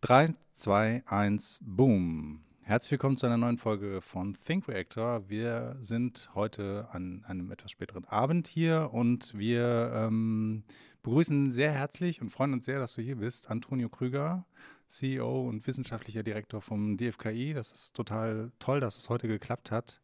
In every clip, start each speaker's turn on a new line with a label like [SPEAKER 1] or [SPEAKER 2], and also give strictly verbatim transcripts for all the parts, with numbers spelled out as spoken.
[SPEAKER 1] drei, zwei, eins, boom. Herzlich willkommen zu einer neuen Folge von Think Reactor. Wir sind heute an einem etwas späteren Abend hier und wir ähm, begrüßen sehr herzlich und freuen uns sehr, dass du hier bist, Antonio Krüger, C E O und wissenschaftlicher Direktor vom D F K I. Das ist total toll, dass es heute geklappt hat.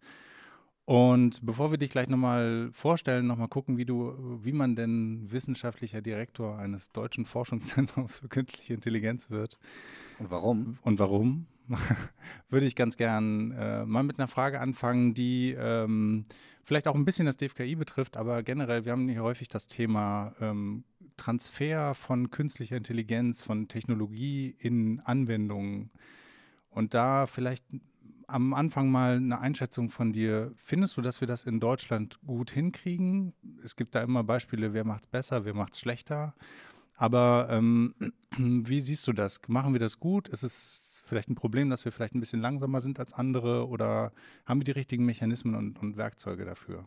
[SPEAKER 1] Und bevor wir dich gleich nochmal vorstellen, nochmal gucken, wie du, wie man denn wissenschaftlicher Direktor eines deutschen Forschungszentrums für künstliche Intelligenz wird.
[SPEAKER 2] Und warum?
[SPEAKER 1] Und warum? Würde ich ganz gern äh, mal mit einer Frage anfangen, die ähm, vielleicht auch ein bisschen das D F K I betrifft, aber generell, wir haben hier häufig das Thema ähm, Transfer von künstlicher Intelligenz, von Technologie in Anwendungen. Und da vielleicht am Anfang mal eine Einschätzung von dir. Findest du, dass wir das in Deutschland gut hinkriegen? Es gibt da immer Beispiele, wer macht es besser, wer macht es schlechter. Aber ähm, wie siehst du das? Machen wir das gut? Ist es vielleicht ein Problem, dass wir vielleicht ein bisschen langsamer sind als andere? Oder haben wir die richtigen Mechanismen und, und Werkzeuge dafür?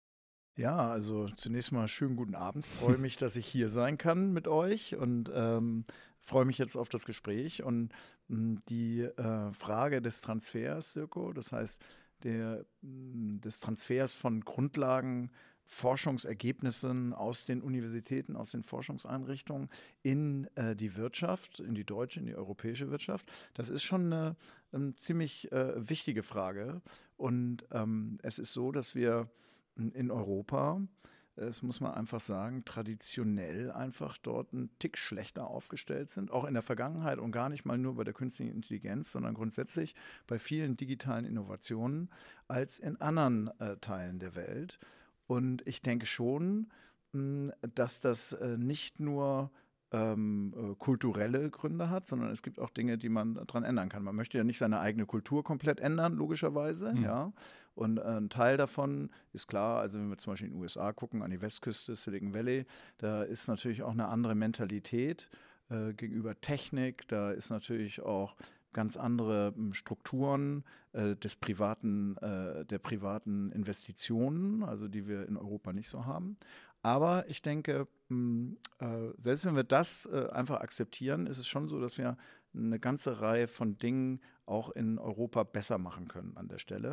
[SPEAKER 2] Ja, also zunächst mal schönen guten Abend. Freue mich, dass ich hier sein kann mit euch und ähm, freue mich jetzt auf das Gespräch. Und mh, die äh, Frage des Transfers, Sirko, das heißt der, mh, des Transfers von Grundlagen, Forschungsergebnissen aus den Universitäten, aus den Forschungseinrichtungen in äh, die Wirtschaft, in die deutsche, in die europäische Wirtschaft, das ist schon eine, eine ziemlich äh, wichtige Frage. Und ähm, es ist so, dass wir in Europa, das muss man einfach sagen, traditionell einfach dort einen Tick schlechter aufgestellt sind, auch in der Vergangenheit und gar nicht mal nur bei der künstlichen Intelligenz, sondern grundsätzlich bei vielen digitalen Innovationen als in anderen äh, Teilen der Welt. Und ich denke schon, mh, dass das äh, nicht nur ähm, äh, kulturelle Gründe hat, sondern es gibt auch Dinge, die man daran ändern kann. Man möchte ja nicht seine eigene Kultur komplett ändern, logischerweise,
[SPEAKER 1] Hm.
[SPEAKER 2] ja. Und äh, ein Teil davon ist klar, also wenn wir zum Beispiel in den U S A gucken, an die Westküste, Silicon Valley, da ist natürlich auch eine andere Mentalität äh, gegenüber Technik, da ist natürlich auch ganz andere m, Strukturen äh, des privaten, äh, der privaten Investitionen, also die wir in Europa nicht so haben. Aber ich denke, mh, äh, selbst wenn wir das äh, einfach akzeptieren, ist es schon so, dass wir eine ganze Reihe von Dingen auch in Europa besser machen können an der Stelle.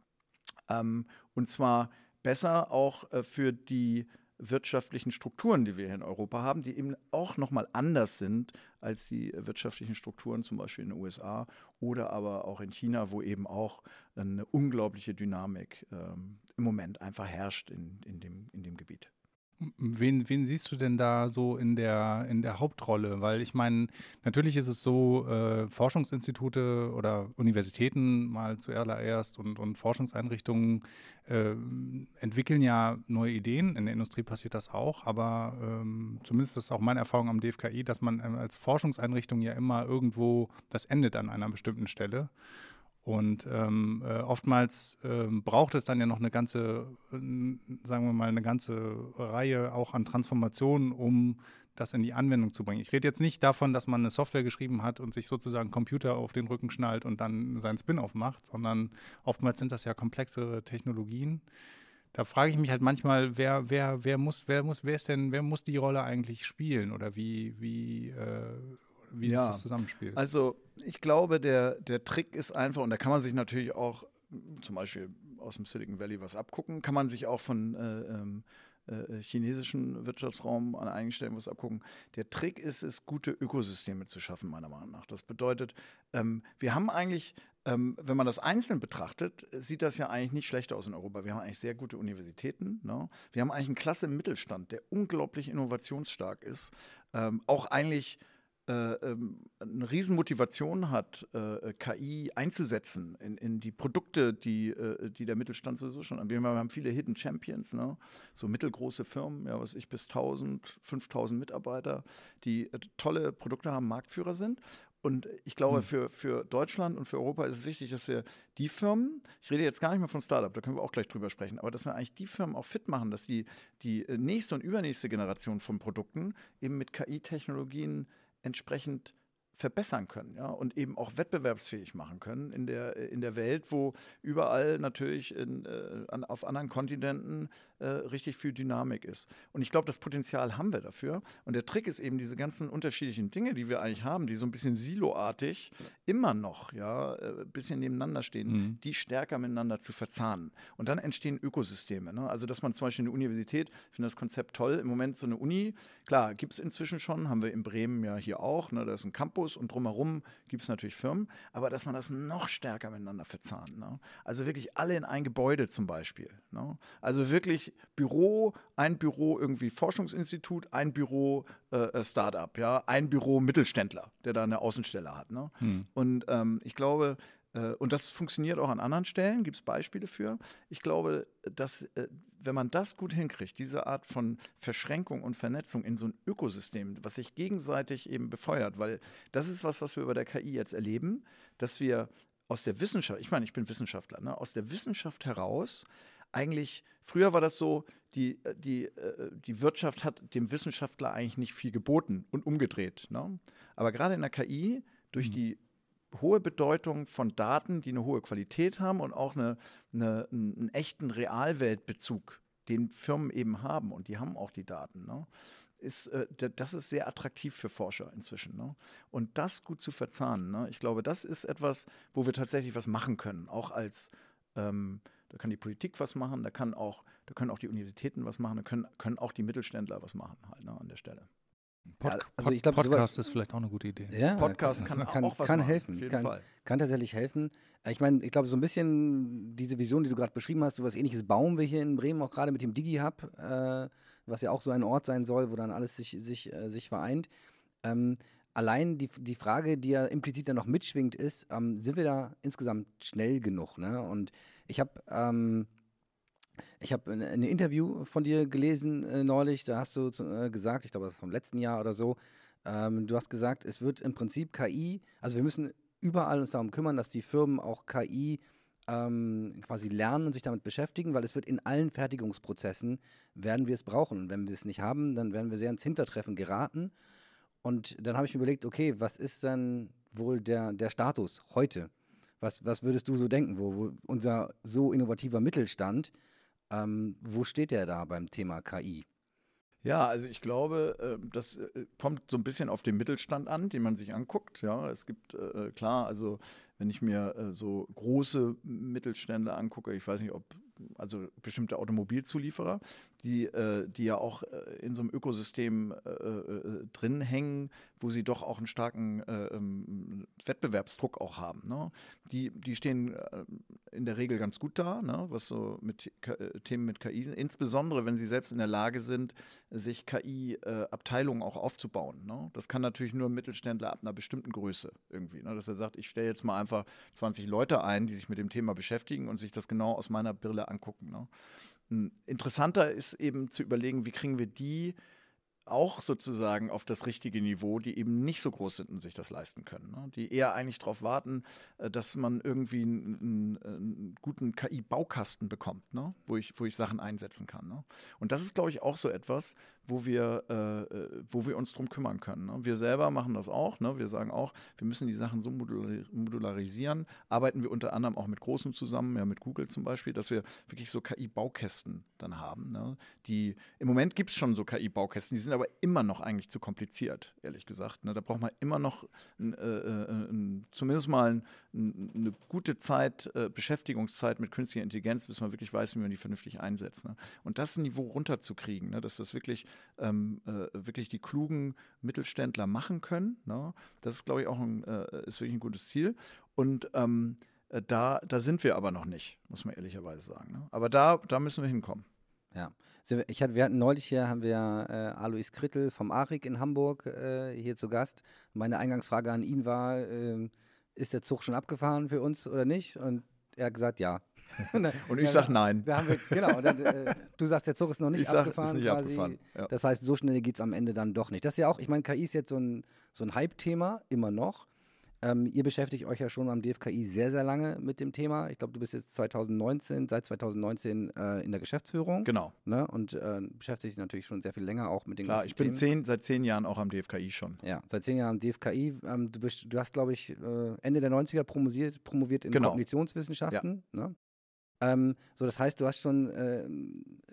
[SPEAKER 2] Ähm, und zwar besser auch äh, für die wirtschaftlichen Strukturen, die wir hier in Europa haben, die eben auch nochmal anders sind als die wirtschaftlichen Strukturen zum Beispiel in den U S A oder aber auch in China, wo eben auch eine unglaubliche Dynamik ähm, im Moment einfach herrscht in, in, dem, in dem Gebiet.
[SPEAKER 1] Wen, wen siehst du denn da so in der, in der Hauptrolle? Weil ich meine, natürlich ist es so, äh, Forschungsinstitute oder Universitäten mal zuallererst und, und Forschungseinrichtungen äh, entwickeln ja neue Ideen. In der Industrie passiert das auch, aber ähm, zumindest ist auch meine Erfahrung am D F K I, dass man ähm, als Forschungseinrichtung ja immer irgendwo, das endet an einer bestimmten Stelle. Und ähm, äh, oftmals ähm, braucht es dann ja noch eine ganze, äh, sagen wir mal, eine ganze Reihe auch an Transformationen, um das in die Anwendung zu bringen. Ich rede jetzt nicht davon, dass man eine Software geschrieben hat und sich sozusagen Computer auf den Rücken schnallt und dann seinen Spin-off macht, sondern oftmals sind das ja komplexere Technologien. Da frage ich mich halt manchmal, wer, wer, wer muss, wer muss, wer ist denn, wer muss die Rolle eigentlich spielen oder wie, wie, äh, wie sich das
[SPEAKER 2] Ja,
[SPEAKER 1] zusammenspielt?
[SPEAKER 2] also ich glaube, der, der Trick ist einfach, und da kann man sich natürlich auch m, zum Beispiel aus dem Silicon Valley was abgucken, kann man sich auch von äh, ähm, äh, chinesischen Wirtschaftsraum an einigen Stellen was abgucken. Der Trick ist es, gute Ökosysteme zu schaffen, meiner Meinung nach. Das bedeutet, ähm, wir haben eigentlich, ähm, wenn man das einzeln betrachtet, sieht das ja eigentlich nicht schlecht aus in Europa. Wir haben eigentlich sehr gute Universitäten. Ne? Wir haben eigentlich einen klasse Mittelstand, der unglaublich innovationsstark ist. Ähm, auch eigentlich äh, ähm, eine Riesenmotivation hat, äh, K I einzusetzen in, in die Produkte, die, äh, die der Mittelstand sowieso schon anbietet. Wir haben viele Hidden Champions, ne? So mittelgroße Firmen, ja, was ich, bis tausend, fünftausend Mitarbeiter, die äh, tolle Produkte haben, Marktführer sind. Und ich glaube,
[SPEAKER 1] Hm.
[SPEAKER 2] für, für Deutschland und für Europa ist es wichtig, dass wir die Firmen, ich rede jetzt gar nicht mehr von Startup, da können wir auch gleich drüber sprechen, aber dass wir eigentlich die Firmen auch fit machen, dass die, die äh, nächste und übernächste Generation von Produkten eben mit K I-Technologien entsprechend verbessern können, ja, und eben auch wettbewerbsfähig machen können in der, in der Welt, wo überall natürlich in, äh, an, auf anderen Kontinenten äh, richtig viel Dynamik ist. Und ich glaube, das Potenzial haben wir dafür. Und der Trick ist eben, diese ganzen unterschiedlichen Dinge, die wir eigentlich haben, die so ein bisschen siloartig immer noch, ja, ein bisschen nebeneinander stehen, mhm. die stärker miteinander zu verzahnen. Und dann entstehen Ökosysteme. Ne? Also, dass man zum Beispiel eine Universität, ich finde das Konzept toll, im Moment so eine Uni, klar, gibt es inzwischen schon, haben wir in Bremen ja hier auch, ne? Da ist ein Campus und drumherum gibt es natürlich Firmen, aber dass man das noch stärker miteinander verzahnt. Ne? Also wirklich alle in ein Gebäude zum Beispiel. Ne? Also wirklich Büro, ein Büro irgendwie Forschungsinstitut, ein Büro äh, Startup, ja, ein Büro Mittelständler, der da eine Außenstelle hat. Ne? Hm. Und ähm, ich glaube, äh, und das funktioniert auch an anderen Stellen, gibt es Beispiele für. Ich glaube, dass äh, wenn man das gut hinkriegt, diese Art von Verschränkung und Vernetzung in so ein Ökosystem, was sich gegenseitig eben befeuert, weil das ist was, was wir bei der K I jetzt erleben, dass wir aus der Wissenschaft, ich meine, ich bin Wissenschaftler, ne, aus der Wissenschaft heraus eigentlich, früher war das so, die, die, die Wirtschaft hat dem Wissenschaftler eigentlich nicht viel geboten und umgedreht. Ne? Aber gerade in der K I, durch mhm. die hohe Bedeutung von Daten, die eine hohe Qualität haben und auch eine, eine, einen echten Realweltbezug, den Firmen eben haben, und die haben auch die Daten, ne? Ist, äh, das ist sehr attraktiv für Forscher inzwischen. Ne? Und das gut zu verzahnen, ne? Ich glaube, das ist etwas, wo wir tatsächlich was machen können, auch als ähm, da kann die Politik was machen, da kann auch, da können auch die Universitäten was machen, da können, können auch die Mittelständler was machen halt, ne, an der Stelle.
[SPEAKER 1] Pod, ja, also ich glaub, Podcast sowas, ist vielleicht auch eine gute Idee.
[SPEAKER 2] Ja, Podcast kann, kann auch was
[SPEAKER 3] kann
[SPEAKER 2] machen,
[SPEAKER 3] helfen,
[SPEAKER 2] auf jeden
[SPEAKER 3] kann,
[SPEAKER 2] Fall.
[SPEAKER 3] Kann tatsächlich helfen. Ich meine, ich glaube, so ein bisschen diese Vision, die du gerade beschrieben hast, so was Ähnliches bauen wir hier in Bremen auch gerade mit dem Digi-Hub, äh, was ja auch so ein Ort sein soll, wo dann alles sich, sich, äh, sich vereint. Ähm, Allein die, die Frage, die ja implizit dann noch mitschwingt, ist, ähm, sind wir da insgesamt schnell genug? Ne? Und ich habe ähm, ich hab ein, ein Interview von dir gelesen äh, neulich, da hast du äh, gesagt, ich glaube, das ist vom letzten Jahr oder so, ähm, du hast gesagt, es wird im Prinzip K I, also wir müssen überall uns darum kümmern, dass die Firmen auch K I ähm, quasi lernen und sich damit beschäftigen, weil es wird in allen Fertigungsprozessen, werden wir es brauchen. Und wenn wir es nicht haben, dann werden wir sehr ins Hintertreffen geraten. Und dann habe ich mir überlegt, okay, was ist dann wohl der, der Status heute? Was, was würdest du so denken, wo, wo unser so innovativer Mittelstand, ähm, wo steht der da beim Thema K I?
[SPEAKER 2] Ja, also ich glaube, das kommt so ein bisschen auf den Mittelstand an, den man sich anguckt. Ja, es gibt, klar, also wenn ich mir so große Mittelstände angucke, ich weiß nicht, ob also bestimmte Automobilzulieferer, die, äh, die ja auch äh, in so einem Ökosystem äh, äh, drin hängen, wo sie doch auch einen starken äh, ähm, Wettbewerbsdruck auch haben. Ne? Die, die stehen äh, in der Regel ganz gut da, ne? Was so mit K- Themen mit K I sind, insbesondere wenn sie selbst in der Lage sind, sich K I-Abteilungen äh, auch aufzubauen. Ne? Das kann natürlich nur ein Mittelständler ab einer bestimmten Größe irgendwie, ne? Dass er sagt, ich stelle jetzt mal einfach zwanzig Leute ein, die sich mit dem Thema beschäftigen und sich das genau aus meiner Brille angucken. Ne? Interessanter ist eben zu überlegen, wie kriegen wir die auch sozusagen auf das richtige Niveau, die eben nicht so groß sind und sich das leisten können. Ne? Die eher eigentlich darauf warten, dass man irgendwie einen, einen guten K I-Baukasten bekommt, ne? wo ich, wo ich Sachen einsetzen kann. Ne? Und das ist, glaube ich, auch so etwas, wo wir, äh, wo wir uns drum kümmern können. Ne? Wir selber machen das auch. Ne? Wir sagen auch, wir müssen die Sachen so modularisieren. Arbeiten wir unter anderem auch mit Großen zusammen, ja mit Google zum Beispiel, dass wir wirklich so K I-Baukästen dann haben. Ne? Die, im Moment gibt es schon so K I-Baukästen, die sind aber immer noch eigentlich zu kompliziert, ehrlich gesagt. Ne? Da braucht man immer noch ein, äh, ein, zumindest mal ein, eine gute Zeit, äh, Beschäftigungszeit mit künstlicher Intelligenz, bis man wirklich weiß, wie man die vernünftig einsetzt. Ne? Und das Niveau runterzukriegen, ne? Dass das wirklich Ähm, äh, wirklich die klugen Mittelständler machen können. Ne? Das ist, glaube ich, auch ein, äh, ist wirklich ein gutes Ziel. Und ähm, äh, da, da sind wir aber noch nicht, muss man ehrlicherweise sagen. Ne? Aber da, da müssen wir hinkommen.
[SPEAKER 3] Ja, ich hatte, wir hatten neulich hier, haben wir äh, Alois Krittel vom A R I C in Hamburg äh, hier zu Gast. Meine Eingangsfrage an ihn war, äh, ist der Zug schon abgefahren für uns oder nicht? Und er hat gesagt, ja.
[SPEAKER 2] Und ich sage nein.
[SPEAKER 3] Da haben wir, genau, dann, äh, du sagst, der Zug ist noch nicht
[SPEAKER 2] ich sag,
[SPEAKER 3] abgefahren.
[SPEAKER 2] Ist nicht
[SPEAKER 3] quasi.
[SPEAKER 2] abgefahren. Ja.
[SPEAKER 3] Das heißt, so schnell geht es am Ende dann doch nicht. Das ist ja auch, ich meine, K I ist jetzt so ein, so ein Hype-Thema, immer noch. Ähm, ihr beschäftigt euch ja schon am D F K I sehr, sehr lange mit dem Thema. Ich glaube, du bist jetzt zwanzig neunzehn, seit zwanzig neunzehn äh, in der Geschäftsführung.
[SPEAKER 2] Genau.
[SPEAKER 3] Ne? Und äh, beschäftigt dich natürlich schon sehr viel länger auch mit den
[SPEAKER 2] Klar,
[SPEAKER 3] ganzen
[SPEAKER 2] ich bin
[SPEAKER 3] Themen.
[SPEAKER 2] zehn, seit zehn Jahren auch am D F K I schon.
[SPEAKER 3] Ja, seit zehn Jahren am D F K I. Ähm, du, bist, du hast, glaube ich, äh, Ende der neunziger promoviert, promoviert in
[SPEAKER 2] genau.
[SPEAKER 3] Kognitionswissenschaften. Ja. Ne? Ähm, so, das heißt, du hast schon äh,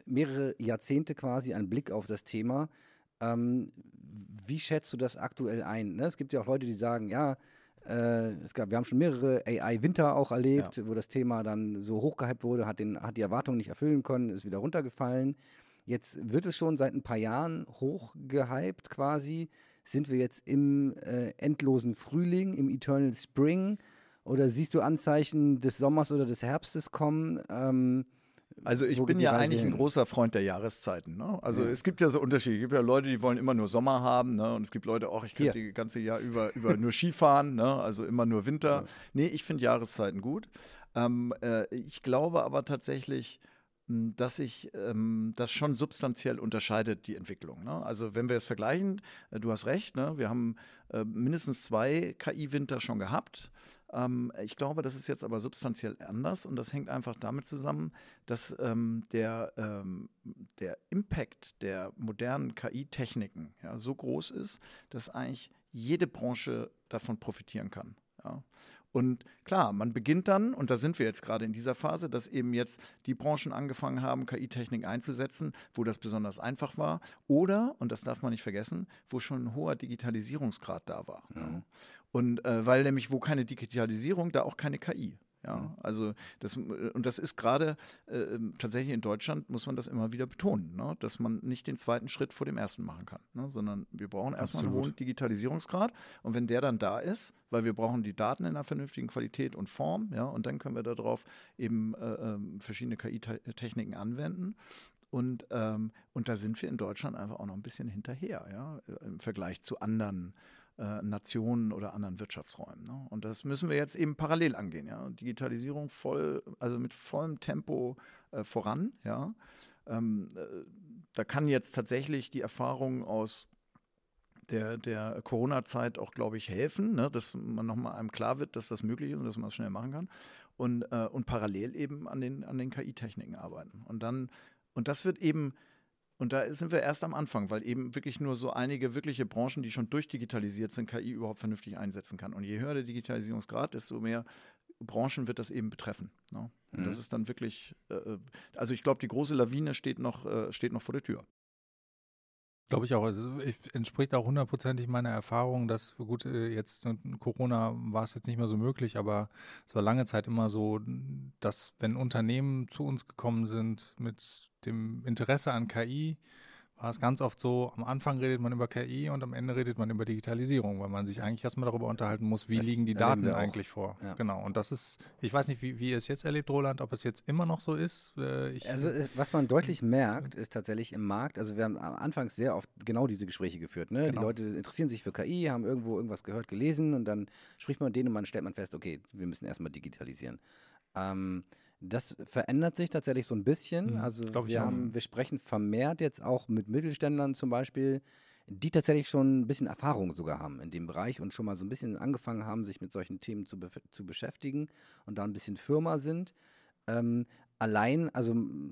[SPEAKER 3] mehrere Jahrzehnte quasi einen Blick auf das Thema. Ähm, wie schätzt du das aktuell ein? Ne? Es gibt ja auch Leute, die sagen, ja, äh, es gab, wir haben schon mehrere A I-Winter auch erlebt, ja. wo das Thema dann so hochgehypt wurde, hat, den, hat die Erwartungen nicht erfüllen können, ist wieder runtergefallen. Jetzt wird es schon seit ein paar Jahren hochgehypt quasi. Sind wir jetzt im äh, endlosen Frühling, im Eternal Spring? Oder siehst du Anzeichen des Sommers oder des Herbstes kommen? Ähm,
[SPEAKER 2] Also ich bin ja eigentlich ein großer Freund der Jahreszeiten. Ne? Also ja. es gibt ja so Unterschiede. Es gibt ja Leute, die wollen immer nur Sommer haben. Ne? Und es gibt Leute auch, ich könnte das ganze Jahr über, über nur Skifahren. Ne? Also immer nur Winter. Ja. Nee, ich finde Jahreszeiten gut. Ähm, äh, ich glaube aber tatsächlich, dass sich ähm, das schon substanziell unterscheidet, die Entwicklung. Ne? Also wenn wir es vergleichen, äh, du hast recht, ne? Wir haben äh, mindestens zwei K I-Winter schon gehabt. Ähm, ich glaube, das ist jetzt aber substanziell anders und das hängt einfach damit zusammen, dass ähm, der, ähm, der Impact der modernen K I-Techniken ja, so groß ist, dass eigentlich jede Branche davon profitieren kann. Ja? Und klar, man beginnt dann, und da sind wir jetzt gerade in dieser Phase, dass eben jetzt die Branchen angefangen haben, K I-Technik einzusetzen, wo das besonders einfach war. Oder, und das darf man nicht vergessen, wo schon ein hoher Digitalisierungsgrad da war. Mhm. Und äh, weil nämlich, wo keine Digitalisierung, da auch keine K I. Ja, also das, und das ist gerade äh, tatsächlich in Deutschland, muss man das immer wieder betonen, ne? Dass man nicht den zweiten Schritt vor dem ersten machen kann, ne? Sondern wir brauchen erstmal einen hohen Digitalisierungsgrad und wenn der dann da ist, weil wir brauchen die Daten in einer vernünftigen Qualität und Form, ja, und dann können wir darauf eben äh, äh, verschiedene K I-Techniken anwenden. Und, ähm, und da sind wir in Deutschland einfach auch noch ein bisschen hinterher, ja, im Vergleich zu anderen Nationen oder anderen Wirtschaftsräumen. Ne? Und das müssen wir jetzt eben parallel angehen. Ja? Digitalisierung voll, also mit vollem Tempo äh, voran. Ja? Ähm, äh, da kann jetzt tatsächlich die Erfahrung aus der, der Corona-Zeit auch, glaube ich, helfen, ne? Dass man nochmal einem klar wird, dass das möglich ist und dass man es schnell machen kann. Und, äh, und parallel eben an den, an den K I-Techniken arbeiten. Und dann, und das wird eben Und da sind wir erst am Anfang, weil eben wirklich nur so einige wirkliche Branchen, die schon durchdigitalisiert sind, K I überhaupt vernünftig einsetzen kann. Und je höher der Digitalisierungsgrad, desto mehr Branchen wird das eben betreffen. Ne? Und mhm. das ist dann wirklich, äh, also ich glaube, die große Lawine steht noch, äh, steht noch vor der Tür.
[SPEAKER 1] Glaube ich auch. Also ich, entspricht auch hundertprozentig meiner Erfahrung, dass, gut, jetzt in Corona war es jetzt nicht mehr so möglich, aber es war lange Zeit immer so, dass wenn Unternehmen zu uns gekommen sind mit dem Interesse an K I, war es ganz oft so, am Anfang redet man über K I und am Ende redet man über Digitalisierung, weil man sich eigentlich erstmal darüber unterhalten muss, wie das liegen die Daten eigentlich vor. Ja. Genau. Und das ist, ich weiß nicht, wie, wie ihr es jetzt erlebt, Roland, ob es jetzt immer noch so ist. Ich,
[SPEAKER 3] also was man deutlich merkt, ist tatsächlich im Markt, also wir haben am Anfang sehr oft genau diese Gespräche geführt. Ne? Genau. Die Leute interessieren sich für K I, haben irgendwo irgendwas gehört, gelesen und dann spricht man mit denen und dann stellt man fest, okay, wir müssen erstmal digitalisieren. Ähm, Das verändert sich tatsächlich so ein bisschen. Mhm, also wir, haben, wir sprechen vermehrt jetzt auch mit Mittelständlern zum Beispiel, die tatsächlich schon ein bisschen Erfahrung sogar haben in dem Bereich und schon mal so ein bisschen angefangen haben, sich mit solchen Themen zu, be- zu beschäftigen und da ein bisschen Firma sind. Ähm, allein, also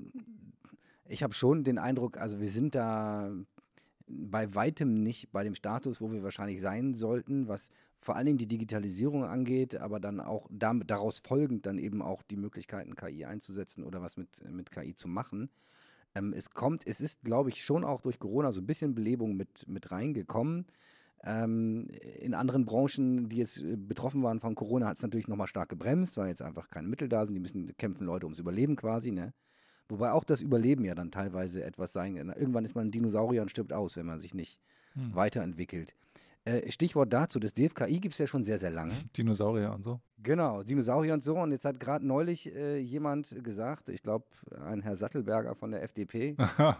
[SPEAKER 3] ich habe schon den Eindruck, also wir sind da bei weitem nicht bei dem Status, wo wir wahrscheinlich sein sollten, was vor allen Dingen die Digitalisierung angeht, aber dann auch damit, daraus folgend dann eben auch die Möglichkeiten, K I einzusetzen oder was mit, mit K I zu machen. Ähm, es kommt, es ist, glaube ich, schon auch durch Corona so ein bisschen Belebung mit, mit reingekommen. Ähm, in anderen Branchen, die jetzt betroffen waren von Corona, hat es natürlich nochmal stark gebremst, weil jetzt einfach keine Mittel da sind. Die müssen kämpfen Leute ums Überleben quasi, ne? Wobei auch das Überleben ja dann teilweise etwas sein kann. Irgendwann ist man ein Dinosaurier und stirbt aus, wenn man sich nicht hm. weiterentwickelt. Äh, Stichwort dazu, das D F K I gibt es ja schon sehr, sehr lange.
[SPEAKER 1] Dinosaurier und so.
[SPEAKER 3] Genau, Dinosaurier und so. Und jetzt hat gerade neulich äh, jemand gesagt, ich glaube, ein Herr Sattelberger von der F D P,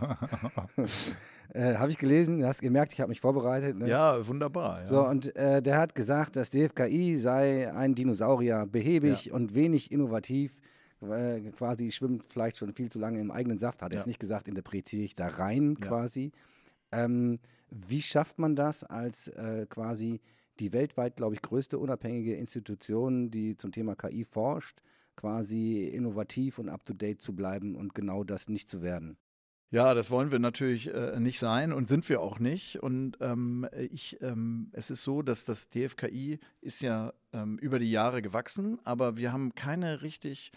[SPEAKER 3] äh, habe ich gelesen, du hast gemerkt, ich habe mich vorbereitet. Ne?
[SPEAKER 2] Ja, wunderbar. Ja.
[SPEAKER 3] So, und äh, der hat gesagt, das D F K I sei ein Dinosaurier, behäbig ja. und wenig innovativ. Äh, quasi schwimmt vielleicht schon viel zu lange im eigenen Saft, hat er ja. jetzt nicht gesagt, interpretiere ich da rein ja. quasi. Ähm, wie schafft man das als äh, quasi die weltweit, glaube ich, größte unabhängige Institution, die zum Thema K I forscht, quasi innovativ und up-to-date zu bleiben und genau das nicht zu werden?
[SPEAKER 2] Ja, das wollen wir natürlich äh, nicht sein und sind wir auch nicht. Und ähm, ich, ähm, es ist so, dass das D F K I ist ja ähm, über die Jahre gewachsen, aber wir haben keine richtig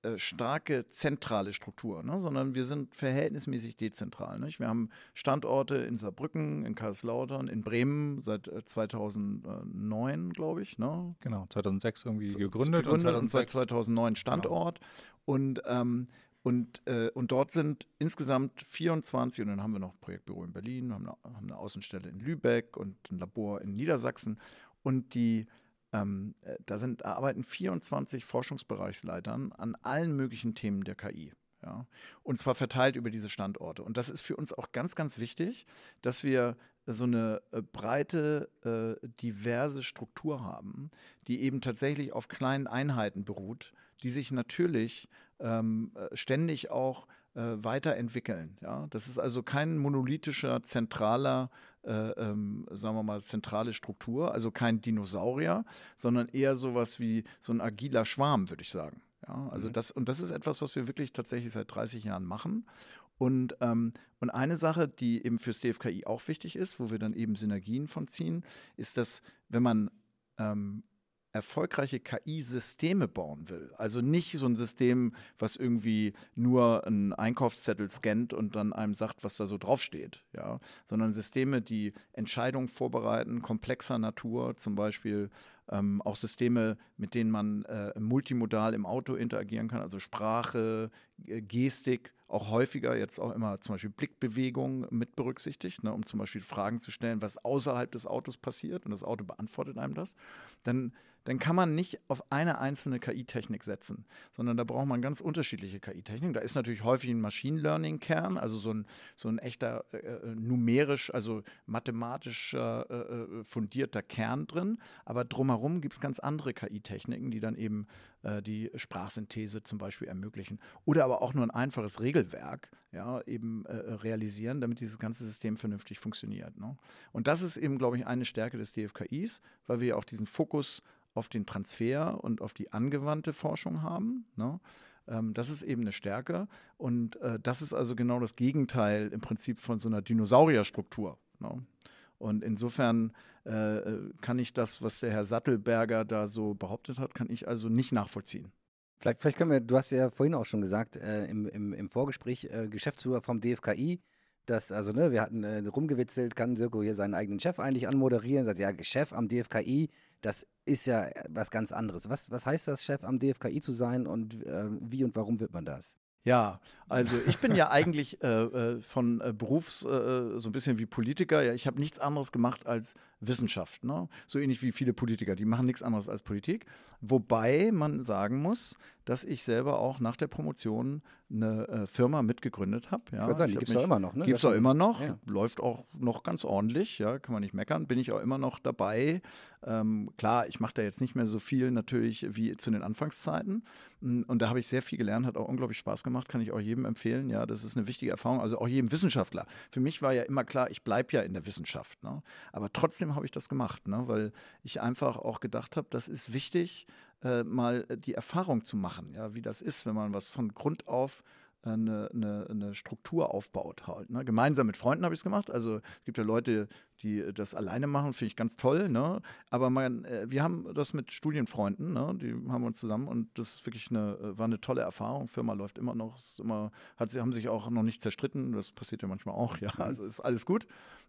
[SPEAKER 2] äh, starke zentrale Struktur, ne? Sondern wir sind verhältnismäßig dezentral. Nicht? Wir haben Standorte in Saarbrücken, in Kaiserslautern, in Bremen seit äh, zweitausendneun, glaube ich. Ne?
[SPEAKER 1] Genau, zweitausendsechs irgendwie
[SPEAKER 2] So,
[SPEAKER 1] gegründet,
[SPEAKER 2] gegründet
[SPEAKER 1] und
[SPEAKER 2] und seit
[SPEAKER 1] zweitausendsechs
[SPEAKER 2] zweitausendneun Standort. Genau. Und, ähm, und, äh, und dort sind insgesamt vierundzwanzig, und dann haben wir noch ein Projektbüro in Berlin, haben eine, haben eine Außenstelle in Lübeck und ein Labor in Niedersachsen. Und die Ähm, da sind, da arbeiten vierundzwanzig Forschungsbereichsleitern an allen möglichen Themen der K I. Ja? Und zwar verteilt über diese Standorte. Und das ist für uns auch ganz, ganz wichtig, dass wir so eine äh, breite, äh, diverse Struktur haben, die eben tatsächlich auf kleinen Einheiten beruht, die sich natürlich ähm, ständig auch äh, weiterentwickeln. Ja? Das ist also kein monolithischer, zentraler Äh, ähm, sagen wir mal, zentrale Struktur, also kein Dinosaurier, sondern eher sowas wie so ein agiler Schwarm, würde ich sagen. Ja, also
[SPEAKER 3] Mhm.
[SPEAKER 2] das, und das ist etwas, was wir wirklich tatsächlich seit dreißig Jahren machen. Und, ähm, und eine Sache, die eben fürs D F K I auch wichtig ist, wo wir dann eben Synergien von ziehen, ist, dass wenn man ähm, erfolgreiche K I-Systeme bauen will. Also nicht so ein System, was irgendwie nur einen Einkaufszettel scannt und dann einem sagt, was da so draufsteht, ja, sondern Systeme, die Entscheidungen vorbereiten, komplexer Natur, zum Beispiel ähm, auch Systeme, mit denen man äh, multimodal im Auto interagieren kann, also Sprache, äh, Gestik, auch häufiger jetzt auch immer zum Beispiel Blickbewegung mit berücksichtigt, ne, um zum Beispiel Fragen zu stellen, was außerhalb des Autos passiert, und das Auto beantwortet einem das, dann dann kann man nicht auf eine einzelne K I-Technik setzen, sondern da braucht man ganz unterschiedliche K I-Techniken. Da ist natürlich häufig ein Machine Learning-Kern, also so ein, so ein echter äh, numerisch, also mathematisch äh, fundierter Kern drin, aber drumherum gibt es ganz andere K I-Techniken, die dann eben äh, die Sprachsynthese zum Beispiel ermöglichen oder aber auch nur ein einfaches Regelwerk, ja, eben äh, realisieren, damit dieses ganze System vernünftig funktioniert. Ne? Und das ist eben, glaube ich, eine Stärke des D F K Is, weil wir ja auch diesen Fokus auf den Transfer und auf die angewandte Forschung haben. Ne? Ähm, das ist eben eine Stärke. Und äh, das ist also genau das Gegenteil im Prinzip von so einer Dinosaurierstruktur. Ne? Und insofern äh, kann ich das, was der Herr Sattelberger da so behauptet hat, kann ich also nicht nachvollziehen.
[SPEAKER 3] Vielleicht, vielleicht können wir, du hast ja vorhin auch schon gesagt, äh, im, im, im Vorgespräch, äh, Geschäftsführer vom D F K I, dass, also, ne, wir hatten äh, rumgewitzelt, kann Sirko hier seinen eigenen Chef eigentlich anmoderieren? Sagt, ja, Chef am D F K I, das ist ja was ganz anderes. Was, was heißt das, Chef am D F K I zu sein, und äh, wie und warum wird man das?
[SPEAKER 2] Ja, also ich bin ja eigentlich äh, von äh, Berufs äh, so ein bisschen wie Politiker. Ja, ich habe nichts anderes gemacht als Wissenschaft. Ne? So ähnlich wie viele Politiker, die machen nichts anderes als Politik. Wobei man sagen muss, dass ich selber auch nach der Promotion eine äh, Firma mitgegründet habe. Ja.
[SPEAKER 3] Ich würde sagen, die gibt es auch immer noch. Ne?
[SPEAKER 2] Gibt es auch immer noch,
[SPEAKER 3] ja.
[SPEAKER 2] Läuft auch noch ganz ordentlich, ja, kann man nicht meckern. Bin ich auch immer noch dabei. Ähm, klar, ich mache da jetzt nicht mehr so viel natürlich wie zu den Anfangszeiten. Und da habe ich sehr viel gelernt, hat auch unglaublich Spaß gemacht, kann ich auch jedem empfehlen. Ja, das ist eine wichtige Erfahrung, also auch jedem Wissenschaftler. Für mich war ja immer klar, ich bleibe ja in der Wissenschaft. Ne? Aber trotzdem habe ich das gemacht, ne? Weil ich einfach auch gedacht habe, das ist wichtig, äh, mal die Erfahrung zu machen, ja, wie das ist, wenn man was von Grund auf Eine, eine, eine Struktur aufbaut halt. Ne? Gemeinsam mit Freunden habe ich es gemacht. Also es gibt ja Leute, die das alleine machen, finde ich ganz toll. Ne? Aber man, äh, wir haben das mit Studienfreunden, ne? Die haben wir uns zusammen, und das ist wirklich eine, war eine tolle Erfahrung. Die Firma läuft immer noch, ist immer, hat, haben sich auch noch nicht zerstritten. Das passiert ja manchmal auch, ja. Also ist alles gut.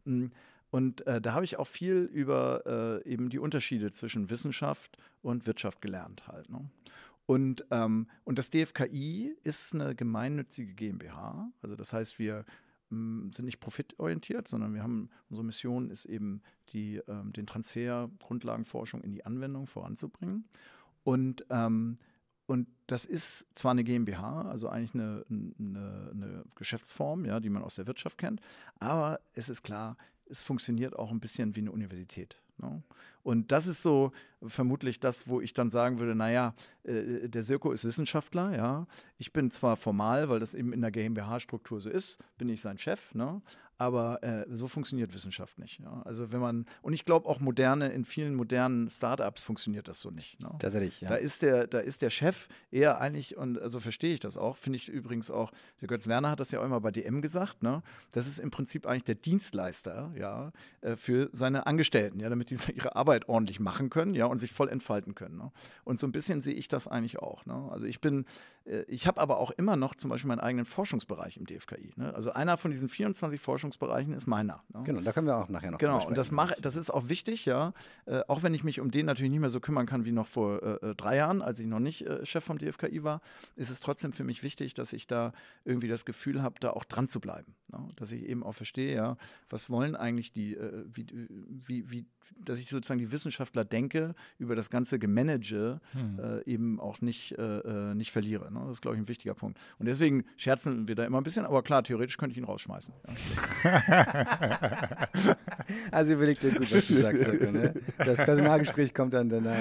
[SPEAKER 2] Und äh, da habe ich auch viel über äh, eben die Unterschiede zwischen Wissenschaft und Wirtschaft gelernt halt. Ne? Und, ähm, und das D F K I ist eine gemeinnützige GmbH. Also das heißt, wir ähm, sind nicht profitorientiert, sondern wir haben, unsere Mission ist eben, die, ähm, den Transfer Grundlagenforschung in die Anwendung voranzubringen. Und, ähm, und das ist zwar eine GmbH, also eigentlich eine, eine, eine Geschäftsform, ja, die man aus der Wirtschaft kennt, aber es ist klar, es funktioniert auch ein bisschen wie eine Universität. Ne? Und das ist so vermutlich das, wo ich dann sagen würde, naja, äh, der Sirko ist Wissenschaftler, ja. Ich bin zwar formal, weil das eben in der GmbH-Struktur so ist, bin ich sein Chef, ne? aber äh, so funktioniert Wissenschaft nicht. Ja? Also wenn man, und ich glaube auch moderne, in vielen modernen Startups funktioniert das so nicht. Ne?
[SPEAKER 3] Tatsächlich, ja.
[SPEAKER 2] Da ist der, da ist der Chef eher eigentlich, und so also verstehe ich das auch, finde ich übrigens auch, der Götz Werner hat das ja auch immer bei D M gesagt, ne? Das ist im Prinzip eigentlich der Dienstleister, ja, äh, für seine Angestellten, ja, damit die ihre Arbeit ordentlich machen können, ja, und sich voll entfalten können. Ne? Und so ein bisschen sehe ich das eigentlich auch. Ne? Also ich bin, äh, ich habe aber auch immer noch zum Beispiel meinen eigenen Forschungsbereich im D F K I. Ne? Also einer von diesen vierundzwanzig Forschungsbereichen ist meiner. Ne?
[SPEAKER 3] Genau, da können wir auch nachher noch
[SPEAKER 2] Genau, und das mache, das ist auch wichtig, ja. Äh, auch wenn ich mich um den natürlich nicht mehr so kümmern kann wie noch vor äh, drei Jahren, als ich noch nicht äh, Chef vom D F K I war, ist es trotzdem für mich wichtig, dass ich da irgendwie das Gefühl habe, da auch dran zu bleiben. Ne? Dass ich eben auch verstehe, ja, was wollen eigentlich die, äh, wie, wie, wie, dass ich sozusagen die Wissenschaftler denke, über das ganze Gemanage hm. äh, eben auch nicht, äh, nicht verliere. Ne? Das ist, glaube ich, ein wichtiger Punkt. Und deswegen scherzen wir da immer ein bisschen, aber klar, theoretisch könnte ich ihn rausschmeißen. Ja,
[SPEAKER 3] also überleg dir gut, was du sagst, Dirk, ne? Das Personalgespräch kommt dann danach.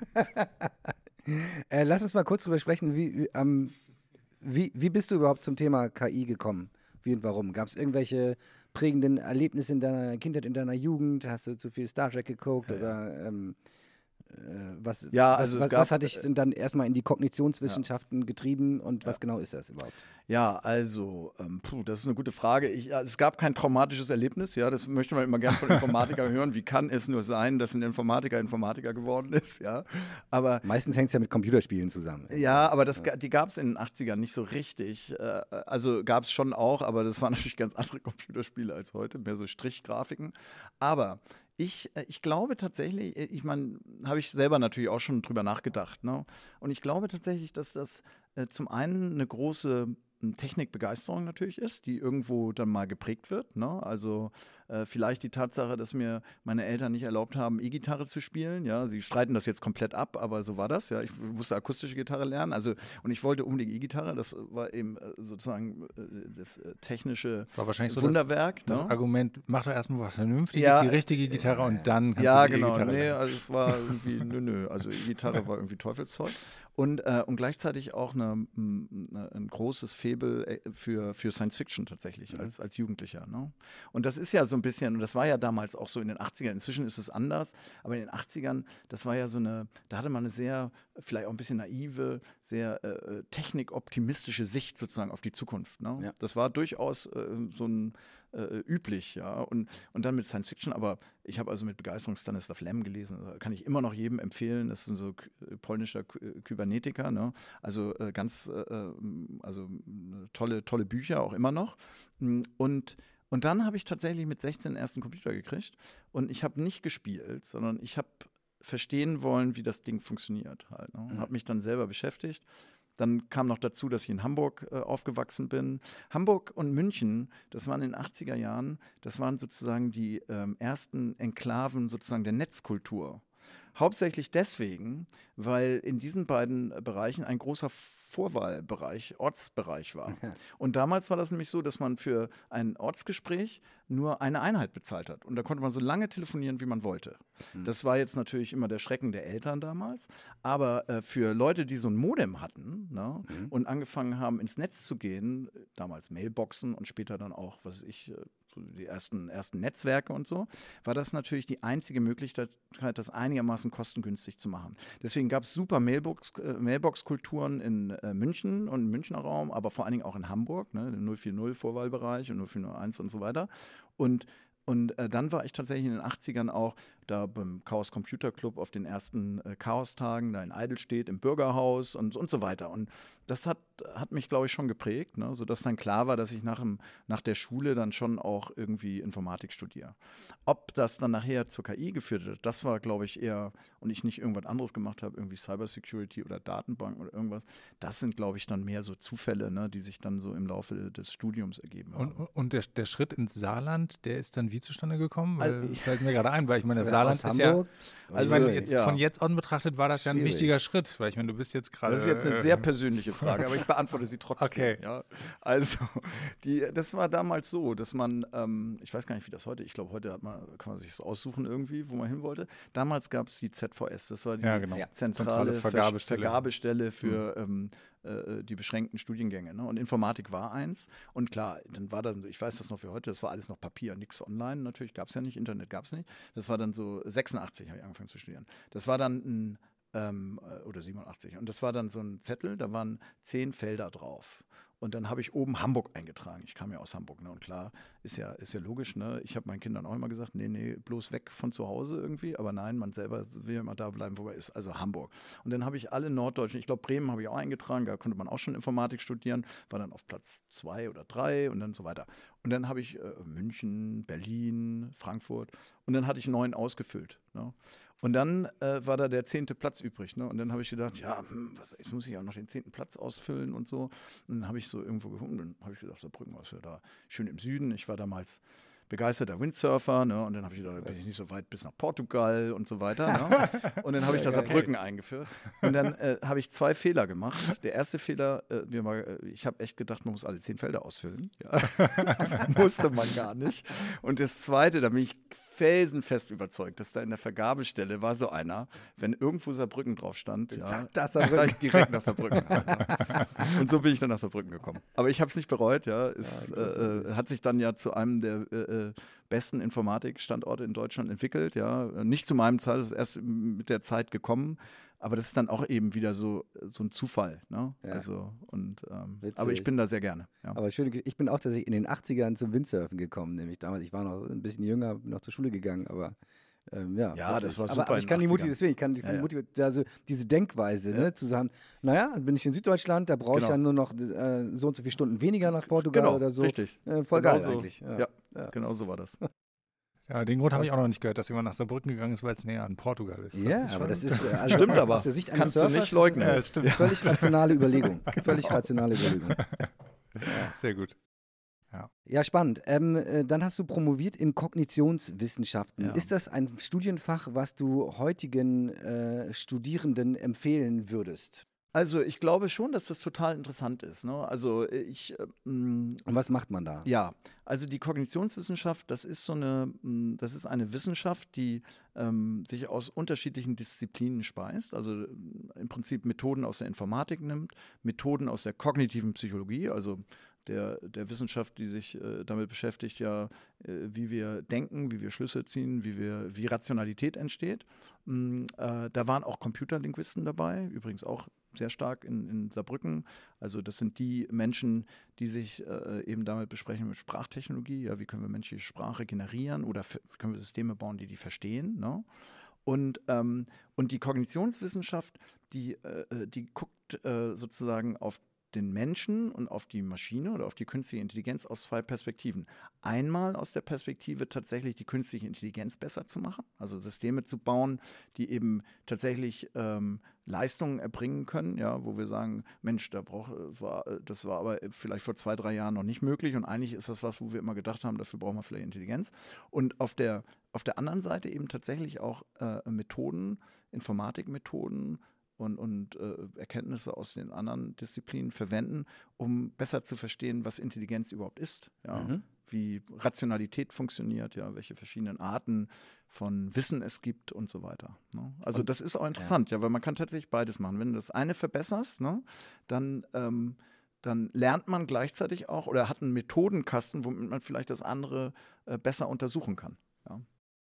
[SPEAKER 3] äh, lass uns mal kurz drüber sprechen, wie, wie, ähm, wie, wie bist du überhaupt zum Thema K I gekommen? Wie und warum? Gab es irgendwelche prägenden Erlebnisse in deiner Kindheit, in deiner Jugend? Hast du zu viel Star Trek geguckt? Ja, oder
[SPEAKER 2] ja.
[SPEAKER 3] Ähm, Was,
[SPEAKER 2] ja, also
[SPEAKER 3] was,
[SPEAKER 2] es gab,
[SPEAKER 3] was hat dich dann erstmal in die Kognitionswissenschaften ja. getrieben und ja. was genau ist das überhaupt?
[SPEAKER 2] Ja, also, ähm, puh, das ist eine gute Frage. Ich, also es gab kein traumatisches Erlebnis, ja, das möchte man immer gerne von Informatikern hören. Wie kann es nur sein, dass ein Informatiker Informatiker geworden ist, ja? Aber
[SPEAKER 3] meistens hängt es ja mit Computerspielen zusammen.
[SPEAKER 2] Ja, aber das, die gab es in den achtzigern nicht so richtig. Also gab es schon auch, aber das waren natürlich ganz andere Computerspiele als heute, mehr so Strichgrafiken. Aber Ich, ich glaube tatsächlich, ich meine, habe ich selber natürlich auch schon drüber nachgedacht. Ne? Und ich glaube tatsächlich, dass das äh, zum einen eine große Technikbegeisterung natürlich ist, die irgendwo dann mal geprägt wird. Ne? Also äh, vielleicht die Tatsache, dass mir meine Eltern nicht erlaubt haben, E-Gitarre zu spielen. Ja, sie streiten das jetzt komplett ab, aber so war das. Ja, ich musste akustische Gitarre lernen. Also und ich wollte unbedingt E-Gitarre. Das war eben äh, sozusagen äh, das äh, technische
[SPEAKER 1] das war wahrscheinlich
[SPEAKER 2] Wunderwerk.
[SPEAKER 1] So das,
[SPEAKER 2] ne?
[SPEAKER 1] das Argument, mach doch erstmal was Vernünftiges,
[SPEAKER 2] ja,
[SPEAKER 1] die richtige Gitarre äh, und dann kannst
[SPEAKER 2] ja,
[SPEAKER 1] du die
[SPEAKER 2] genau.
[SPEAKER 1] E-Gitarre
[SPEAKER 2] Nee,
[SPEAKER 1] lernen.
[SPEAKER 2] also es war irgendwie nö, nö. Also E-Gitarre war irgendwie Teufelszeug und äh, und gleichzeitig auch eine, eine, ein großes Faible für für Science Fiction tatsächlich mhm. als als Jugendlicher. Ne? Und das ist ja so ein bisschen, und das war ja damals auch so in den achtzigern, inzwischen ist es anders, aber in den achtzigern, das war ja so eine, da hatte man eine sehr, vielleicht auch ein bisschen naive, sehr äh, technikoptimistische Sicht sozusagen auf die Zukunft. Ne? Ja. Das war durchaus äh, so ein äh, üblich, ja, und, und dann mit Science Fiction, aber ich habe also mit Begeisterung Stanislaw Lem gelesen, das kann ich immer noch jedem empfehlen, das ist so k- polnischer K- Kybernetiker, ne? Also äh, ganz, äh, also tolle, tolle Bücher, auch immer noch, und Und dann habe ich tatsächlich mit sechzehn den ersten Computer gekriegt und ich habe nicht gespielt, sondern ich habe verstehen wollen, wie das Ding funktioniert halt. Ne? Und mhm. habe mich dann selber beschäftigt. Dann kam noch dazu, dass ich in Hamburg äh, aufgewachsen bin. Hamburg und München, das waren in den achtziger Jahren, das waren sozusagen die ähm, ersten Enklaven sozusagen der Netzkultur. Hauptsächlich deswegen, weil in diesen beiden Bereichen ein großer Vorwahlbereich, Ortsbereich war. Okay. Und damals war das nämlich so, dass man für ein Ortsgespräch nur eine Einheit bezahlt hat. Und da konnte man so lange telefonieren, wie man wollte. Mhm. Das war jetzt natürlich immer der Schrecken der Eltern damals. Aber äh, für Leute, die so ein Modem hatten, ne, mhm. und angefangen haben, ins Netz zu gehen, damals Mailboxen und später dann auch, was weiß ich, die ersten, ersten Netzwerke und so, war das natürlich die einzige Möglichkeit, das einigermaßen kostengünstig zu machen. Deswegen gab es super Mailbox, äh, Mailbox-Kulturen in äh, München und im Münchner Raum, aber vor allen Dingen auch in Hamburg, ne, im null vier null Vorwahlbereich und null vier null eins und so weiter. Und Und äh, dann war ich tatsächlich in den achtzigern auch da beim Chaos Computer Club auf den ersten äh, Chaos-Tagen, da in Eidelstedt im Bürgerhaus und, und so weiter. Und das hat, hat mich, glaube ich, schon geprägt, ne? Sodass dann klar war, dass ich nach, dem, nach der Schule dann schon auch irgendwie Informatik studiere. Ob das dann nachher zur K I geführt hat, das war, glaube ich, eher, und ich nicht irgendwas anderes gemacht habe, irgendwie Cybersecurity oder Datenbank oder irgendwas, das sind, glaube ich, dann mehr so Zufälle, ne, die sich dann so im Laufe des Studiums ergeben haben.
[SPEAKER 1] Und, und der, der Schritt ins Saarland, der ist dann wie zustande gekommen? Weil,
[SPEAKER 2] Also,
[SPEAKER 1] fällt mir gerade ein, weil ich meine, das
[SPEAKER 3] ja,
[SPEAKER 1] Saarland ist ja, also ich meine, jetzt
[SPEAKER 2] ja.
[SPEAKER 1] von jetzt an betrachtet war das ja ein
[SPEAKER 3] Schwierig.
[SPEAKER 1] wichtiger Schritt, weil ich meine, du bist jetzt gerade.
[SPEAKER 2] Das ist jetzt eine sehr persönliche Frage, aber ich beantworte sie trotzdem.
[SPEAKER 1] Okay.
[SPEAKER 2] Ja. Also, die, das war damals so, dass man, ähm, ich weiß gar nicht, wie das heute, ich glaube, heute hat man, kann man sich das aussuchen irgendwie, wo man hin wollte. Damals gab es die Z V S, das war die
[SPEAKER 1] ja, genau.
[SPEAKER 2] zentrale,
[SPEAKER 1] zentrale Vergabestelle,
[SPEAKER 2] Vergabestelle für, mhm. ähm, äh, die beschränkten Studiengänge. Ne? Und Informatik war eins. Und klar, dann war dann, ich weiß das noch wie heute, das war alles noch Papier, nichts online. Natürlich gab es ja nicht, Internet gab es nicht. Das war dann so sechsundachtzig habe ich angefangen zu studieren. Das war dann ein, ähm, oder siebenundachtzig. Und das war dann so ein Zettel, da waren zehn Felder drauf. Und dann habe ich oben Hamburg eingetragen. Ich kam ja aus Hamburg, ne? Und klar, ist ja, ist ja logisch, ne? Ich habe meinen Kindern auch immer gesagt, nee, nee, bloß weg von zu Hause irgendwie. Aber nein, man selber will immer da bleiben, wo er ist. Also Hamburg. Und dann habe ich alle Norddeutschen, ich glaube Bremen habe ich auch eingetragen, da konnte man auch schon Informatik studieren, war dann auf Platz zwei oder drei und dann so weiter. Und dann habe ich äh, München, Berlin, Frankfurt und dann hatte ich neun ausgefüllt, ne? Und dann äh, war da der zehnte Platz übrig. Ne? Und dann habe ich gedacht, ja, hm, was, jetzt muss ich auch noch den zehnten Platz ausfüllen und so. Und dann habe ich so irgendwo gefunden, dann habe ich gedacht, Saarbrücken war ja da schön im Süden. Ich war damals begeisterter Windsurfer, ne? Und dann habe ich gedacht, da bin ich nicht so weit bis nach Portugal und so weiter. Ne? Und dann habe ich da Saarbrücken eingeführt. Und dann äh, habe ich zwei Fehler gemacht. Der erste Fehler, äh, mir mal, äh, ich habe echt gedacht, man muss alle zehn Felder ausfüllen. Ja. Das musste man gar nicht. Und das zweite, da bin ich felsenfest überzeugt, dass da in der Vergabestelle war so einer, wenn irgendwo Saarbrücken drauf stand, ja,
[SPEAKER 3] das
[SPEAKER 2] da ich direkt nach Saarbrücken. Ja. Und so bin ich dann nach Saarbrücken gekommen. Aber ich habe es nicht bereut, ja. Es ja, äh, hat sich dann ja zu einem der äh, besten Informatikstandorte in Deutschland entwickelt, ja. Nicht zu meinem Zeit, das ist erst mit der Zeit gekommen. Aber das ist dann auch eben wieder so, so ein Zufall. Ne?
[SPEAKER 3] Ja.
[SPEAKER 2] Also, und, ähm, aber ich bin da sehr gerne. Ja.
[SPEAKER 3] Aber schön, ich bin auch tatsächlich in den achtzigern zum Windsurfen gekommen, nämlich damals. Ich war noch ein bisschen jünger, bin noch zur Schule gegangen, aber ähm, ja.
[SPEAKER 2] Ja, das war super.
[SPEAKER 3] Aber, aber ich kann die Motivation, deswegen, ich kann die
[SPEAKER 2] ja, ja.
[SPEAKER 3] Motiv- also diese Denkweise,
[SPEAKER 2] ja.
[SPEAKER 3] ne, zu sagen, naja, bin ich in Süddeutschland, da brauche ich
[SPEAKER 2] genau.
[SPEAKER 3] ja nur noch äh, so und so viele Stunden weniger nach Portugal
[SPEAKER 2] genau,
[SPEAKER 3] oder so.
[SPEAKER 2] Richtig.
[SPEAKER 3] Äh, voll
[SPEAKER 2] genau
[SPEAKER 3] geil
[SPEAKER 2] so.
[SPEAKER 3] eigentlich. Ja,
[SPEAKER 2] ja,
[SPEAKER 3] ja.
[SPEAKER 2] genau so war das.
[SPEAKER 1] Ja, den Grund habe ich auch noch nicht gehört, dass jemand nach Saarbrücken gegangen ist, weil es näher an Portugal ist.
[SPEAKER 3] Ja,
[SPEAKER 1] das ist
[SPEAKER 3] aber
[SPEAKER 1] schon,
[SPEAKER 3] das ist äh, also
[SPEAKER 2] stimmt, aber
[SPEAKER 3] aus der Sicht eines
[SPEAKER 2] kannst
[SPEAKER 3] Surfers,
[SPEAKER 2] du nicht leugnen.
[SPEAKER 1] Ja, stimmt.
[SPEAKER 3] Völlig rationale Überlegung. Völlig rationale Überlegung.
[SPEAKER 1] Ja, sehr gut. Ja,
[SPEAKER 3] ja spannend. Ähm, äh, dann hast du promoviert in Kognitionswissenschaften.
[SPEAKER 2] Ja.
[SPEAKER 3] Ist das ein Studienfach, was du heutigen äh, Studierenden empfehlen würdest?
[SPEAKER 2] Also ich glaube schon, dass das total interessant ist. Ne? Also ich ähm,
[SPEAKER 3] Und was macht man da?
[SPEAKER 2] Ja, also die Kognitionswissenschaft, das ist so eine, das ist eine Wissenschaft, die ähm, sich aus unterschiedlichen Disziplinen speist. Also im Prinzip Methoden aus der Informatik nimmt, Methoden aus der kognitiven Psychologie, also der, der Wissenschaft, die sich äh, damit beschäftigt, ja, äh, wie wir denken, wie wir Schlüsse ziehen, wie wir, wie Rationalität entsteht. Mm, äh, da waren auch Computerlinguisten dabei, übrigens auch sehr stark in, in Saarbrücken. Also das sind die Menschen, die sich äh, eben damit besprechen mit Sprachtechnologie. Ja, wie können wir menschliche Sprache generieren oder f- können wir Systeme bauen, die die verstehen, ne? Und, ähm, und die Kognitionswissenschaft, die, äh, die guckt äh, sozusagen auf den Menschen und auf die Maschine oder auf die künstliche Intelligenz aus zwei Perspektiven. Einmal aus der Perspektive, tatsächlich die künstliche Intelligenz besser zu machen, also Systeme zu bauen, die eben tatsächlich ähm, Leistungen erbringen können, ja, wo wir sagen, Mensch, da brauch, war, das war aber vielleicht vor zwei, drei Jahren noch nicht möglich und eigentlich ist das was, wo wir immer gedacht haben, dafür brauchen wir vielleicht Intelligenz. Und auf der, auf der anderen Seite eben tatsächlich auch äh, Methoden, Informatikmethoden, und, und äh, Erkenntnisse aus den anderen Disziplinen verwenden, um besser zu verstehen, was Intelligenz überhaupt ist, ja? Mhm. Wie Rationalität funktioniert, ja, welche verschiedenen Arten von Wissen es gibt und so weiter. Ne? Also und, das ist auch interessant, ja. ja, weil man kann tatsächlich beides machen. Wenn du das eine verbesserst, ne, dann, ähm, dann lernt man gleichzeitig auch oder hat einen Methodenkasten, womit man vielleicht das andere äh, besser untersuchen kann. Ja.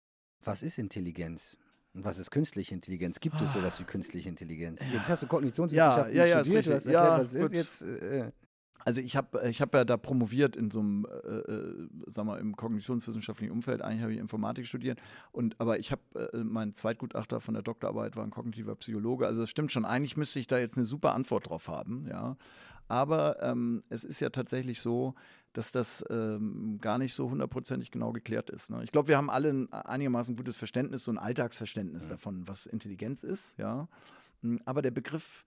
[SPEAKER 3] Was ist Intelligenz? Und was ist künstliche Intelligenz? Gibt es sowas wie künstliche Intelligenz?
[SPEAKER 2] Ja.
[SPEAKER 3] Jetzt hast du Kognitionswissenschaften
[SPEAKER 2] ja, ja, ja,
[SPEAKER 3] studiert, du hast
[SPEAKER 2] ja,
[SPEAKER 3] erklärt, was es ist jetzt. Äh,
[SPEAKER 2] Also ich habe ich hab ja da promoviert in so einem, äh, äh, sag mal, im kognitionswissenschaftlichen Umfeld. Eigentlich habe ich Informatik studiert. Und, aber ich habe, äh, mein Zweitgutachter von der Doktorarbeit war ein kognitiver Psychologe. Also das stimmt schon. Eigentlich müsste ich da jetzt eine super Antwort drauf haben, ja. Aber ähm, es ist ja tatsächlich so, dass das ähm, gar nicht so hundertprozentig genau geklärt ist. Ne? Ich glaube, wir haben alle ein einigermaßen gutes Verständnis, so ein Alltagsverständnis
[SPEAKER 3] ja.
[SPEAKER 2] davon, was Intelligenz ist, ja. Aber der Begriff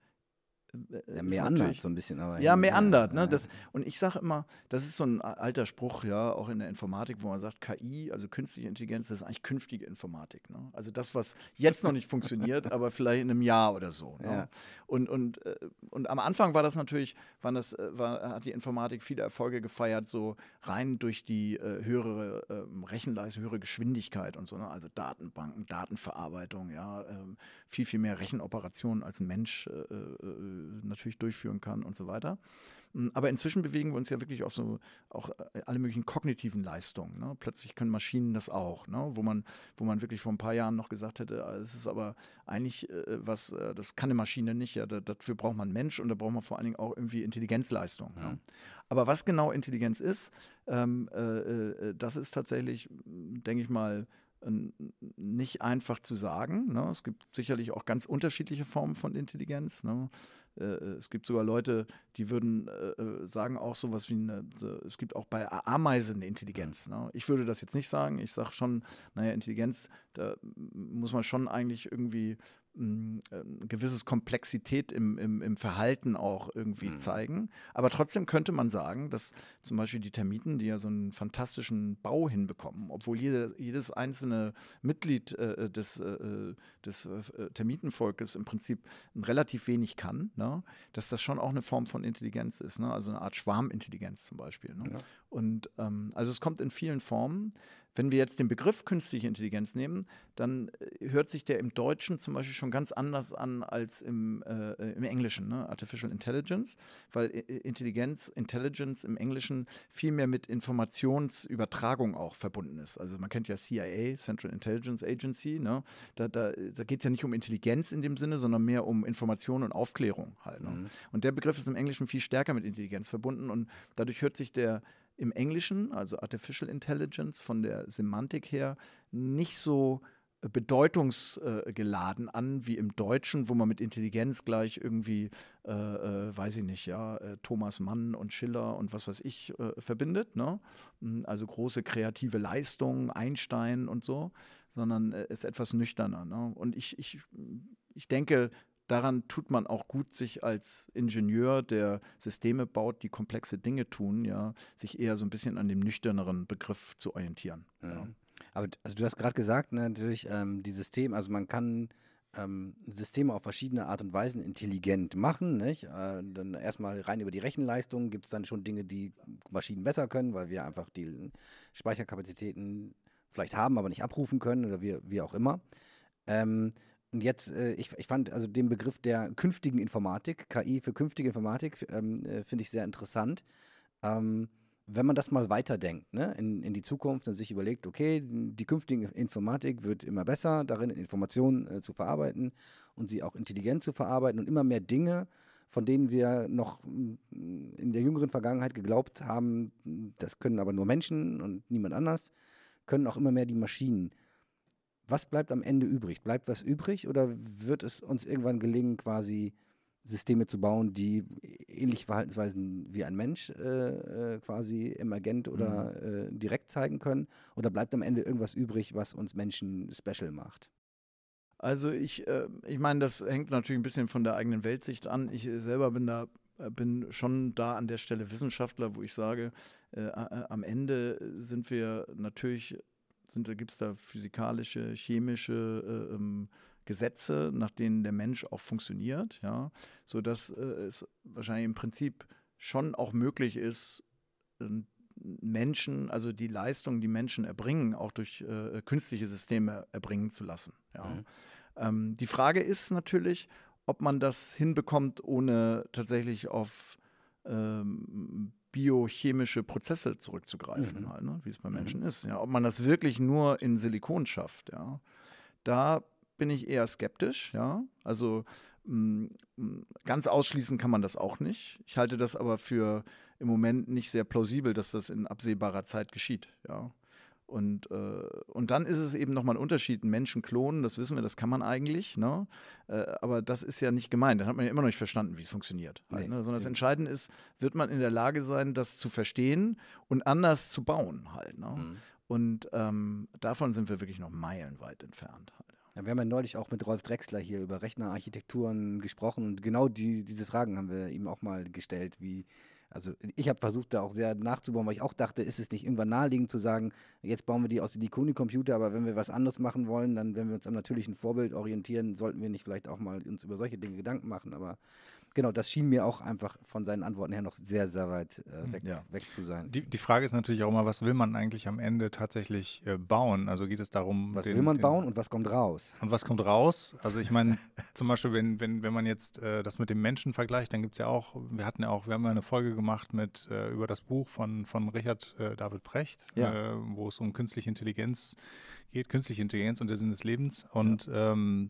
[SPEAKER 3] Ja, meandert so ein bisschen. Aber
[SPEAKER 2] ja, meandert.
[SPEAKER 3] Ja,
[SPEAKER 2] ne? Das, und ich sage immer, das ist so ein alter Spruch, ja, auch in der Informatik, wo man sagt, K I, also künstliche Intelligenz, das ist eigentlich künftige Informatik. Ne? Also das, was jetzt noch nicht funktioniert, aber vielleicht in einem Jahr oder so. Ne?
[SPEAKER 3] Ja.
[SPEAKER 2] Und, und, und am Anfang war das natürlich, waren das, war, hat die Informatik viele Erfolge gefeiert, so rein durch die äh, höhere äh, Rechenleistung, höhere Geschwindigkeit und so. Ne? Also Datenbanken, Datenverarbeitung, ja, äh, viel, viel mehr Rechenoperationen als ein Mensch äh, natürlich durchführen kann und so weiter. Aber inzwischen bewegen wir uns ja wirklich auf so auch alle möglichen kognitiven Leistungen. Ne? Plötzlich können Maschinen das auch, ne? wo man, wo man wirklich vor ein paar Jahren noch gesagt hätte, es ist aber eigentlich äh, was, äh, das kann eine Maschine nicht, ja, da, dafür braucht man einen Mensch und da braucht man vor allen Dingen auch irgendwie Intelligenzleistung.
[SPEAKER 3] Ja.
[SPEAKER 2] Ne? Aber was genau Intelligenz ist, ähm, äh, das ist tatsächlich, denke ich mal, nicht einfach zu sagen. Ne? Es gibt sicherlich auch ganz unterschiedliche Formen von Intelligenz. Ne? Äh, es gibt sogar Leute, die würden äh, sagen auch sowas wie eine, so, es gibt auch bei Ameisen eine Intelligenz. Ne? Ich würde das jetzt nicht sagen. Ich sage schon, naja, Intelligenz, da muss man schon eigentlich irgendwie ein gewisses Komplexität im, im, im Verhalten auch irgendwie mhm. zeigen. Aber trotzdem könnte man sagen, dass zum Beispiel die Termiten, die ja so einen fantastischen Bau hinbekommen, obwohl jede, jedes einzelne Mitglied äh, des, äh, des äh, Termitenvolkes im Prinzip relativ wenig kann, ne? Dass das schon auch eine Form von Intelligenz ist, ne? Also eine Art Schwarmintelligenz zum Beispiel. Ne? Ja. Und ähm, also es kommt in vielen Formen. Wenn wir jetzt den Begriff künstliche Intelligenz nehmen, dann hört sich der im Deutschen zum Beispiel schon ganz anders an als im, äh, im Englischen, ne? Artificial Intelligence, weil Intelligenz, Intelligence im Englischen viel mehr mit Informationsübertragung auch verbunden ist. Also man kennt ja C I A, Central Intelligence Agency, ne? Da, da, da geht es ja nicht um Intelligenz in dem Sinne, sondern mehr um Information und Aufklärung halt. Ne? Mhm. Und der Begriff ist im Englischen viel stärker mit Intelligenz verbunden und dadurch hört sich der im Englischen, also Artificial Intelligence, von der Semantik her nicht so bedeutungsgeladen an wie im Deutschen, wo man mit Intelligenz gleich irgendwie, äh, äh, weiß ich nicht, ja, äh, Thomas Mann und Schiller und was weiß ich äh, verbindet, ne? Also große kreative Leistungen, Einstein und so, sondern äh, ist etwas nüchterner. Ne? Und ich, ich, ich denke, daran tut man auch gut, sich als Ingenieur, der Systeme baut, die komplexe Dinge tun, ja, sich eher so ein bisschen an dem nüchterneren Begriff zu orientieren. Mhm. Ja.
[SPEAKER 3] Aber also du hast gerade gesagt, ne, natürlich ähm, die Systeme, also man kann ähm, Systeme auf verschiedene Art und Weisen intelligent machen. Nicht? Äh, dann erstmal rein über die Rechenleistung gibt es dann schon Dinge, die Maschinen besser können, weil wir einfach die Speicherkapazitäten vielleicht haben, aber nicht abrufen können oder wie, wie auch immer. Ähm, Und jetzt, äh, ich, ich fand also den Begriff der künftigen Informatik, K I für künftige Informatik, ähm, äh, finde ich sehr interessant. Ähm, wenn man das mal weiterdenkt, ne, in, in die Zukunft und sich überlegt, okay, die künftige Informatik wird immer besser, darin Informationen äh, zu verarbeiten und sie auch intelligent zu verarbeiten und immer mehr Dinge, von denen wir noch in der jüngeren Vergangenheit geglaubt haben, das können aber nur Menschen und niemand anders, können auch immer mehr die Maschinen. Was bleibt am Ende übrig? Bleibt was übrig oder wird es uns irgendwann gelingen, quasi Systeme zu bauen, die ähnliche Verhaltensweisen wie ein Mensch äh, quasi emergent oder mhm. äh, direkt zeigen können? Oder bleibt am Ende irgendwas übrig, was uns Menschen special macht?
[SPEAKER 2] Also ich, äh, ich meine, das hängt natürlich ein bisschen von der eigenen Weltsicht an. Ich selber bin da bin schon da an der Stelle Wissenschaftler, wo ich sage, äh, äh, am Ende sind wir natürlich Sind, da gibt es da physikalische, chemische äh, ähm, Gesetze, nach denen der Mensch auch funktioniert, ja, sodass äh, es wahrscheinlich im Prinzip schon auch möglich ist, äh, Menschen, also die Leistung, die Menschen erbringen, auch durch äh, künstliche Systeme erbringen zu lassen. Ja. Mhm. Ähm, die Frage ist natürlich, ob man das hinbekommt, ohne tatsächlich auf ähm, biochemische Prozesse zurückzugreifen, mhm. halt, ne? Wie es bei Menschen mhm. ist. Ja. Ob man das wirklich nur in Silikon schafft, ja. Da bin ich eher skeptisch, ja. Also mh, ganz ausschließen kann man das auch nicht. Ich halte das aber für im Moment nicht sehr plausibel, dass das in absehbarer Zeit geschieht, ja. Und, äh, und dann ist es eben nochmal ein Unterschied, einen Menschen klonen, das wissen wir, das kann man eigentlich, ne? Äh, aber das ist ja nicht gemeint, dann hat man ja immer noch nicht verstanden, wie es funktioniert. Halt, nee, ne? Sondern das Entscheidende ist, wird man in der Lage sein, das zu verstehen und anders zu bauen halt. Ne? Mhm. Und ähm, davon sind wir wirklich noch meilenweit entfernt. Halt.
[SPEAKER 3] Ja, wir haben ja neulich auch mit Rolf Drexler hier über Rechnerarchitekturen gesprochen und genau die, diese Fragen haben wir ihm auch mal gestellt, wie also ich habe versucht, da auch sehr nachzubauen, weil ich auch dachte, ist es nicht irgendwann naheliegend zu sagen, jetzt bauen wir die aus die Kuni-Computer, aber wenn wir was anderes machen wollen, dann, wenn wir uns am natürlichen Vorbild orientieren, sollten wir nicht vielleicht auch mal uns über solche Dinge Gedanken machen. Aber genau, das schien mir auch einfach von seinen Antworten her noch sehr, sehr weit äh, weg,
[SPEAKER 2] Ja.
[SPEAKER 3] weg zu sein.
[SPEAKER 1] Die, die Frage ist natürlich auch immer, was will man eigentlich am Ende tatsächlich äh, bauen? Also geht es darum,
[SPEAKER 3] Was
[SPEAKER 1] den,
[SPEAKER 3] will man
[SPEAKER 1] den,
[SPEAKER 3] bauen und was kommt raus?
[SPEAKER 1] und was kommt raus? Also ich meine, zum Beispiel, wenn, wenn, wenn man jetzt äh, das mit dem Menschen vergleicht, dann gibt es ja auch, wir hatten ja auch, wir haben ja eine Folge gemacht mit äh, über das Buch von, von Richard äh, David Precht,
[SPEAKER 2] Ja.
[SPEAKER 1] äh, wo es um künstliche Intelligenz geht, künstliche Intelligenz und der Sinn des Lebens. Und ja. ähm,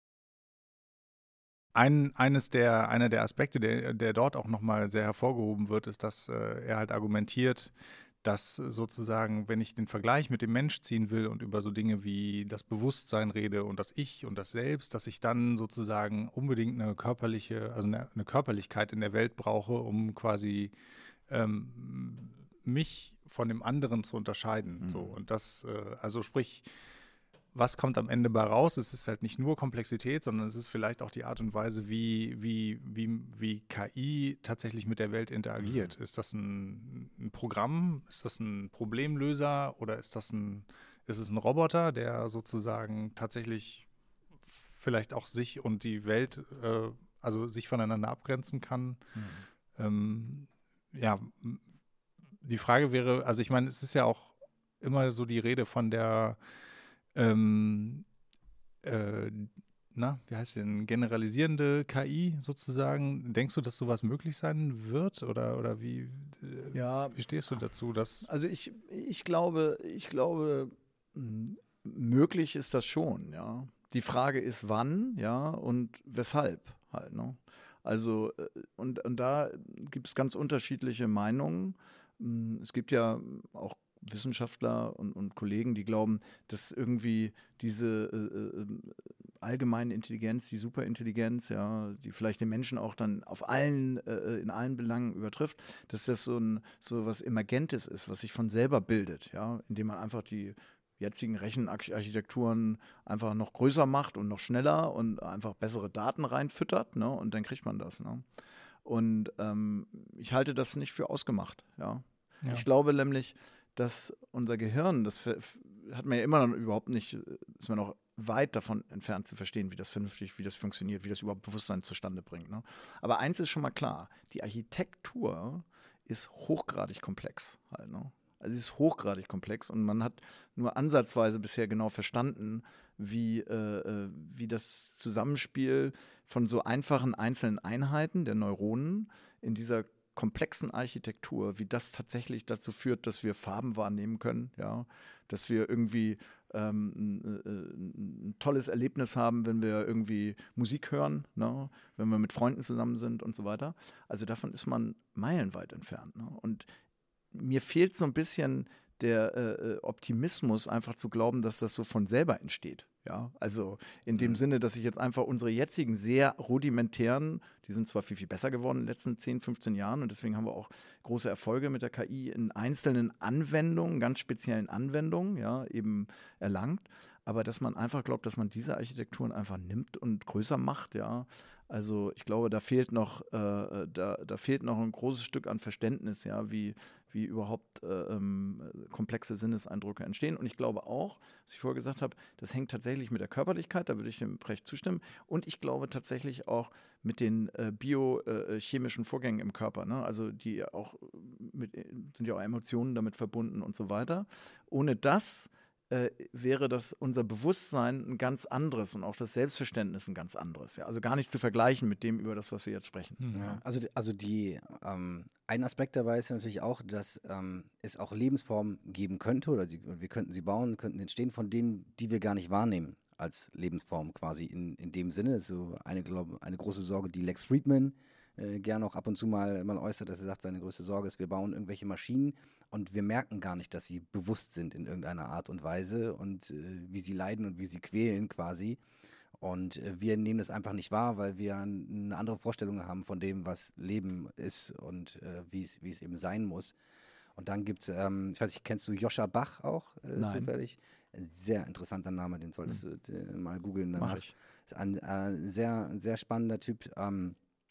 [SPEAKER 1] Ein, eines der, einer der Aspekte, der, der dort auch nochmal sehr hervorgehoben wird, ist, dass äh, er halt argumentiert, dass sozusagen, wenn ich den Vergleich mit dem Mensch ziehen will und über so Dinge wie das Bewusstsein rede und das Ich und das Selbst, dass ich dann sozusagen unbedingt eine körperliche, also eine, eine Körperlichkeit in der Welt brauche, um quasi ähm, mich von dem anderen zu unterscheiden. Mhm. So. Und das, äh, also sprich, was kommt am Ende bei raus? Es ist halt nicht nur Komplexität, sondern es ist vielleicht auch die Art und Weise, wie, wie, wie, wie K I tatsächlich mit der Welt interagiert. Mhm. Ist das ein, ein Programm? Ist das ein Problemlöser? Oder ist das ein, ist es ein Roboter, der sozusagen tatsächlich vielleicht auch sich und die Welt, äh, also sich voneinander abgrenzen kann? Mhm. Ähm, ja, die Frage wäre, also ich meine, es ist ja auch immer so die Rede von der Ähm, äh, na, wie heißt denn, generalisierende K I sozusagen. Denkst du, dass sowas möglich sein wird oder, oder wie, äh,
[SPEAKER 2] ja,
[SPEAKER 1] wie stehst du dazu? Dass
[SPEAKER 2] also ich, ich glaube, ich glaube, m- möglich ist das schon, ja. Die Frage ist wann, ja, und weshalb halt, ne? Also, äh, und, und da gibt es ganz unterschiedliche Meinungen. M, Es gibt ja auch Wissenschaftler und, und Kollegen, die glauben, dass irgendwie diese äh, äh, allgemeine Intelligenz, die Superintelligenz, ja, die vielleicht den Menschen auch dann auf allen, äh, in allen Belangen übertrifft, dass das so ein so was Emergentes ist, was sich von selber bildet, ja, indem man einfach die jetzigen Rechenarchitekturen einfach noch größer macht und noch schneller und einfach bessere Daten reinfüttert, ne, und dann kriegt man das, ne? Und ähm, ich halte das nicht für ausgemacht, ja.
[SPEAKER 1] Ja.
[SPEAKER 2] Ich glaube nämlich, dass unser Gehirn, das hat man ja immer noch überhaupt nicht, ist man noch weit davon entfernt zu verstehen, wie das vernünftig, wie das funktioniert, wie das überhaupt Bewusstsein zustande bringt, ne? Aber eins ist schon mal klar, die Architektur ist hochgradig komplex halt, ne? Also sie ist hochgradig komplex und man hat nur ansatzweise bisher genau verstanden, wie, äh, wie das Zusammenspiel von so einfachen einzelnen Einheiten der Neuronen in dieser komplexen Architektur, wie das tatsächlich dazu führt, dass wir Farben wahrnehmen können, ja, dass wir irgendwie ähm, ein, ein, ein tolles Erlebnis haben, wenn wir irgendwie Musik hören, ne, wenn wir mit Freunden zusammen sind und so weiter. Also davon ist man meilenweit entfernt, ne? Und mir fehlt so ein bisschen der äh, Optimismus, einfach zu glauben, dass das so von selber entsteht. Ja, also in dem mhm. Sinne, dass ich jetzt einfach unsere jetzigen sehr rudimentären, die sind zwar viel, viel besser geworden in den letzten zehn, fünfzehn Jahren und deswegen haben wir auch große Erfolge mit der K I in einzelnen Anwendungen, ganz speziellen Anwendungen, ja, eben erlangt. Aber dass man einfach glaubt, dass man diese Architekturen einfach nimmt und größer macht, ja. Also ich glaube, da fehlt noch, äh, da, da fehlt noch ein großes Stück an Verständnis, ja, wie, wie überhaupt äh, ähm, komplexe Sinneseindrücke entstehen. Und ich glaube auch, was ich vorher gesagt habe, das hängt tatsächlich mit der Körperlichkeit, da würde ich dem Precht zustimmen. Und ich glaube tatsächlich auch mit den äh, biochemischen Vorgängen im Körper, ne? Also die auch mit, sind ja auch Emotionen damit verbunden und so weiter. Ohne das Äh, wäre das unser Bewusstsein ein ganz anderes und auch das Selbstverständnis ein ganz anderes. Ja? Also gar nicht zu vergleichen mit dem, über das, was wir jetzt sprechen.
[SPEAKER 3] Ja, also, also die, ähm, ein Aspekt dabei ist natürlich auch, dass ähm, es auch Lebensformen geben könnte oder sie, wir könnten sie bauen, könnten entstehen von denen, die wir gar nicht wahrnehmen als Lebensform quasi in, in dem Sinne. Das ist so eine, glaube, eine große Sorge, die Lex Fridman äh, gerne auch ab und zu mal, mal äußert, dass er sagt, seine größte Sorge ist, wir bauen irgendwelche Maschinen und wir merken gar nicht, dass sie bewusst sind in irgendeiner Art und Weise und äh, wie sie leiden und wie sie quälen quasi. Und äh, wir nehmen das einfach nicht wahr, weil wir eine andere Vorstellung haben von dem, was Leben ist und äh, wie es eben sein muss. Und dann gibt es, ähm, ich weiß nicht, kennst du Joscha Bach auch äh,
[SPEAKER 2] Nein.
[SPEAKER 3] zufällig? Ein sehr interessanter Name, den solltest hm. du äh, mal googeln.
[SPEAKER 2] Mach ich.
[SPEAKER 3] Ist ein äh, sehr, sehr spannender Typ. Ähm,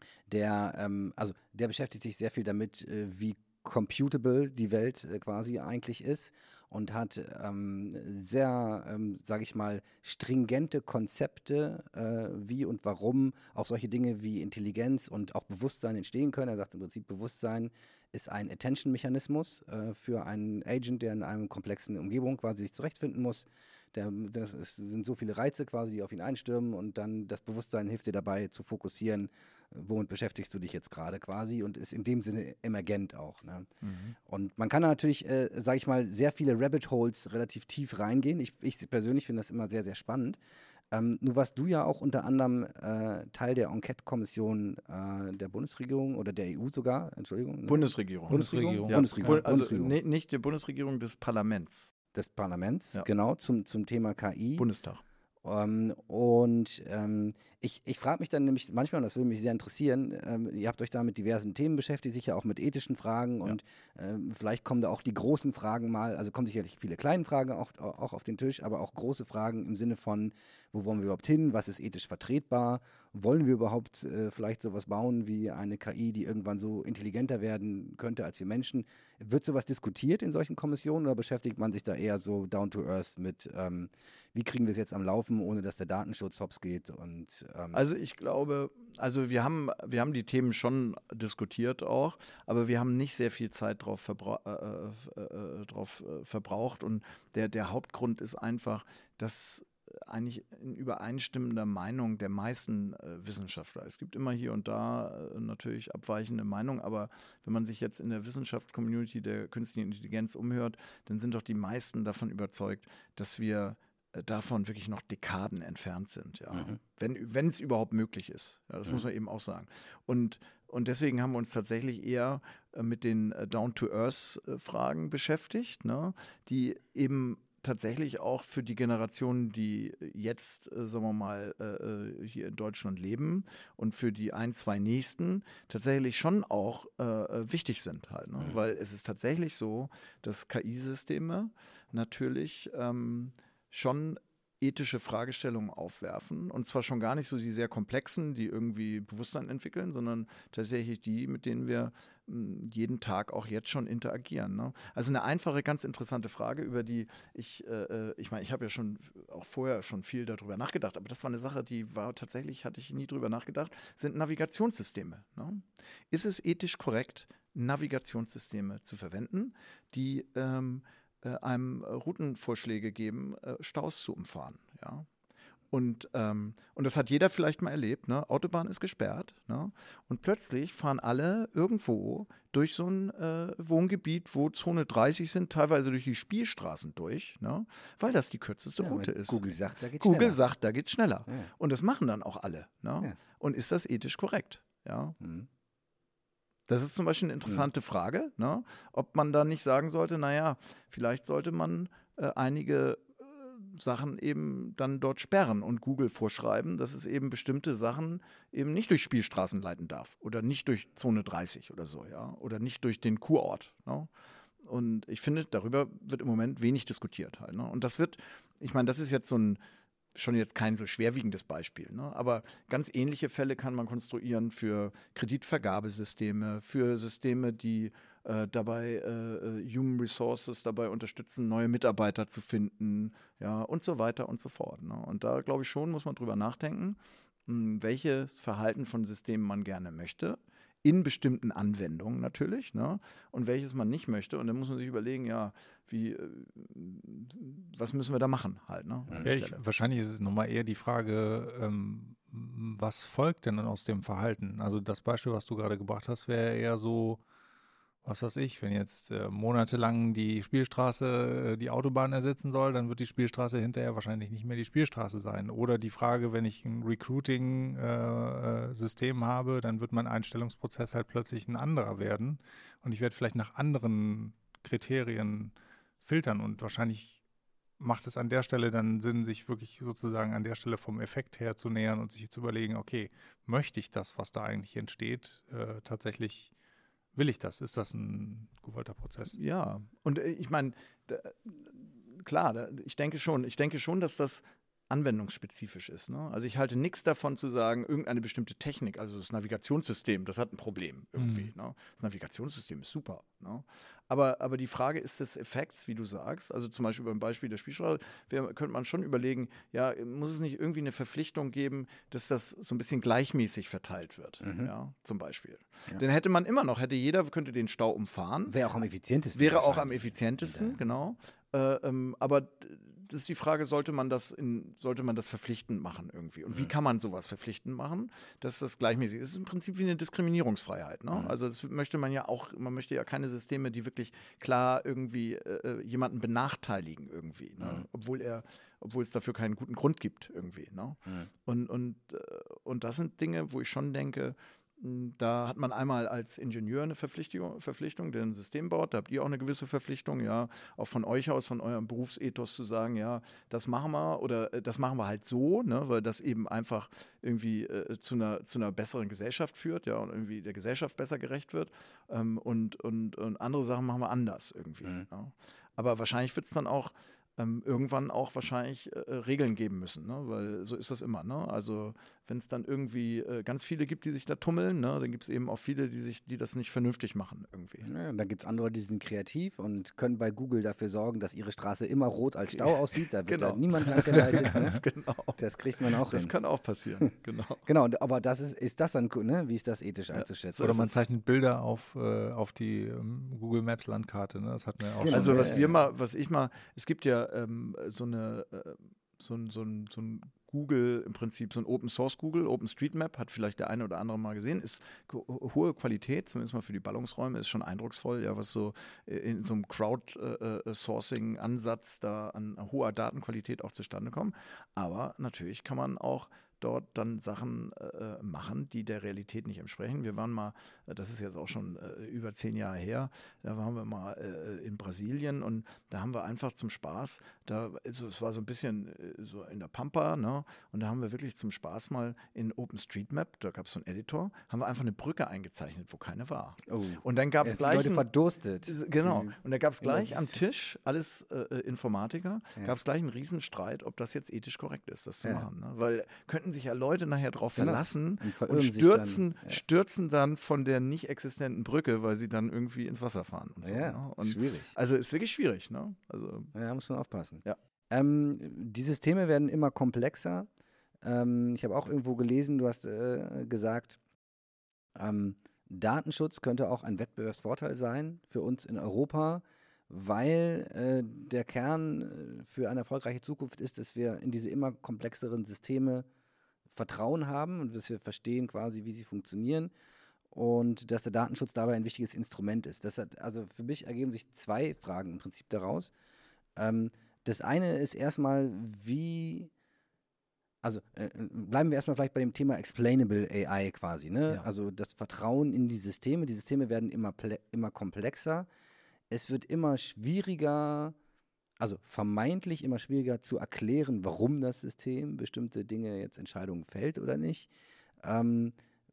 [SPEAKER 3] der, ähm, also der beschäftigt sich sehr viel damit, äh, wie computable die Welt äh, quasi eigentlich ist und hat ähm, sehr, ähm, sage ich mal, stringente Konzepte, äh, wie und warum auch solche Dinge wie Intelligenz und auch Bewusstsein entstehen können. Er sagt im Prinzip, Bewusstsein ist ein Attention-Mechanismus äh, für einen Agent, der in einer komplexen Umgebung quasi sich zurechtfinden muss. Der, das ist, sind so viele Reize quasi, die auf ihn einstürmen und dann das Bewusstsein hilft dir dabei zu fokussieren, womit beschäftigst du dich jetzt gerade quasi und ist in dem Sinne emergent auch. Ne? Mhm. Und man kann da natürlich, äh, sage ich mal, sehr viele Rabbit Holes relativ tief reingehen. Ich, ich persönlich finde das immer sehr, sehr spannend. Ähm, nur warst du ja auch unter anderem äh, Teil der Enquete-Kommission äh, der Bundesregierung oder der E U sogar, Entschuldigung. Ne?
[SPEAKER 2] Bundesregierung.
[SPEAKER 3] Bundesregierung.
[SPEAKER 2] Ja.
[SPEAKER 3] Bundesregierung.
[SPEAKER 2] Also
[SPEAKER 3] Bundesregierung.
[SPEAKER 2] ne, nicht der Bundesregierung, des Parlaments.
[SPEAKER 3] Des Parlaments,
[SPEAKER 2] ja.
[SPEAKER 3] genau, zum, zum Thema K I.
[SPEAKER 2] Bundestag.
[SPEAKER 3] Um, und ähm, ich, ich frage mich dann nämlich manchmal, und das würde mich sehr interessieren, ähm, ihr habt euch da mit diversen Themen beschäftigt, sicher auch mit ethischen Fragen und ja. ähm, vielleicht kommen da auch die großen Fragen mal, also kommen sicherlich viele kleine Fragen auch, auch auf den Tisch, aber auch große Fragen im Sinne von, wo wollen wir überhaupt hin, was ist ethisch vertretbar, wollen wir überhaupt äh, vielleicht sowas bauen wie eine K I, die irgendwann so intelligenter werden könnte als wir Menschen. Wird sowas diskutiert in solchen Kommissionen oder beschäftigt man sich da eher so down to earth mit, ähm, wie kriegen wir es jetzt am Laufen, ohne dass der Datenschutz hops geht? Und, ähm
[SPEAKER 2] also ich glaube, also wir haben, wir haben die Themen schon diskutiert auch, aber wir haben nicht sehr viel Zeit drauf, verbra äh, äh, drauf äh, verbraucht und der, der Hauptgrund ist einfach, dass eigentlich in übereinstimmender Meinung der meisten äh, Wissenschaftler. Es gibt immer hier und da äh, natürlich abweichende Meinungen, aber wenn man sich jetzt in der Wissenschaftscommunity der künstlichen Intelligenz umhört, dann sind doch die meisten davon überzeugt, dass wir davon wirklich noch Dekaden entfernt sind, ja. Mhm. Wenn wenn es überhaupt möglich ist. Ja, das mhm. muss man eben auch sagen. Und, und deswegen haben wir uns tatsächlich eher äh, mit den äh, Down-to-Earth-Fragen beschäftigt, ne, die eben tatsächlich auch für die Generationen, die jetzt, äh, sagen wir mal, äh, hier in Deutschland leben und für die ein, zwei Nächsten tatsächlich schon auch äh, wichtig sind halt. Ne? Mhm. Weil es ist tatsächlich so, dass K I-Systeme natürlich ähm, schon ethische Fragestellungen aufwerfen und zwar schon gar nicht so die sehr komplexen, die irgendwie Bewusstsein entwickeln, sondern tatsächlich die, mit denen wir mh, jeden Tag auch jetzt schon interagieren. Ne? Also eine einfache, ganz interessante Frage, über die ich, äh, ich meine, ich habe ja schon auch vorher schon viel darüber nachgedacht, aber das war eine Sache, die war tatsächlich, hatte ich nie drüber nachgedacht, sind Navigationssysteme. Ne? Ist es ethisch korrekt, Navigationssysteme zu verwenden, die ähm, einem Routenvorschläge geben, Staus zu umfahren. Ja? Und, ähm, und das hat jeder vielleicht mal erlebt. Ne? Autobahn ist gesperrt. Ne? Und plötzlich fahren alle irgendwo durch so ein äh, Wohngebiet, wo Zone dreißig sind, teilweise durch die Spielstraßen durch, ne? Weil das die kürzeste ja, Route ist.
[SPEAKER 3] Google sagt, da geht's
[SPEAKER 2] Google
[SPEAKER 3] schneller.
[SPEAKER 2] sagt, da geht's schneller.
[SPEAKER 3] Ja.
[SPEAKER 2] Und das machen dann auch alle. Ne?
[SPEAKER 3] Ja.
[SPEAKER 2] Und ist das ethisch korrekt? Ja.
[SPEAKER 3] Mhm.
[SPEAKER 2] Das ist zum Beispiel eine interessante ja. Frage, ne? Ob man da nicht sagen sollte, naja, vielleicht sollte man äh, einige äh, Sachen eben dann dort sperren und Google vorschreiben, dass es eben bestimmte Sachen eben nicht durch Spielstraßen leiten darf oder nicht durch Zone dreißig oder so, ja, oder nicht durch den Kurort. Ne? Und ich finde, darüber wird im Moment wenig diskutiert halt. Ne? Und das wird, ich meine, das ist jetzt so ein schon jetzt kein so schwerwiegendes Beispiel, ne? Aber ganz ähnliche Fälle kann man konstruieren für Kreditvergabesysteme, für Systeme, die äh, dabei äh, Human Resources dabei unterstützen, neue Mitarbeiter zu finden, ja, und so weiter und so fort. Ne? Und da glaube ich schon, muss man drüber nachdenken, mh, welches Verhalten von Systemen man gerne möchte. In bestimmten Anwendungen natürlich, ne? Und welches man nicht möchte. Und dann muss man sich überlegen, ja, wie, was müssen wir da machen halt, ne?
[SPEAKER 1] Ja, ich, wahrscheinlich ist es nochmal eher die Frage, ähm, was folgt denn aus dem Verhalten? Also das Beispiel, was du gerade gebracht hast, wäre eher so, was weiß ich, wenn jetzt äh, monatelang die Spielstraße äh, die Autobahn ersetzen soll, dann wird die Spielstraße hinterher wahrscheinlich nicht mehr die Spielstraße sein. Oder die Frage, wenn ich ein Recruiting-System äh, habe, dann wird mein Einstellungsprozess halt plötzlich ein anderer werden und ich werde vielleicht nach anderen Kriterien filtern und wahrscheinlich macht es an der Stelle dann Sinn, sich wirklich sozusagen an der Stelle vom Effekt her zu nähern und sich zu überlegen, okay, möchte ich das, was da eigentlich entsteht, äh, tatsächlich will ich das? Ist das ein gewollter Prozess?
[SPEAKER 2] Ja, und ich meine, klar, ich denke schon, ich denke schon, dass das anwendungsspezifisch ist. Ne? Also ich halte nichts davon zu sagen, irgendeine bestimmte Technik, also das Navigationssystem, das hat ein Problem irgendwie. Mhm. Ne? Das Navigationssystem ist super. Ne? Aber, aber die Frage ist des Effekts, wie du sagst. Also zum Beispiel beim Beispiel der Spielsprache wär, könnte man schon überlegen, ja, muss es nicht irgendwie eine Verpflichtung geben, dass das so ein bisschen gleichmäßig verteilt wird, mhm. ja, zum Beispiel. Ja. Dann hätte man immer noch, hätte jeder, könnte den Stau umfahren.
[SPEAKER 3] Wäre auch am effizientesten.
[SPEAKER 2] Wäre auch am effizientesten, ja. genau. Äh, ähm, aber das ist die Frage, sollte man das in, sollte man das verpflichtend machen irgendwie? Und mhm. wie kann man sowas verpflichtend machen, dass das gleichmäßig ist? Es ist im Prinzip wie eine Diskriminierungsfreiheit. Ne? Mhm. Also das möchte man ja auch, man möchte ja keine Systeme, die wirklich klar irgendwie äh, jemanden benachteiligen irgendwie, ne? mhm. obwohl er, obwohl es dafür keinen guten Grund gibt irgendwie. Ne? Mhm. Und, und, äh, und das sind Dinge, wo ich schon denke, da hat man einmal als Ingenieur eine Verpflichtung, Verpflichtung, der ein System baut. Da habt ihr auch eine gewisse Verpflichtung, ja, auch von euch aus, von eurem Berufsethos zu sagen, ja, das machen wir oder äh, das machen wir halt so, ne, weil das eben einfach irgendwie äh, zu einer, zu einer besseren Gesellschaft führt, ja, und irgendwie der Gesellschaft besser gerecht wird. Ähm, und, und, und andere Sachen machen wir anders irgendwie. Mhm. Ja. Aber wahrscheinlich wird es dann auch Ähm, irgendwann auch wahrscheinlich äh, Regeln geben müssen, ne? Weil so ist das immer. Ne? Also wenn es dann irgendwie äh, ganz viele gibt, die sich da tummeln, ne? Dann gibt es eben auch viele, die sich, die das nicht vernünftig machen irgendwie.
[SPEAKER 3] Ja, und dann gibt es andere, die sind kreativ und können bei Google dafür sorgen, dass ihre Straße immer rot als Stau aussieht. Da wird genau. da niemand lang geleitet.
[SPEAKER 2] Ganz ne? genau.
[SPEAKER 3] Das kriegt man auch
[SPEAKER 2] das
[SPEAKER 3] hin.
[SPEAKER 2] Das kann auch passieren, genau.
[SPEAKER 3] Genau, aber das ist, ist das dann, ne? Wie ist das ethisch ja. einzuschätzen?
[SPEAKER 1] Oder man zeichnet Bilder auf, äh, auf die ähm, Google Maps Landkarte, ne? Das hatten wir auch genau. schon.
[SPEAKER 2] Also was wir mal, was ich mal, es gibt ja ähm, so eine, äh, so ein, so ein, so ein Google, im Prinzip so ein Open Source Google, OpenStreetMap, hat vielleicht der eine oder andere mal gesehen, ist hohe Qualität, zumindest mal für die Ballungsräume, ist schon eindrucksvoll, ja, was so in so einem Crowdsourcing-Ansatz da an hoher Datenqualität auch zustande kommt. Aber natürlich kann man auch dort dann Sachen äh, machen, die der Realität nicht entsprechen. Wir waren mal, das ist jetzt auch schon äh, über zehn Jahre her, da waren wir mal äh, in Brasilien und da haben wir einfach zum Spaß, da, also es war so ein bisschen äh, so in der Pampa, ne? Und da haben wir wirklich zum Spaß mal in OpenStreetMap, da gab es so einen Editor, haben wir einfach eine Brücke eingezeichnet, wo keine war.
[SPEAKER 3] Oh.
[SPEAKER 2] Und dann gab es gleich...
[SPEAKER 3] Leute verdurstet.
[SPEAKER 2] Genau. Und da gab es gleich am Tisch, alles äh, Informatiker, ja. gab es gleich einen Riesenstreit, ob das jetzt ethisch korrekt ist, das zu ja. machen. Ne? Weil könnten sich ja Leute nachher drauf genau. verlassen und, und stürzen, dann, ja. stürzen dann von der nicht existenten Brücke, weil sie dann irgendwie ins Wasser fahren und so.
[SPEAKER 3] Ja,
[SPEAKER 2] ne? Und
[SPEAKER 3] schwierig.
[SPEAKER 2] Also ist wirklich schwierig. Ne? Also,
[SPEAKER 3] ja, muss man aufpassen.
[SPEAKER 2] Ja.
[SPEAKER 3] Ähm, die Systeme werden immer komplexer. Ähm, ich habe auch irgendwo gelesen, du hast äh, gesagt, ähm, Datenschutz könnte auch ein Wettbewerbsvorteil sein für uns in Europa, weil äh, der Kern für eine erfolgreiche Zukunft ist, dass wir in diese immer komplexeren Systeme Vertrauen haben und dass wir verstehen quasi, wie sie funktionieren und dass der Datenschutz dabei ein wichtiges Instrument ist. Das hat, also für mich ergeben sich zwei Fragen im Prinzip daraus. Ähm, das eine ist erstmal, wie, also äh, bleiben wir erstmal vielleicht bei dem Thema Explainable A I quasi, ne? Ja. Also das Vertrauen in die Systeme. Die Systeme werden immer, immer komplexer. Es wird immer schwieriger, also vermeintlich immer schwieriger zu erklären, warum das System bestimmte Dinge jetzt Entscheidungen fällt oder nicht. Ähm,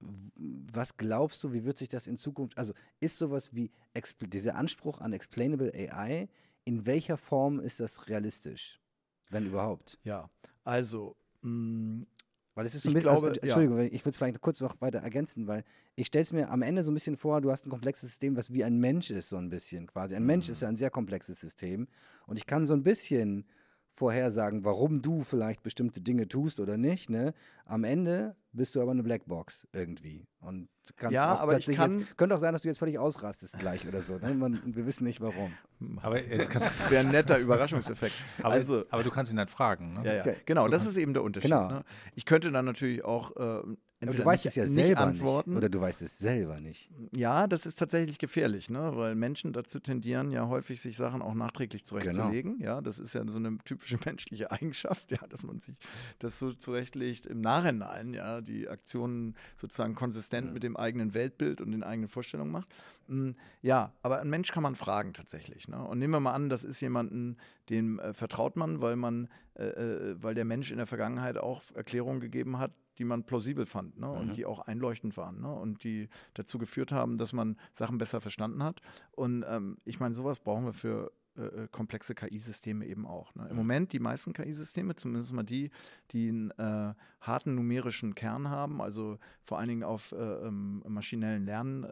[SPEAKER 3] was glaubst du, wie wird sich das in Zukunft, also ist sowas wie dieser Anspruch an Explainable A I, in welcher Form ist das realistisch, wenn überhaupt?
[SPEAKER 2] Ja, also mh,
[SPEAKER 3] weil es ist so ein bisschen,
[SPEAKER 2] glaube,
[SPEAKER 3] also, Entschuldigung, ja. ich würde es vielleicht kurz noch weiter ergänzen, weil ich stelle es mir am Ende so ein bisschen vor, du hast ein komplexes System, was wie ein Mensch ist, so ein bisschen quasi. Ein mhm. Mensch ist ja ein sehr komplexes System und ich kann so ein bisschen vorhersagen, warum du vielleicht bestimmte Dinge tust oder nicht, ne? Am Ende bist du aber eine Blackbox irgendwie und kannst
[SPEAKER 2] ja,
[SPEAKER 3] auch
[SPEAKER 2] aber ich kann
[SPEAKER 3] jetzt, könnte auch sein, dass du jetzt völlig ausrastest gleich oder so, ne? Man, wir wissen nicht warum.
[SPEAKER 1] Aber jetzt kannst
[SPEAKER 2] wäre ein netter Überraschungseffekt.
[SPEAKER 1] aber, also, aber du kannst ihn halt fragen, ne?
[SPEAKER 2] Ja, ja.
[SPEAKER 3] Okay.
[SPEAKER 2] Genau,
[SPEAKER 3] du
[SPEAKER 2] das
[SPEAKER 3] kannst,
[SPEAKER 2] ist eben der Unterschied.
[SPEAKER 3] Genau.
[SPEAKER 2] Ne? Ich könnte dann natürlich auch äh,
[SPEAKER 3] aber du weißt
[SPEAKER 2] nicht,
[SPEAKER 3] es ja
[SPEAKER 2] nicht
[SPEAKER 3] selber
[SPEAKER 2] antworten.
[SPEAKER 3] nicht. Oder du weißt es selber nicht.
[SPEAKER 2] Ja, das ist tatsächlich gefährlich, ne? Weil Menschen dazu tendieren, ja häufig sich Sachen auch nachträglich zurechtzulegen. Genau. Ja, das ist ja so eine typische menschliche Eigenschaft, ja, dass man sich das so zurechtlegt im Nachhinein, ja, die Aktionen sozusagen konsistent ja. mit dem eigenen Weltbild und den eigenen Vorstellungen macht. Ja, aber einen Mensch kann man fragen tatsächlich. Ne? Und nehmen wir mal an, das ist jemanden, dem äh, vertraut man, weil man, äh, weil der Mensch in der Vergangenheit auch Erklärungen gegeben hat, die man plausibel fand, ne? Und mhm. die auch einleuchtend waren, ne? Und die dazu geführt haben, dass man Sachen besser verstanden hat. Und ähm, ich meine, sowas brauchen wir für äh, komplexe K I-Systeme eben auch. Ne? Im Moment die meisten K I-Systeme, zumindest mal die, die einen äh, harten numerischen Kern haben, also vor allen Dingen auf äh, ähm, maschinellen Lernen,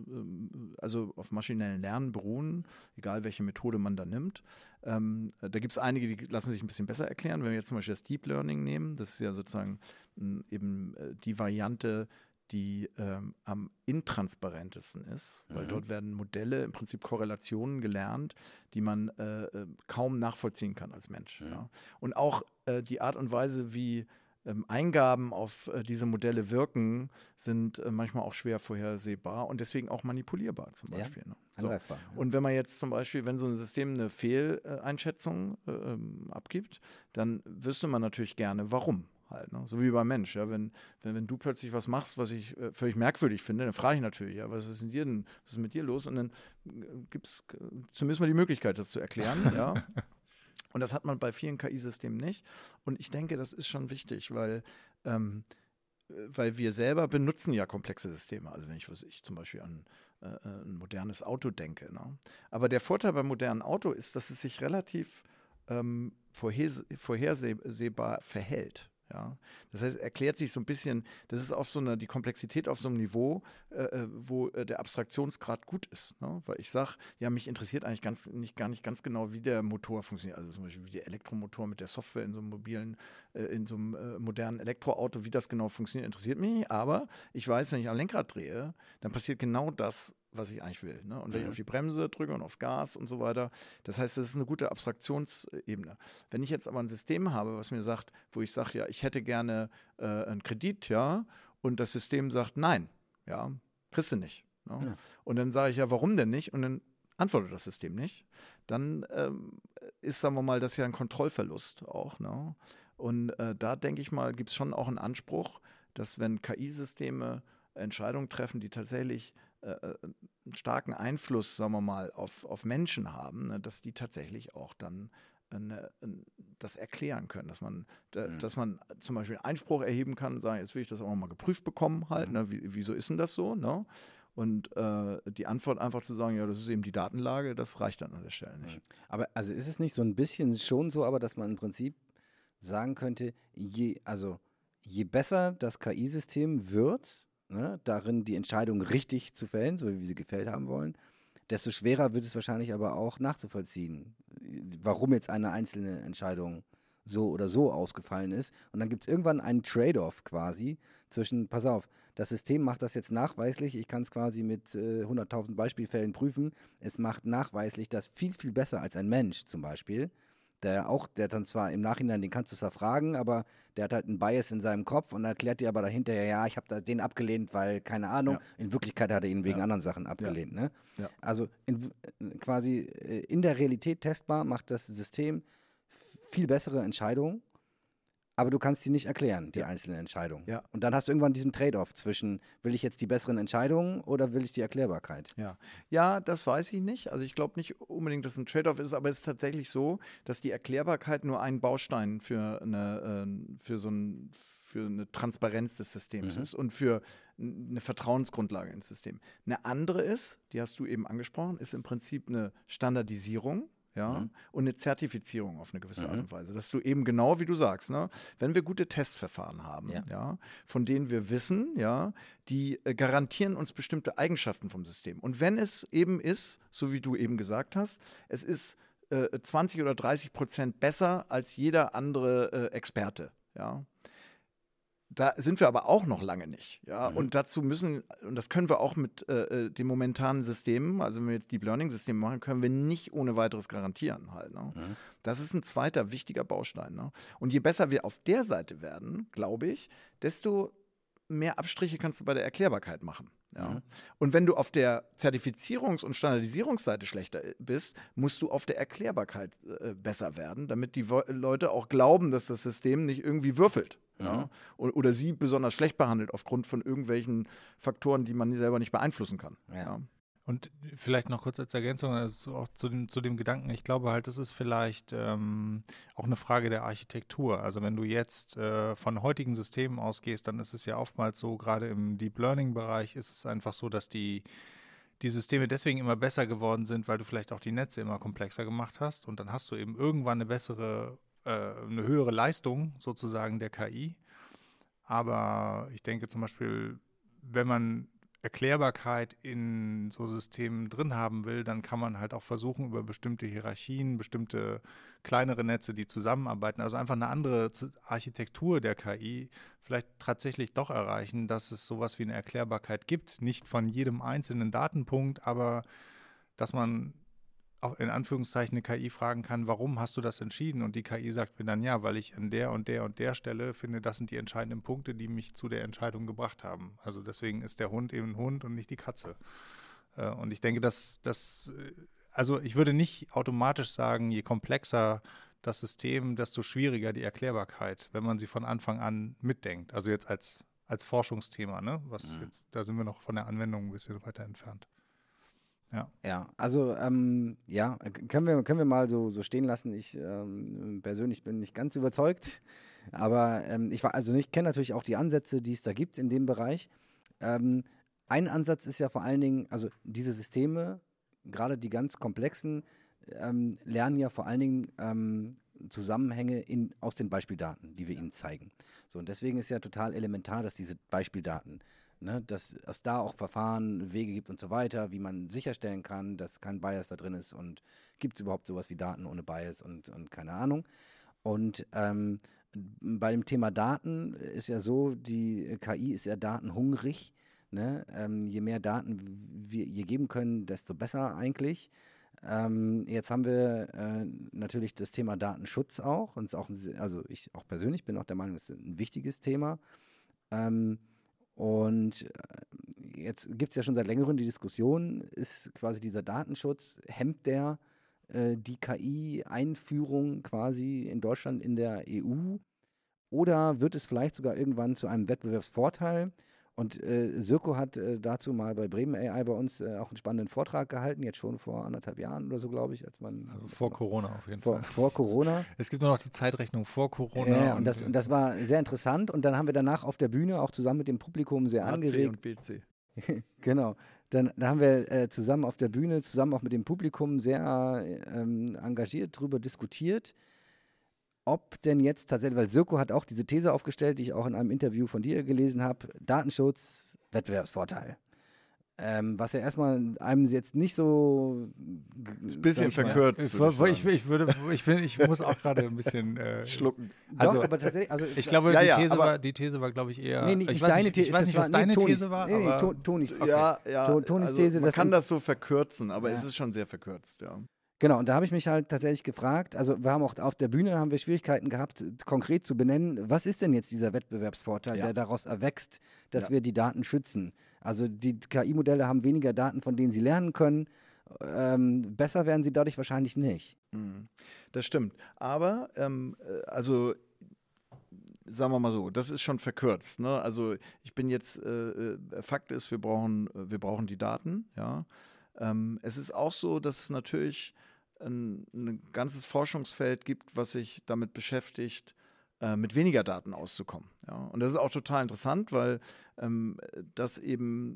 [SPEAKER 2] äh, also auf maschinellen Lernen beruhen, egal welche Methode man da nimmt. Ähm, da gibt es einige, die lassen sich ein bisschen besser erklären. Wenn wir jetzt zum Beispiel das Deep Learning nehmen, das ist ja sozusagen mh, eben äh, die Variante, die ähm, am intransparentesten ist, weil mhm. dort werden Modelle, im Prinzip Korrelationen gelernt, die man äh, kaum nachvollziehen kann als Mensch. Mhm. Ja. Und auch äh, die Art und Weise, wie ähm, Eingaben auf äh, diese Modelle wirken, sind äh, manchmal auch schwer vorhersehbar und deswegen auch manipulierbar zum Beispiel. Ja, ne? So.
[SPEAKER 3] Angreifbar. Ja.
[SPEAKER 2] Und wenn man jetzt zum Beispiel, wenn so ein System eine Fehleinschätzung äh, ähm, abgibt, dann wüsste man natürlich gerne, warum. Halt, ne? So wie beim Mensch. Ja? Wenn, wenn, wenn du plötzlich was machst, was ich äh, völlig merkwürdig finde, dann frage ich natürlich, ja, was ist, in dir denn, was ist mit dir los? Und dann äh, gibt es äh, zumindest mal die Möglichkeit, das zu erklären. Ja? Und das hat man bei vielen K I-Systemen nicht. Und ich denke, das ist schon wichtig, weil, ähm, weil wir selber benutzen ja komplexe Systeme. Also wenn ich, was ich zum Beispiel an äh, ein modernes Auto denke. Ne? Aber der Vorteil beim modernen Auto ist, dass es sich relativ ähm, vorherse- vorhersehbar verhält. Ja, das heißt, erklärt sich so ein bisschen, das ist auf so einer, die Komplexität auf so einem Niveau, äh, wo äh, der Abstraktionsgrad gut ist. Ne? Weil ich sage, ja, mich interessiert eigentlich ganz, nicht, gar nicht ganz genau, wie der Motor funktioniert. Also zum Beispiel wie der Elektromotor mit der Software in so einem mobilen, äh, in so einem äh, modernen Elektroauto, wie das genau funktioniert, interessiert mich nicht. Aber ich weiß, wenn ich am Lenkrad drehe, dann passiert genau das, was ich eigentlich will. Ne? Und wenn mhm. ich auf die Bremse drücke und aufs Gas und so weiter, das heißt, das ist eine gute Abstraktionsebene. Wenn ich jetzt aber ein System habe, was mir sagt, wo ich sage, ja, ich hätte gerne äh, einen Kredit, ja, und das System sagt, nein, ja, kriegst du nicht. Ne? Ja. Und dann sage ich, ja, warum denn nicht? Und dann antwortet das System nicht. Dann ähm, ist, sagen wir mal, das ja ein Kontrollverlust auch. Ne? Und äh, da denke ich mal, gibt es schon auch einen Anspruch, dass wenn K I-Systeme Entscheidungen treffen, die tatsächlich äh, einen starken Einfluss, sagen wir mal, auf, auf Menschen haben, ne, dass die tatsächlich auch dann eine, ein, das erklären können, dass man, da, mhm. dass man zum Beispiel Einspruch erheben kann und sagen, jetzt will ich das auch mal geprüft bekommen halt, mhm. ne, wie, wieso ist denn das so, ne? Und äh, die Antwort einfach zu sagen, ja, das ist eben die Datenlage, das reicht dann an der Stelle nicht.
[SPEAKER 3] Aber also ist es nicht so ein bisschen schon so, aber dass man im Prinzip sagen könnte, je, also je besser das K I-System wird, ne, darin die Entscheidung richtig zu fällen, so wie wir sie gefällt haben wollen, desto schwerer wird es wahrscheinlich aber auch nachzuvollziehen, warum jetzt eine einzelne Entscheidung so oder so ausgefallen ist. Und dann gibt es irgendwann einen Trade-off quasi zwischen, pass auf, das System macht das jetzt nachweislich, ich kann es quasi mit äh, hunderttausend Beispielfällen prüfen, es macht nachweislich das viel, viel besser als ein Mensch zum Beispiel. Der auch, der dann zwar im Nachhinein, den kannst du zwar fragen, aber der hat halt einen Bias in seinem Kopf und erklärt dir aber dahinter, ja, ja, ich habe da den abgelehnt, weil, keine Ahnung, ja. in Wirklichkeit hat er ihn wegen ja. anderen Sachen abgelehnt. Ja. Ne? Ja. Also in, quasi in der Realität testbar macht das System viel bessere Entscheidungen, aber du kannst sie nicht erklären, die ja. einzelnen Entscheidungen. Ja. Und dann hast du irgendwann diesen Trade-off zwischen, will ich jetzt die besseren Entscheidungen oder will ich die Erklärbarkeit?
[SPEAKER 2] Ja, ja, das weiß ich nicht. Also ich glaube nicht unbedingt, dass es ein Trade-off ist, aber es ist tatsächlich so, dass die Erklärbarkeit nur ein Baustein für eine, äh, für so ein, für eine Transparenz des Systems mhm. ist und für eine Vertrauensgrundlage ins System. Eine andere ist, die hast du eben angesprochen, ist im Prinzip eine Standardisierung. Ja, mhm. und eine Zertifizierung auf eine gewisse mhm. Art und Weise, dass du eben genau wie du sagst, ne, wenn wir gute Testverfahren haben, ja. Ja, von denen wir wissen, ja, die äh, garantieren uns bestimmte Eigenschaften vom System. Und wenn es eben ist, so wie du eben gesagt hast, es ist äh, zwanzig oder dreißig Prozent besser als jeder andere äh, Experte, ja. Da sind wir aber auch noch lange nicht. Ja? Mhm. Und dazu müssen, und das können wir auch mit äh, den momentanen Systemen, also wenn wir jetzt Deep Learning-Systeme machen, können wir nicht ohne weiteres garantieren halt. Ne? Mhm. Das ist ein zweiter wichtiger Baustein. Ne? Und je besser wir auf der Seite werden, glaube ich, desto mehr Abstriche kannst du bei der Erklärbarkeit machen. Ja? Mhm. Und wenn du auf der Zertifizierungs- und Standardisierungsseite schlechter bist, musst du auf der Erklärbarkeit äh, besser werden, damit die Wo- Leute auch glauben, dass das System nicht irgendwie würfelt. Mhm. Ja? Oder, oder sie besonders schlecht behandelt aufgrund von irgendwelchen Faktoren, die man selber nicht beeinflussen kann. Ja. Ja.
[SPEAKER 1] Und vielleicht noch kurz als Ergänzung, also auch zu dem, zu dem Gedanken, ich glaube halt, das ist vielleicht ähm, auch eine Frage der Architektur. Also wenn du jetzt äh, von heutigen Systemen ausgehst, dann ist es ja oftmals so, gerade im Deep Learning-Bereich ist es einfach so, dass die die Systeme deswegen immer besser geworden sind, weil du vielleicht auch die Netze immer komplexer gemacht hast und dann hast du eben irgendwann eine bessere, äh, eine höhere Leistung sozusagen der K I. Aber ich denke zum Beispiel, wenn man Erklärbarkeit in so Systemen drin haben will, dann kann man halt auch versuchen, über bestimmte Hierarchien, bestimmte kleinere Netze, die zusammenarbeiten, also einfach eine andere Architektur der K I, vielleicht tatsächlich doch erreichen, dass es sowas wie eine Erklärbarkeit gibt. Nicht von jedem einzelnen Datenpunkt, aber dass man auch in Anführungszeichen eine K I fragen kann, warum hast du das entschieden? Und die K I sagt mir dann, ja, weil ich an der und der und der Stelle finde, das sind die entscheidenden Punkte, die mich zu der Entscheidung gebracht haben. Also deswegen ist der Hund eben ein Hund und nicht die Katze. Und ich denke, dass das, also ich würde nicht automatisch sagen, je komplexer das System, desto schwieriger die Erklärbarkeit, wenn man sie von Anfang an mitdenkt. Also jetzt als, als Forschungsthema, ne? Was
[SPEAKER 3] Mhm.
[SPEAKER 1] jetzt, da sind wir noch von der Anwendung ein bisschen weiter entfernt. Ja.
[SPEAKER 3] Ja, also ähm, ja, können wir, können wir mal so, so stehen lassen. Ich ähm, persönlich bin nicht ganz überzeugt, aber ähm, ich war, also ich kenne natürlich auch die Ansätze, die es da gibt in dem Bereich. Ähm, ein Ansatz ist ja vor allen Dingen, also diese Systeme, gerade die ganz komplexen, ähm, lernen ja vor allen Dingen ähm, Zusammenhänge in, aus den Beispieldaten, die wir ihnen zeigen. So, und deswegen ist ja total elementar, dass diese Beispieldaten, ne, dass es da auch Verfahren, Wege gibt und so weiter, wie man sicherstellen kann, dass kein Bias da drin ist und gibt es überhaupt sowas wie Daten ohne Bias und, und keine Ahnung. Und ähm, bei dem Thema Daten ist ja so, die K I ist ja datenhungrig. Ne? Ähm, je mehr Daten wir ihr geben können, desto besser eigentlich. Ähm, jetzt haben wir äh, natürlich das Thema Datenschutz auch. Und ist auch ein, also ich auch persönlich bin auch der Meinung, es ist ein wichtiges Thema. Ähm, und äh, jetzt gibt es ja schon seit längerem die Diskussion, ist quasi dieser Datenschutz, hemmt der äh, die K I-Einführung quasi in Deutschland in der E U? Oder wird es vielleicht sogar irgendwann zu einem Wettbewerbsvorteil? Und äh, Sirko hat äh, dazu mal bei Bremen A I bei uns äh, auch einen spannenden Vortrag gehalten, jetzt schon vor anderthalb Jahren oder so, glaube ich, als man.
[SPEAKER 1] Also vor Corona auf jeden
[SPEAKER 3] vor,
[SPEAKER 1] Fall.
[SPEAKER 3] Vor Corona.
[SPEAKER 1] Es gibt nur noch die Zeitrechnung vor Corona.
[SPEAKER 3] Ja, und, und, das, und das war sehr interessant. Und dann haben wir danach auf der Bühne auch zusammen mit dem Publikum sehr
[SPEAKER 2] A C
[SPEAKER 3] angeregt.
[SPEAKER 2] und B C.
[SPEAKER 3] Genau. Dann da haben wir äh, zusammen auf der Bühne, zusammen auch mit dem Publikum sehr ähm, engagiert darüber diskutiert, ob denn jetzt tatsächlich, weil Sirko hat auch diese These aufgestellt, die ich auch in einem Interview von dir gelesen habe, Datenschutz, Wettbewerbsvorteil. Ähm, was ja erstmal einem jetzt nicht so.
[SPEAKER 2] Ist ein bisschen verkürzt.
[SPEAKER 1] Ich, ich, ich, würde, ich, bin, ich muss auch gerade ein bisschen äh,
[SPEAKER 2] schlucken.
[SPEAKER 1] Also,
[SPEAKER 3] Doch, aber tatsächlich. Also,
[SPEAKER 1] ich glaube,
[SPEAKER 2] ja,
[SPEAKER 1] die,
[SPEAKER 2] ja,
[SPEAKER 1] These
[SPEAKER 2] aber,
[SPEAKER 1] war, die These war, glaube ich, eher.
[SPEAKER 3] Nee, nicht,
[SPEAKER 1] ich
[SPEAKER 3] nicht
[SPEAKER 1] weiß
[SPEAKER 3] deine
[SPEAKER 1] nicht,
[SPEAKER 3] These.
[SPEAKER 1] ich weiß nicht, was
[SPEAKER 3] war,
[SPEAKER 1] deine
[SPEAKER 3] nee,
[SPEAKER 1] These war.
[SPEAKER 3] Nee, nee,
[SPEAKER 1] aber
[SPEAKER 3] Tonis,
[SPEAKER 1] okay.
[SPEAKER 2] Ja, ja.
[SPEAKER 3] Tonis
[SPEAKER 2] also,
[SPEAKER 3] These.
[SPEAKER 2] Man kann
[SPEAKER 3] sind,
[SPEAKER 2] das so verkürzen, aber
[SPEAKER 3] ja.
[SPEAKER 2] es ist schon sehr verkürzt, ja.
[SPEAKER 3] Genau, und da habe ich mich halt tatsächlich gefragt, also wir haben auch auf der Bühne haben wir Schwierigkeiten gehabt, konkret zu benennen, was ist denn jetzt dieser Wettbewerbsvorteil,
[SPEAKER 2] ja.
[SPEAKER 3] der daraus erwächst, dass
[SPEAKER 2] ja.
[SPEAKER 3] wir die Daten schützen. Also die K I-Modelle haben weniger Daten, von denen sie lernen können. Ähm, besser werden sie dadurch wahrscheinlich nicht.
[SPEAKER 2] Das stimmt. Aber, ähm, also sagen wir mal so, das ist schon verkürzt. Ne? Also ich bin jetzt, äh, Fakt ist, wir brauchen, wir brauchen die Daten, ja. Ähm, es ist auch so, dass es natürlich ein, ein ganzes Forschungsfeld gibt, was sich damit beschäftigt, äh, mit weniger Daten auszukommen. Ja? Und das ist auch total interessant, weil ähm, das eben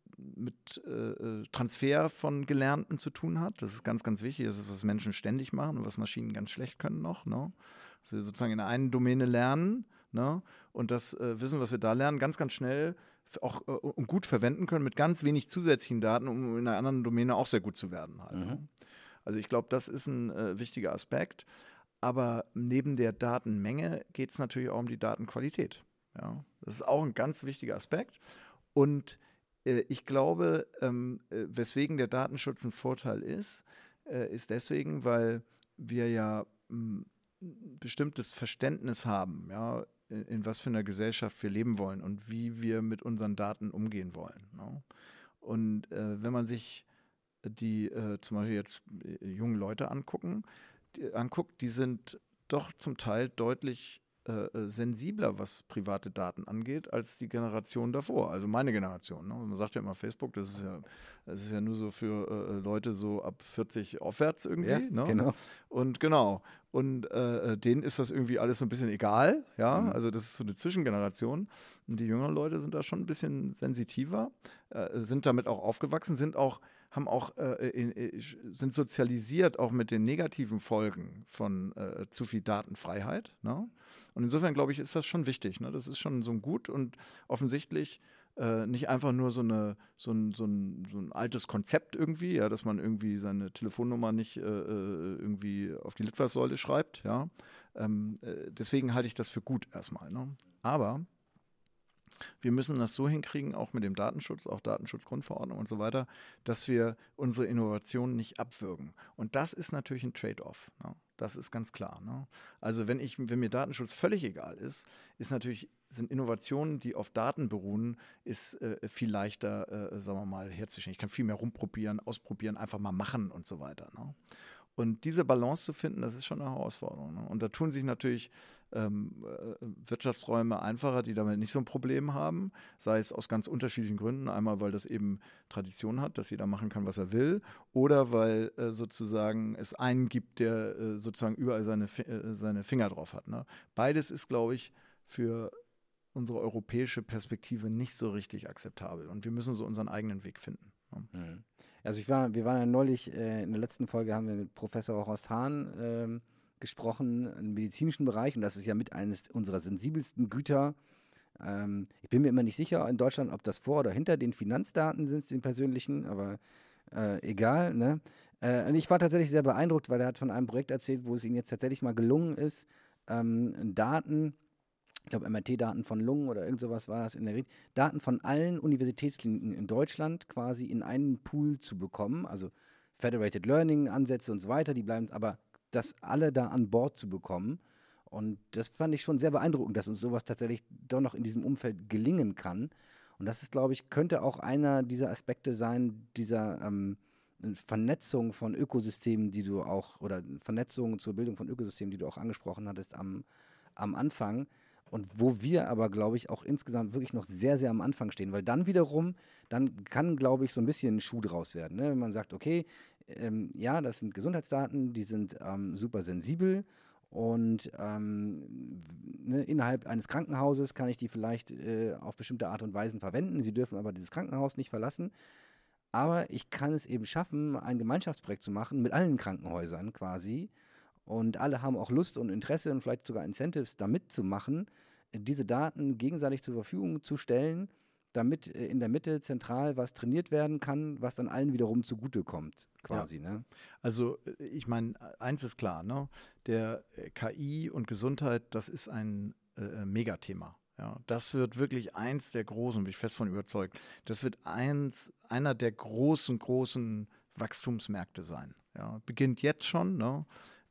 [SPEAKER 2] mit äh, Transfer von Gelernten zu tun hat. Das ist ganz, ganz wichtig. Das ist, was Menschen ständig machen und was Maschinen ganz schlecht können noch. Ne? Dass wir sozusagen in einer Domäne lernen, ne? Und das äh, Wissen, was wir da lernen, ganz, ganz schnell auch äh, und gut verwenden können mit ganz wenig zusätzlichen Daten, um in einer anderen Domäne auch sehr gut zu werden. Halt, mhm. ne? Also ich glaube, das ist ein äh, wichtiger Aspekt. Aber neben der Datenmenge geht es natürlich auch um die Datenqualität. Ja? Das ist auch ein ganz wichtiger Aspekt. Und äh, ich glaube, ähm, äh, weswegen der Datenschutz ein Vorteil ist, äh, ist deswegen, weil wir ja ein bestimmtes Verständnis haben, ja, in, in was für einer Gesellschaft wir leben wollen und wie wir mit unseren Daten umgehen wollen. Ne? Und äh, wenn man sich die äh, zum Beispiel jetzt äh, junge Leute angucken, die, anguckt, die sind doch zum Teil deutlich äh, sensibler, was private Daten angeht, als die Generation davor. Also meine Generation. Ne? Man sagt ja immer, Facebook, das ist ja, das ist ja nur so für äh, Leute so ab vierzig aufwärts irgendwie.
[SPEAKER 3] Ja,
[SPEAKER 2] ne?
[SPEAKER 3] genau.
[SPEAKER 2] Und genau. Und äh, denen ist das irgendwie alles so ein bisschen egal. Ja,
[SPEAKER 3] Mhm.
[SPEAKER 2] also das ist so eine Zwischengeneration. Und die jüngeren Leute sind da schon ein bisschen sensitiver, äh, sind damit auch aufgewachsen, sind auch haben auch äh, in, in, sind sozialisiert auch mit den negativen Folgen von äh, zu viel Datenfreiheit. Ne? Und insofern glaube ich, ist das schon wichtig. Ne? Das ist schon so ein Gut und offensichtlich äh, nicht einfach nur so, eine, so, ein, so, ein, so ein altes Konzept irgendwie, ja, dass man irgendwie seine Telefonnummer nicht äh, irgendwie auf die Litfaßsäule schreibt. Ja? Ähm, äh, deswegen halte ich das für gut erstmal. Ne? Aber wir müssen das so hinkriegen, auch mit dem Datenschutz, auch Datenschutzgrundverordnung und so weiter, dass wir unsere Innovationen nicht abwürgen. Und das ist natürlich ein Trade-off. Ne? Das ist ganz klar. Ne? Also wenn ich, wenn mir Datenschutz völlig egal ist, ist natürlich, sind Innovationen, die auf Daten beruhen, ist äh, viel leichter, äh, sagen wir mal, herzustellen. Ich kann viel mehr rumprobieren, ausprobieren, einfach mal machen und so weiter. Ne? Und diese Balance zu finden, das ist schon eine Herausforderung. Ne? Und da tun sich natürlich ähm, äh, Wirtschaftsräume einfacher, die damit nicht so ein Problem haben, sei es aus ganz unterschiedlichen Gründen. Einmal, weil das eben Tradition hat, dass jeder machen kann, was er will, oder weil äh, sozusagen es einen gibt, der äh, sozusagen überall seine, äh, seine Finger drauf hat. Ne? Beides ist, glaube ich, für unsere europäische Perspektive nicht so richtig akzeptabel. Und wir müssen so unseren eigenen Weg finden. Ne?
[SPEAKER 3] Mhm. Also ich war, wir waren ja neulich, äh, in der letzten Folge haben wir mit Professor Horst Hahn ähm, gesprochen, im medizinischen Bereich, und das ist ja mit eines unserer sensibelsten Güter. Ähm, ich bin mir immer nicht sicher in Deutschland, ob das vor oder hinter den Finanzdaten sind, den persönlichen, aber äh, egal. Ne? Äh, und ich war tatsächlich sehr beeindruckt, weil er hat von einem Projekt erzählt, wo es ihm jetzt tatsächlich mal gelungen ist, ähm, Daten, ich glaube M R T-Daten von Lungen oder irgend sowas war das in der Rede, Daten von allen Universitätskliniken in Deutschland quasi in einen Pool zu bekommen, also Federated Learning Ansätze und so weiter, die bleiben, aber das alle da an Bord zu bekommen. Und das fand ich schon sehr beeindruckend, dass uns sowas tatsächlich doch noch in diesem Umfeld gelingen kann. Und das ist, glaube ich, könnte auch einer dieser Aspekte sein, dieser ähm, Vernetzung von Ökosystemen, die du auch, oder Vernetzung zur Bildung von Ökosystemen, die du auch angesprochen hattest am, am Anfang. Und wo wir aber, glaube ich, auch insgesamt wirklich noch sehr, sehr am Anfang stehen. Weil dann wiederum, dann kann, glaube ich, so ein bisschen ein Schuh draus werden. Ne? Wenn man sagt, okay, ähm, ja, das sind Gesundheitsdaten, die sind ähm, super sensibel. Und ähm, ne, innerhalb eines Krankenhauses kann ich die vielleicht äh, auf bestimmte Art und Weisen verwenden. Sie dürfen aber dieses Krankenhaus nicht verlassen. Aber ich kann es eben schaffen, ein Gemeinschaftsprojekt zu machen mit allen Krankenhäusern quasi. Und alle haben auch Lust und Interesse und vielleicht sogar Incentives, da mitzumachen, diese Daten gegenseitig zur Verfügung zu stellen, damit in der Mitte zentral was trainiert werden kann, was dann allen wiederum zugutekommt, quasi.
[SPEAKER 2] Ja.
[SPEAKER 3] Ne?
[SPEAKER 2] Also ich meine, eins ist klar, ne? Der K I und Gesundheit, das ist ein äh, Megathema. Ja, das wird wirklich eins der großen, bin ich fest von überzeugt, das wird eins, einer der großen, großen Wachstumsmärkte sein. Ja, beginnt jetzt schon, ne?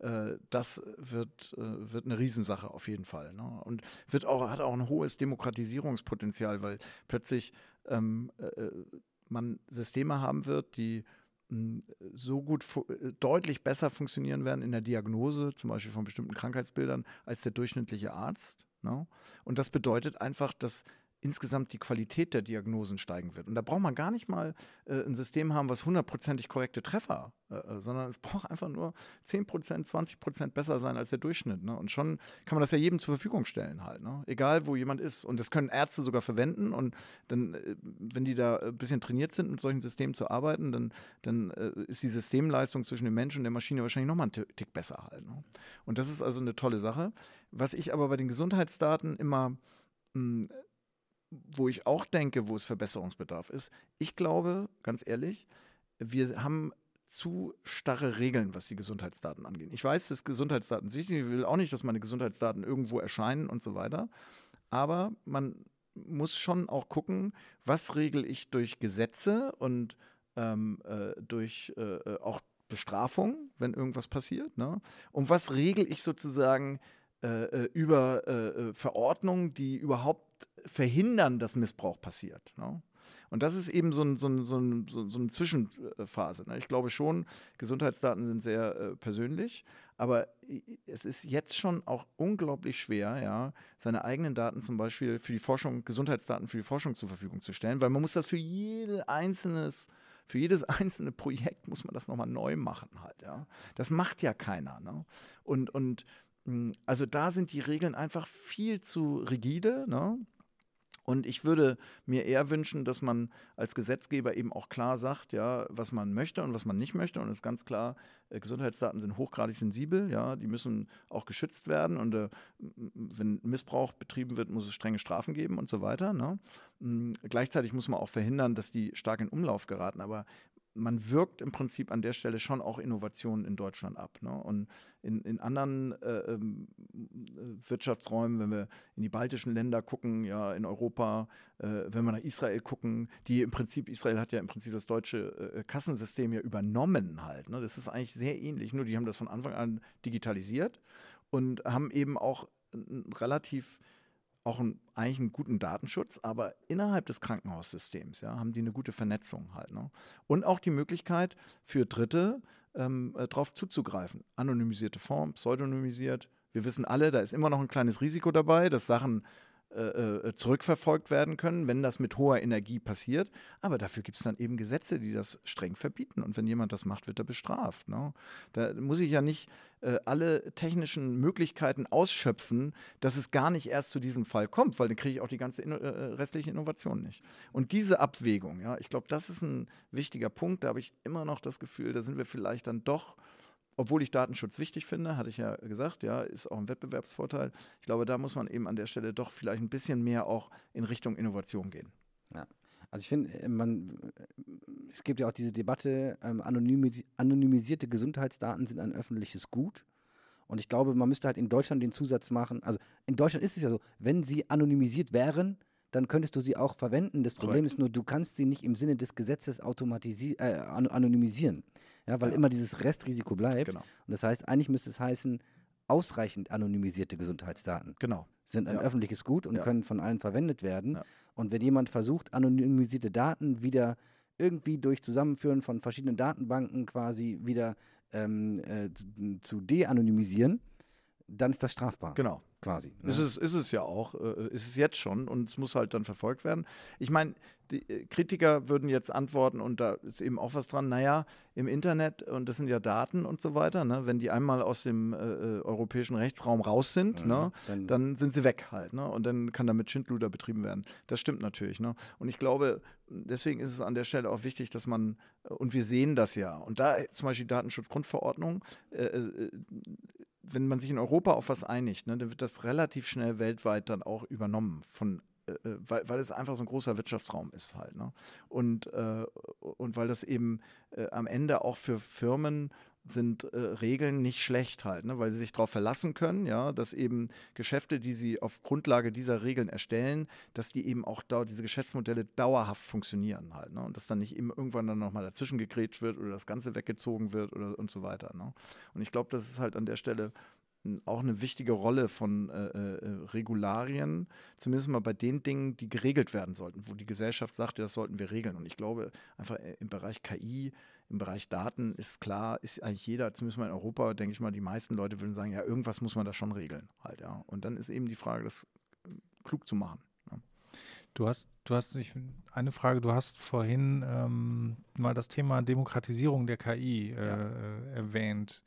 [SPEAKER 2] Das wird, wird eine Riesensache auf jeden Fall. Ne? Und wird auch, hat auch ein hohes Demokratisierungspotenzial, weil plötzlich ähm, äh, man Systeme haben wird, die mh, so gut, deutlich besser funktionieren werden in der Diagnose, zum Beispiel von bestimmten Krankheitsbildern, als der durchschnittliche Arzt. Ne? Und das bedeutet einfach, dass insgesamt die Qualität der Diagnosen steigen wird. Und da braucht man gar nicht mal äh, ein System haben, was hundertprozentig korrekte Treffer, äh, sondern es braucht einfach nur zehn Prozent, zwanzig Prozent besser sein als der Durchschnitt. Ne? Und schon kann man das ja jedem zur Verfügung stellen halt, ne? Egal wo jemand ist. Und das können Ärzte sogar verwenden. Und dann, äh, wenn die da ein bisschen trainiert sind, mit solchen Systemen zu arbeiten, dann, dann äh, ist die Systemleistung zwischen dem Menschen und der Maschine wahrscheinlich nochmal einen Tick besser halt. Ne? Und das ist also eine tolle Sache. Was ich aber bei den Gesundheitsdaten immer mh, wo ich auch denke, wo es Verbesserungsbedarf ist. Ich glaube, ganz ehrlich, wir haben zu starre Regeln, was die Gesundheitsdaten angeht. Ich weiß, dass Gesundheitsdaten wichtig sind. Ich will auch nicht, dass meine Gesundheitsdaten irgendwo erscheinen und so weiter. Aber man muss schon auch gucken, was regel ich durch Gesetze und ähm, äh, durch äh, auch Bestrafung, wenn irgendwas passiert. Ne? Und was regel ich sozusagen äh, über äh, Verordnungen, die überhaupt verhindern, dass Missbrauch passiert. Ne? Und das ist eben so, ein, so, ein, so, ein, so, so eine Zwischenphase. Ne? Ich glaube schon, Gesundheitsdaten sind sehr äh, persönlich, aber es ist jetzt schon auch unglaublich schwer, ja, seine eigenen Daten zum Beispiel für die Forschung, Gesundheitsdaten für die Forschung zur Verfügung zu stellen, weil man muss das für jede einzelnes Für jedes einzelne Projekt muss man das nochmal neu machen halt, ja. Das macht ja keiner, ne? Und, und also da sind die Regeln einfach viel zu rigide, ne? Und ich würde mir eher wünschen, dass man als Gesetzgeber eben auch klar sagt, ja, was man möchte und was man nicht möchte. Und es ist ganz klar, äh, Gesundheitsdaten sind hochgradig sensibel, ja, die müssen auch geschützt werden. Und äh, wenn Missbrauch betrieben wird, muss es strenge Strafen geben und so weiter. Ne? M, gleichzeitig muss man auch verhindern, dass die stark in Umlauf geraten. Aber man wirkt im Prinzip an der Stelle schon auch Innovationen in Deutschland ab. Ne? Und in, in anderen äh, ähm, Wirtschaftsräumen, wenn wir in die baltischen Länder gucken, ja, in Europa, äh, wenn wir nach Israel gucken, die im Prinzip, Israel hat ja im Prinzip das deutsche äh, Kassensystem ja übernommen halt. Ne? Das ist eigentlich sehr ähnlich, nur die haben das von Anfang an digitalisiert und haben eben auch ein relativ auch einen, eigentlich einen guten Datenschutz, aber innerhalb des Krankenhaussystems, ja, haben die eine gute Vernetzung halt. Ne? Und auch die Möglichkeit für Dritte ähm, äh, darauf zuzugreifen. Anonymisierte Form, pseudonymisiert. Wir wissen alle, da ist immer noch ein kleines Risiko dabei, dass Sachen äh, äh, zurückverfolgt werden können, wenn das mit hoher Energie passiert. Aber dafür gibt es dann eben Gesetze, die das streng verbieten. Und wenn jemand das macht, wird er bestraft. Ne? Da muss ich ja nicht äh, alle technischen Möglichkeiten ausschöpfen, dass es gar nicht erst zu diesem Fall kommt, weil dann kriege ich auch die ganze inno- äh, restliche Innovation nicht. Und diese Abwägung, ja, ich glaube, das ist ein wichtiger Punkt. Da habe ich immer noch das Gefühl, da sind wir vielleicht dann doch, obwohl ich Datenschutz wichtig finde, hatte ich ja gesagt, ja, ist auch ein Wettbewerbsvorteil. Ich glaube, da muss man eben an der Stelle doch vielleicht ein bisschen mehr auch in Richtung Innovation gehen.
[SPEAKER 3] Ja. Also ich finde, man, es gibt ja auch diese Debatte, ähm, anonymis- anonymisierte Gesundheitsdaten sind ein öffentliches Gut. Und ich glaube, man müsste halt in Deutschland den Zusatz machen, also in Deutschland ist es ja so, wenn sie anonymisiert wären, dann könntest du sie auch verwenden. Das Problem
[SPEAKER 2] Korrekt.
[SPEAKER 3] ist nur, du kannst sie nicht im Sinne des Gesetzes automatisi- äh, an- anonymisieren. Ja, weil
[SPEAKER 2] Ja.
[SPEAKER 3] immer dieses Restrisiko bleibt.
[SPEAKER 2] Genau.
[SPEAKER 3] Und das heißt, eigentlich müsste es heißen, ausreichend anonymisierte Gesundheitsdaten
[SPEAKER 2] Genau.
[SPEAKER 3] sind ein
[SPEAKER 2] Ja.
[SPEAKER 3] öffentliches Gut und
[SPEAKER 2] Ja.
[SPEAKER 3] können von allen verwendet werden.
[SPEAKER 2] Ja.
[SPEAKER 3] Und wenn jemand versucht, anonymisierte Daten wieder irgendwie durch Zusammenführen von verschiedenen Datenbanken quasi wieder ähm, äh, zu, zu de-anonymisieren, dann ist das strafbar.
[SPEAKER 2] Genau.
[SPEAKER 3] Quasi. Ne?
[SPEAKER 2] Ist es, ist es ja auch, äh, ist es jetzt schon und es muss halt dann verfolgt werden. Ich meine, die äh, Kritiker würden jetzt antworten und da ist eben auch was dran, naja, im Internet und das sind ja Daten und so weiter, ne, wenn die einmal aus dem äh, äh, europäischen Rechtsraum raus sind,
[SPEAKER 3] Mhm,
[SPEAKER 2] ne,
[SPEAKER 3] dann-
[SPEAKER 2] dann sind sie weg halt, ne, und dann kann damit Schindluder betrieben werden. Das stimmt natürlich, ne, und ich glaube, deswegen ist es an der Stelle auch wichtig, dass man, und wir sehen das ja, und da zum Beispiel Datenschutzgrundverordnung, äh, äh, wenn man sich in Europa auf was einigt, ne, dann wird das relativ schnell weltweit dann auch übernommen, von, äh, weil, weil es einfach so ein großer Wirtschaftsraum ist halt. Ne? Und, äh, und weil das eben äh, am Ende auch für Firmen sind äh, Regeln nicht schlecht halt, ne? Weil sie sich darauf verlassen können, ja, dass eben Geschäfte, die sie auf Grundlage dieser Regeln erstellen, dass die eben auch da, diese Geschäftsmodelle dauerhaft funktionieren halt, ne? Und dass dann nicht eben irgendwann dann nochmal dazwischen gegrätscht wird oder das Ganze weggezogen wird oder und so weiter. Ne? Und ich glaube, das ist halt an der Stelle auch eine wichtige Rolle von äh, äh, Regularien, zumindest mal bei den Dingen, die geregelt werden sollten, wo die Gesellschaft sagt, ja, das sollten wir regeln. Und ich glaube, einfach im Bereich K I, im Bereich Daten ist klar, ist eigentlich jeder, zumindest mal in Europa, denke ich mal, die meisten Leute würden sagen, ja, irgendwas muss man da schon regeln halt, ja. Und dann ist eben die Frage, das klug zu machen. Ja.
[SPEAKER 1] Du hast, du hast, ich, eine Frage, du hast vorhin ähm, mal das Thema Demokratisierung der K I äh,
[SPEAKER 2] Ja.
[SPEAKER 1] äh, erwähnt.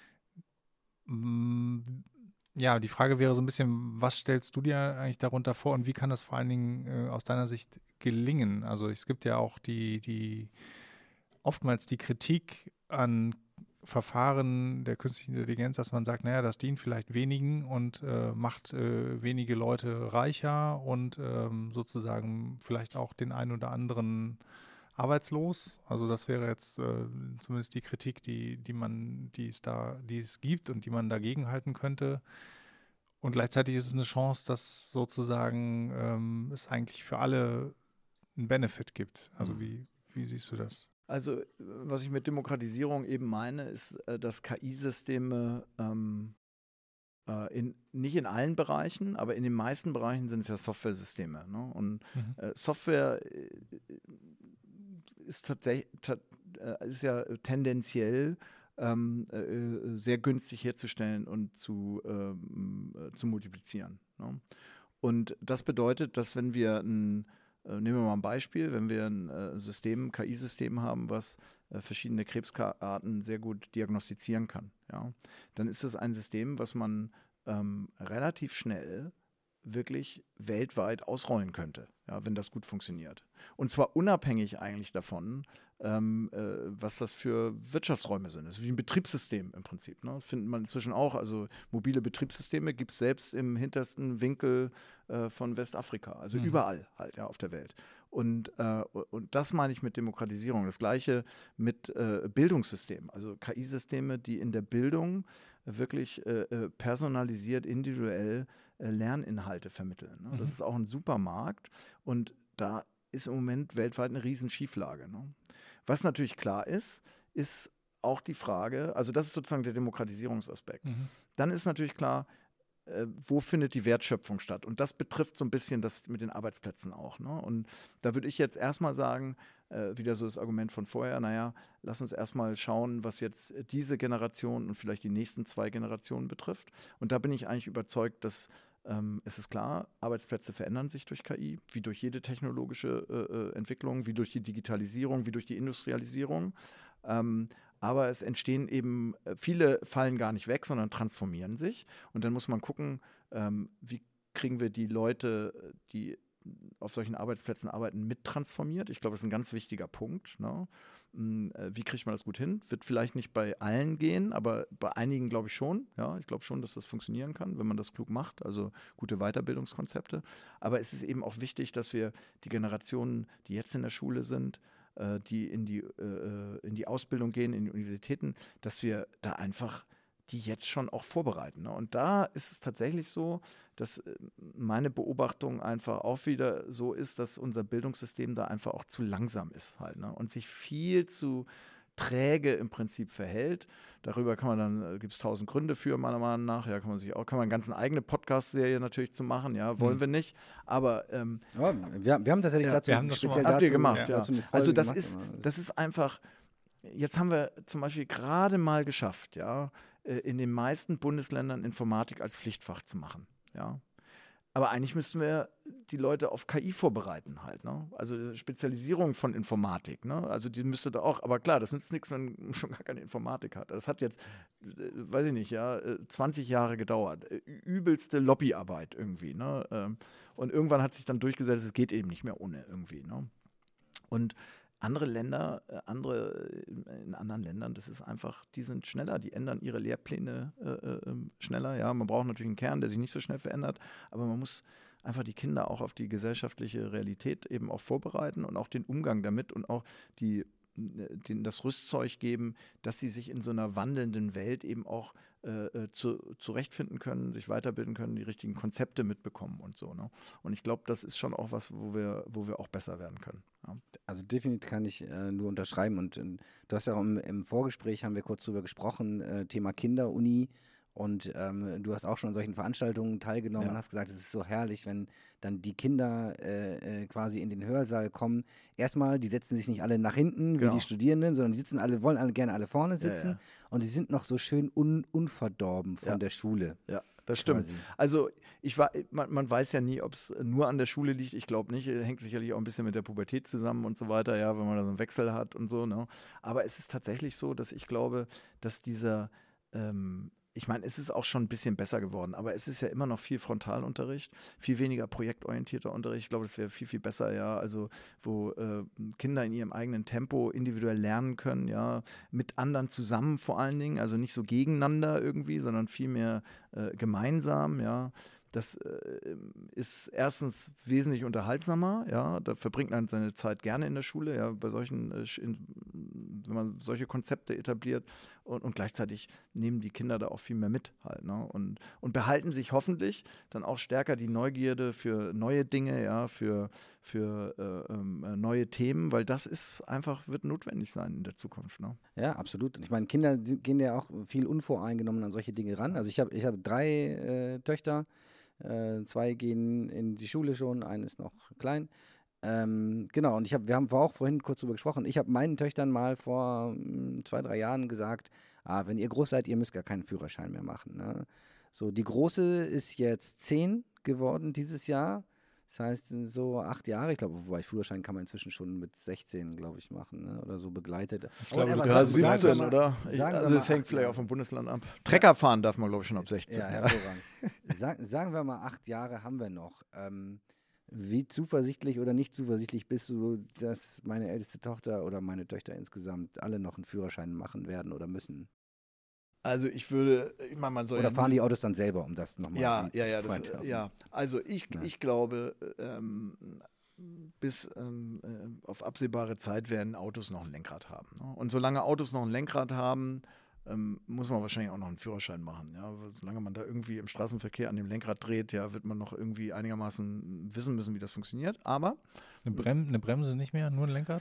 [SPEAKER 1] Mm, Ja, die Frage wäre so ein bisschen, was stellst du dir eigentlich darunter vor und wie kann das vor allen Dingen äh, aus deiner Sicht gelingen? Also es gibt ja auch die, die oftmals die Kritik an Verfahren der künstlichen Intelligenz, dass man sagt, naja, das dient vielleicht wenigen und äh, macht äh, wenige Leute reicher und ähm, sozusagen vielleicht auch den einen oder anderen arbeitslos. Also das wäre jetzt äh, zumindest die Kritik, die, die man, die es da, die es gibt und die man dagegen halten könnte. Und gleichzeitig ist es eine Chance, dass sozusagen ähm, es eigentlich für alle einen Benefit gibt. Also wie, wie siehst du das?
[SPEAKER 2] Also, was ich mit Demokratisierung eben meine, ist, äh, dass K I-Systeme ähm, Äh, in, nicht in allen Bereichen, aber in den meisten Bereichen sind es ja Software-Systeme. Ne? Und
[SPEAKER 1] Mhm.
[SPEAKER 2] äh, Software äh, ist tatsächlich ta äh, ist ja tendenziell ähm, äh, sehr günstig herzustellen und zu, ähm, äh, zu multiplizieren. Ne? Und das bedeutet, dass wenn wir ein, äh, nehmen wir mal ein Beispiel, wenn wir ein äh, System, K I-System haben, was äh, verschiedene Krebsarten sehr gut diagnostizieren kann, ja, dann ist es ein System, was man ähm, relativ schnell wirklich weltweit ausrollen könnte, ja, wenn das gut funktioniert. Und zwar unabhängig eigentlich davon, ähm, äh, was das für Wirtschaftsräume sind. Das ist wie ein Betriebssystem im Prinzip. Ne? Findet man inzwischen auch. Also mobile Betriebssysteme gibt es selbst im hintersten Winkel äh, von Westafrika. Also
[SPEAKER 1] Mhm.
[SPEAKER 2] überall halt ja, auf der Welt. Und, äh, und das meine ich mit Demokratisierung. Das Gleiche mit äh, Bildungssystemen. Also K I-Systeme, die in der Bildung wirklich äh, personalisiert, individuell äh, Lerninhalte vermitteln. Ne?
[SPEAKER 1] Mhm.
[SPEAKER 2] Das ist auch ein super Markt und da ist im Moment weltweit eine riesen Schieflage. Ne? Was natürlich klar ist, ist auch die Frage, also das ist sozusagen der Demokratisierungsaspekt.
[SPEAKER 1] Mhm.
[SPEAKER 2] Dann ist natürlich klar, äh, wo findet die Wertschöpfung statt? Und das betrifft so ein bisschen das mit den Arbeitsplätzen auch. Ne? Und da würde ich jetzt erstmal sagen, äh, wieder so das Argument von vorher, naja, lass uns erstmal schauen, was jetzt diese Generation und vielleicht die nächsten zwei Generationen betrifft. Und da bin ich eigentlich überzeugt, dass ähm, es ist klar, Arbeitsplätze verändern sich durch K I, wie durch jede technologische äh, Entwicklung, wie durch die Digitalisierung, wie durch die Industrialisierung. Ähm, aber es entstehen eben, viele fallen gar nicht weg, sondern transformieren sich. Und dann muss man gucken, ähm, wie kriegen wir die Leute, die auf solchen Arbeitsplätzen arbeiten, mittransformiert. Ich glaube, das ist ein ganz wichtiger Punkt. Ne? Wie kriegt man das gut hin? Wird vielleicht nicht bei allen gehen, aber bei einigen glaube ich schon. Ja, ich glaube schon, dass das funktionieren kann, wenn man das klug macht, also gute Weiterbildungskonzepte. Aber es ist eben auch wichtig, dass wir die Generationen, die jetzt in der Schule sind, die in die, äh, in die Ausbildung gehen, in die Universitäten, dass wir da einfach die jetzt schon auch vorbereiten. Ne? Und da ist es tatsächlich so, dass meine Beobachtung einfach auch wieder so ist, dass unser Bildungssystem da einfach auch zu langsam ist halt, ne? Und sich viel zu träge im Prinzip verhält. Darüber kann man dann, gibt es tausend Gründe für, meiner Meinung nach. Ja, kann man sich auch, kann man eine ganz eigene Podcast-Serie natürlich zu machen, ja, wollen hm. wir nicht. Aber ähm,
[SPEAKER 3] ja, wir, wir haben tatsächlich
[SPEAKER 2] ja,
[SPEAKER 3] dazu
[SPEAKER 1] wir haben das
[SPEAKER 3] speziell
[SPEAKER 2] habt
[SPEAKER 3] dazu,
[SPEAKER 2] ihr gemacht, ja.
[SPEAKER 3] dazu eine Folge
[SPEAKER 2] Also das
[SPEAKER 3] gemacht,
[SPEAKER 2] ist, das ist einfach, jetzt haben wir zum Beispiel gerade mal geschafft, ja, in den meisten Bundesländern Informatik als Pflichtfach zu machen, ja. Aber eigentlich müssten wir die Leute auf K I vorbereiten halt, ne? Also Spezialisierung von Informatik, ne? Also die müsste da auch, aber klar, das nützt nichts, wenn man schon gar keine Informatik hat. Das hat jetzt, äh, weiß ich nicht, ja, zwanzig Jahre gedauert. Übelste Lobbyarbeit irgendwie, ne? Und irgendwann hat sich dann durchgesetzt, es geht eben nicht mehr ohne irgendwie, ne? Und andere Länder, andere in anderen Ländern, das ist einfach, die sind schneller, die ändern ihre Lehrpläne äh, äh, schneller. Ja, man braucht natürlich einen Kern, der sich nicht so schnell verändert, aber man muss einfach die Kinder auch auf die gesellschaftliche Realität eben auch vorbereiten und auch den Umgang damit und auch die, den, das Rüstzeug geben, dass sie sich in so einer wandelnden Welt eben auch äh, zu, zurechtfinden können, sich weiterbilden können, die richtigen Konzepte mitbekommen und so. Ne? Und ich glaube, das ist schon auch was, wo wir, wo wir auch besser werden können. Ja.
[SPEAKER 3] Also definitiv kann ich äh, nur unterschreiben und äh, du hast ja auch im, im Vorgespräch, haben wir kurz drüber gesprochen, äh, Thema Kinderuni. Und ähm, du hast auch schon an solchen Veranstaltungen teilgenommen
[SPEAKER 2] Ja.
[SPEAKER 3] und hast gesagt, es ist so herrlich, wenn dann die Kinder äh, äh, quasi in den Hörsaal kommen. Erstmal, die setzen sich nicht alle nach hinten
[SPEAKER 2] Genau.
[SPEAKER 3] wie die Studierenden, sondern die sitzen alle, wollen alle gerne alle vorne sitzen.
[SPEAKER 2] Ja, ja.
[SPEAKER 3] Und die sind noch so schön un, unverdorben von
[SPEAKER 2] Ja.
[SPEAKER 3] der Schule.
[SPEAKER 2] Ja, das stimmt.
[SPEAKER 3] Quasi.
[SPEAKER 2] Also ich war, man, man weiß ja nie, ob es nur an der Schule liegt. Ich glaube nicht. Hängt sicherlich auch ein bisschen mit der Pubertät zusammen und so weiter, ja, wenn man da so einen Wechsel hat und so. Ne? Aber es ist tatsächlich so, dass ich glaube, dass dieser ähm, ich meine, es ist auch schon ein bisschen besser geworden, aber es ist ja immer noch viel Frontalunterricht, viel weniger projektorientierter Unterricht. Ich glaube, das wäre viel, viel besser, ja. Also, wo äh, Kinder in ihrem eigenen Tempo individuell lernen können, ja, mit anderen zusammen vor allen Dingen, also nicht so gegeneinander irgendwie, sondern vielmehr äh, gemeinsam, ja. Das äh, ist erstens wesentlich unterhaltsamer, ja, da verbringt man seine Zeit gerne in der Schule, ja, bei solchen, äh, in, wenn man solche Konzepte etabliert und, und gleichzeitig nehmen die Kinder da auch viel mehr mit halt, ne? Und, und behalten sich hoffentlich dann auch stärker die Neugierde für neue Dinge, ja, für, für äh, äh, neue Themen, weil das ist einfach, wird notwendig sein in der Zukunft, ne?
[SPEAKER 3] Ja, absolut. Und ich meine, Kinder sind- gehen ja auch viel unvoreingenommen an solche Dinge ran. Also ich habe ich hab drei äh, Töchter, äh, zwei gehen in die Schule schon, eine ist noch klein. Ähm, genau, und ich hab, wir haben auch vorhin kurz drüber gesprochen. Ich habe meinen Töchtern mal vor mm, zwei, drei Jahren gesagt, ah, wenn ihr groß seid, ihr müsst gar keinen Führerschein mehr machen. Ne? So, die Große ist jetzt zehn geworden dieses Jahr. Das heißt, so acht Jahre, ich glaube, wobei Führerschein kann man inzwischen schon mit sechzehn, glaube ich, machen, ne? Oder so begleitet.
[SPEAKER 1] Ich glaube,
[SPEAKER 3] Whatever,
[SPEAKER 1] du
[SPEAKER 2] Ja,
[SPEAKER 1] kannst
[SPEAKER 3] sagen- sagen wir
[SPEAKER 2] siebzehn,
[SPEAKER 3] mal-
[SPEAKER 2] oder? Ich,
[SPEAKER 3] sagen wir
[SPEAKER 2] also
[SPEAKER 3] mal
[SPEAKER 2] es hängt
[SPEAKER 3] acht
[SPEAKER 2] vielleicht
[SPEAKER 3] Jahre.
[SPEAKER 2] auch vom Bundesland ab. Trecker fahren darf man, glaube ich, schon ab sechzehn.
[SPEAKER 3] Ja,
[SPEAKER 2] Ja.
[SPEAKER 3] hervorragend. Sag, sagen wir mal, acht Jahre haben wir noch. Ähm, wie zuversichtlich oder nicht zuversichtlich bist du, dass meine älteste Tochter oder meine Töchter insgesamt alle noch einen Führerschein machen werden oder müssen?
[SPEAKER 2] Also ich würde, ich meine, man soll
[SPEAKER 3] Oder
[SPEAKER 2] ja
[SPEAKER 3] fahren
[SPEAKER 2] nie-
[SPEAKER 3] die Autos dann selber, um das nochmal
[SPEAKER 2] Ja, ja, ja, das,
[SPEAKER 3] weiter-
[SPEAKER 2] ja. Also ich,
[SPEAKER 3] Ja.
[SPEAKER 2] ich glaube, ähm, bis ähm, äh, auf absehbare Zeit werden Autos noch ein Lenkrad haben. Ne? Und solange Autos noch ein Lenkrad haben, ähm, muss man wahrscheinlich auch noch einen Führerschein machen. Ja? Weil solange man da irgendwie im Straßenverkehr an dem Lenkrad dreht, ja, wird man noch irgendwie einigermaßen wissen müssen, wie das funktioniert. Aber
[SPEAKER 1] Eine, Brem eine Bremse nicht mehr, nur ein Lenkrad?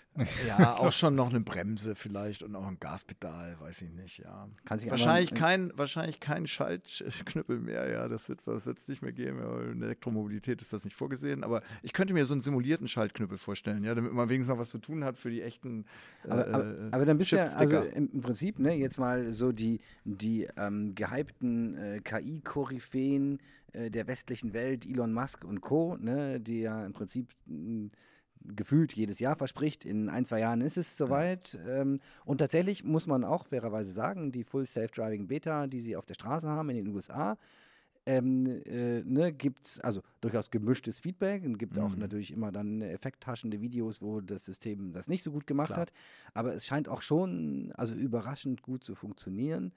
[SPEAKER 2] ja, auch schon noch eine Bremse vielleicht und auch ein Gaspedal, weiß ich nicht, ja.
[SPEAKER 3] Kann sich
[SPEAKER 2] Wahrscheinlich
[SPEAKER 3] aber-
[SPEAKER 2] kein, wahrscheinlich kein Schaltknüppel mehr, ja, das wird das wird's nicht mehr geben, ja, in der Elektromobilität ist das nicht vorgesehen, aber ich könnte mir so einen simulierten Schaltknüppel vorstellen, ja, damit man wenigstens noch was zu tun hat für die echten äh,
[SPEAKER 3] Aber, aber,
[SPEAKER 2] äh,
[SPEAKER 3] aber dann bist du ja, also
[SPEAKER 2] Chipsticker.
[SPEAKER 3] im, im Prinzip, ne, jetzt mal so die, die ähm, gehypten äh, K I-Koryphäen äh, der westlichen Welt, Elon Musk und Co., ne, die ja im Prinzip mh, gefühlt jedes Jahr verspricht, in ein, zwei Jahren ist es soweit. Ähm, und tatsächlich muss man auch fairerweise sagen, die Full Self-Driving Beta, die sie auf der Straße haben in den U S A, ähm, äh, ne, gibt es also durchaus gemischtes Feedback und gibt auch
[SPEAKER 2] Mhm.
[SPEAKER 3] natürlich immer dann effekthaschende Videos, wo das System das nicht so gut gemacht
[SPEAKER 2] Klar.
[SPEAKER 3] hat. Aber es scheint auch schon, also überraschend gut zu funktionieren.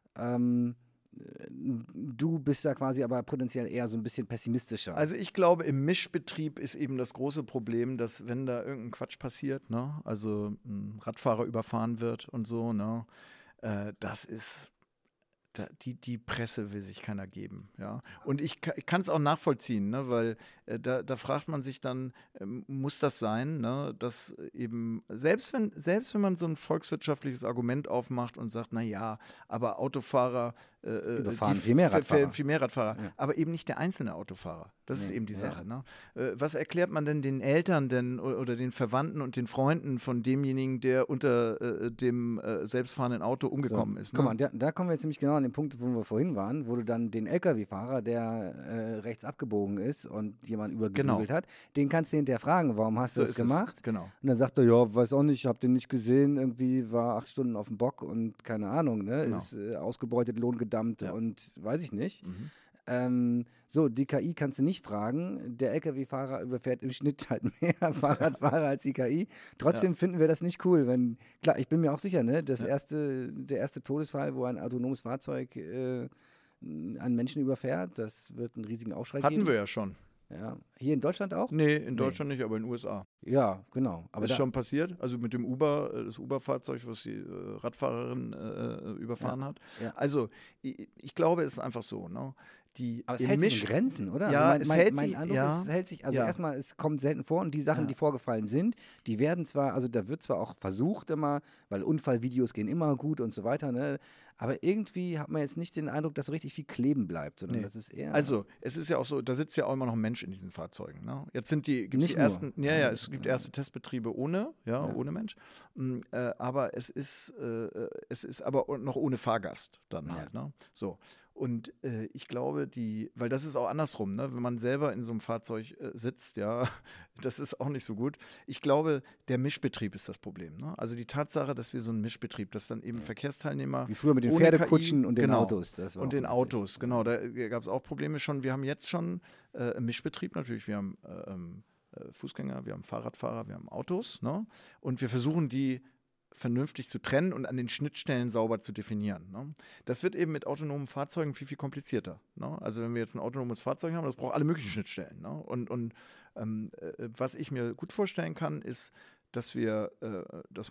[SPEAKER 3] Ähm, äh, du bist da quasi aber potenziell eher so ein bisschen pessimistischer.
[SPEAKER 2] Also ich glaube, im Mischbetrieb ist eben das große Problem, dass wenn da irgendein Quatsch passiert, ne, also ein Radfahrer überfahren wird und so, ne, äh, das ist Da, die, die Presse will sich keiner geben, ja. Und ich, ka- ich kann es auch nachvollziehen, ne, weil äh, da, da fragt man sich dann, ähm, muss das sein, ne, dass eben, selbst wenn, selbst wenn man so ein volkswirtschaftliches Argument aufmacht und sagt, na ja, aber Autofahrer äh, äh,
[SPEAKER 3] Überfahren
[SPEAKER 2] die
[SPEAKER 3] viel mehr
[SPEAKER 2] f- f-
[SPEAKER 3] Radfahrer.
[SPEAKER 2] viel mehr Radfahrer,
[SPEAKER 3] Ja.
[SPEAKER 2] aber eben nicht der einzelne Autofahrer. Das ist
[SPEAKER 3] Nee,
[SPEAKER 2] eben die
[SPEAKER 3] ja.
[SPEAKER 2] Sache, ne. Äh, was erklärt man denn den Eltern denn o- oder den Verwandten und den Freunden von demjenigen, der unter äh, dem äh, selbstfahrenden Auto umgekommen
[SPEAKER 3] So,
[SPEAKER 2] ist?
[SPEAKER 3] Guck
[SPEAKER 2] Ne?
[SPEAKER 3] mal, da, da kommen wir jetzt nämlich genau an den Punkt, wo wir vorhin waren, wo du dann den L K W-Fahrer, der äh, rechts abgebogen ist und jemand übergebügelt
[SPEAKER 2] Genau.
[SPEAKER 3] hat, den kannst du hinterher fragen, warum hast
[SPEAKER 2] So
[SPEAKER 3] du das
[SPEAKER 2] ist es.
[SPEAKER 3] gemacht?
[SPEAKER 2] Genau.
[SPEAKER 3] Und dann sagt er, ja, weiß auch nicht, ich habe den nicht gesehen, irgendwie war acht Stunden auf dem Bock und keine Ahnung, ne,
[SPEAKER 2] Genau.
[SPEAKER 3] ist äh, ausgebeutet, lohngedammt
[SPEAKER 2] Ja.
[SPEAKER 3] und weiß ich nicht.
[SPEAKER 2] Mhm.
[SPEAKER 3] Ähm, so, die K I kannst du nicht fragen. Der L K W-Fahrer überfährt im Schnitt halt mehr Fahrradfahrer als die K I. Trotzdem finden wir das nicht cool. Wenn, klar, ich bin mir auch sicher, ne, das
[SPEAKER 2] Ja.
[SPEAKER 3] erste, der erste Todesfall, wo ein autonomes Fahrzeug äh, einen Menschen überfährt, das wird einen riesigen Aufschrei
[SPEAKER 2] Hatten
[SPEAKER 3] geben.
[SPEAKER 2] wir ja schon.
[SPEAKER 3] Ja. Hier in Deutschland auch?
[SPEAKER 2] Nee, in Deutschland nicht, aber in den U S A.
[SPEAKER 3] Ja, genau. Aber
[SPEAKER 2] ist
[SPEAKER 3] da,
[SPEAKER 2] schon passiert. Also mit dem Uber, äh, das Uber-Fahrzeug, was die äh, Radfahrerin äh, überfahren hat.
[SPEAKER 3] ja.
[SPEAKER 2] Also ich, ich glaube, es ist einfach so. Ne? Die
[SPEAKER 3] Aber es
[SPEAKER 2] im
[SPEAKER 3] hält sich
[SPEAKER 2] Misch-
[SPEAKER 3] in Grenzen, oder?
[SPEAKER 2] Ja,
[SPEAKER 3] also mein,
[SPEAKER 2] es
[SPEAKER 3] mein,
[SPEAKER 2] hält
[SPEAKER 3] mein
[SPEAKER 2] sich-
[SPEAKER 3] Eindruck
[SPEAKER 2] ja.
[SPEAKER 3] ist, es hält sich, also
[SPEAKER 2] Ja.
[SPEAKER 3] erstmal, es kommt selten vor und die Sachen,
[SPEAKER 2] Ja.
[SPEAKER 3] die vorgefallen sind, die werden zwar, also da wird zwar auch versucht immer, weil Unfallvideos gehen immer gut und so weiter, ne? Aber irgendwie hat man jetzt nicht den Eindruck, dass so richtig viel kleben bleibt, sondern
[SPEAKER 2] Nee.
[SPEAKER 3] das ist eher.
[SPEAKER 2] Also, es ist ja auch so, da sitzt ja auch immer noch ein Mensch in diesen Fahrzeugen. Ne? Jetzt sind die, gibt's
[SPEAKER 3] Nicht
[SPEAKER 2] die
[SPEAKER 3] nur.
[SPEAKER 2] ersten, ja, ja,
[SPEAKER 3] Ja,
[SPEAKER 2] es gibt
[SPEAKER 3] ja.
[SPEAKER 2] erste Testbetriebe ohne, ja,
[SPEAKER 3] Ja.
[SPEAKER 2] ohne Mensch. Mm, äh, aber es ist, äh, es ist aber o- noch ohne Fahrgast dann
[SPEAKER 3] Ja.
[SPEAKER 2] halt. Ne? So. Und äh, ich glaube, die, weil das ist auch andersrum, ne? Wenn man selber in so einem Fahrzeug äh, sitzt, ja, das ist auch nicht so gut. Ich glaube, der Mischbetrieb ist das Problem. Ne? Also die Tatsache, dass wir so einen Mischbetrieb, dass dann eben Verkehrsteilnehmer
[SPEAKER 3] Wie früher mit den
[SPEAKER 2] ohne
[SPEAKER 3] Pferdekutschen
[SPEAKER 2] K I,
[SPEAKER 3] und den
[SPEAKER 2] genau,
[SPEAKER 3] Autos. Das war
[SPEAKER 2] und
[SPEAKER 3] auch
[SPEAKER 2] den
[SPEAKER 3] lustig.
[SPEAKER 2] Autos, genau. Da gab es auch Probleme schon. Wir haben jetzt schon äh, einen Mischbetrieb natürlich. Wir haben äh, ähm, äh, Fußgänger, wir haben Fahrradfahrer, wir haben Autos. Ne? Und wir versuchen, die vernünftig zu trennen und an den Schnittstellen sauber zu definieren. Ne? Das wird eben mit autonomen Fahrzeugen viel, viel komplizierter. Ne? Also wenn wir jetzt ein autonomes Fahrzeug haben, das braucht alle möglichen Schnittstellen. Ne? Und, und ähm, äh, was ich mir gut vorstellen kann, ist, dass wir, äh, dass man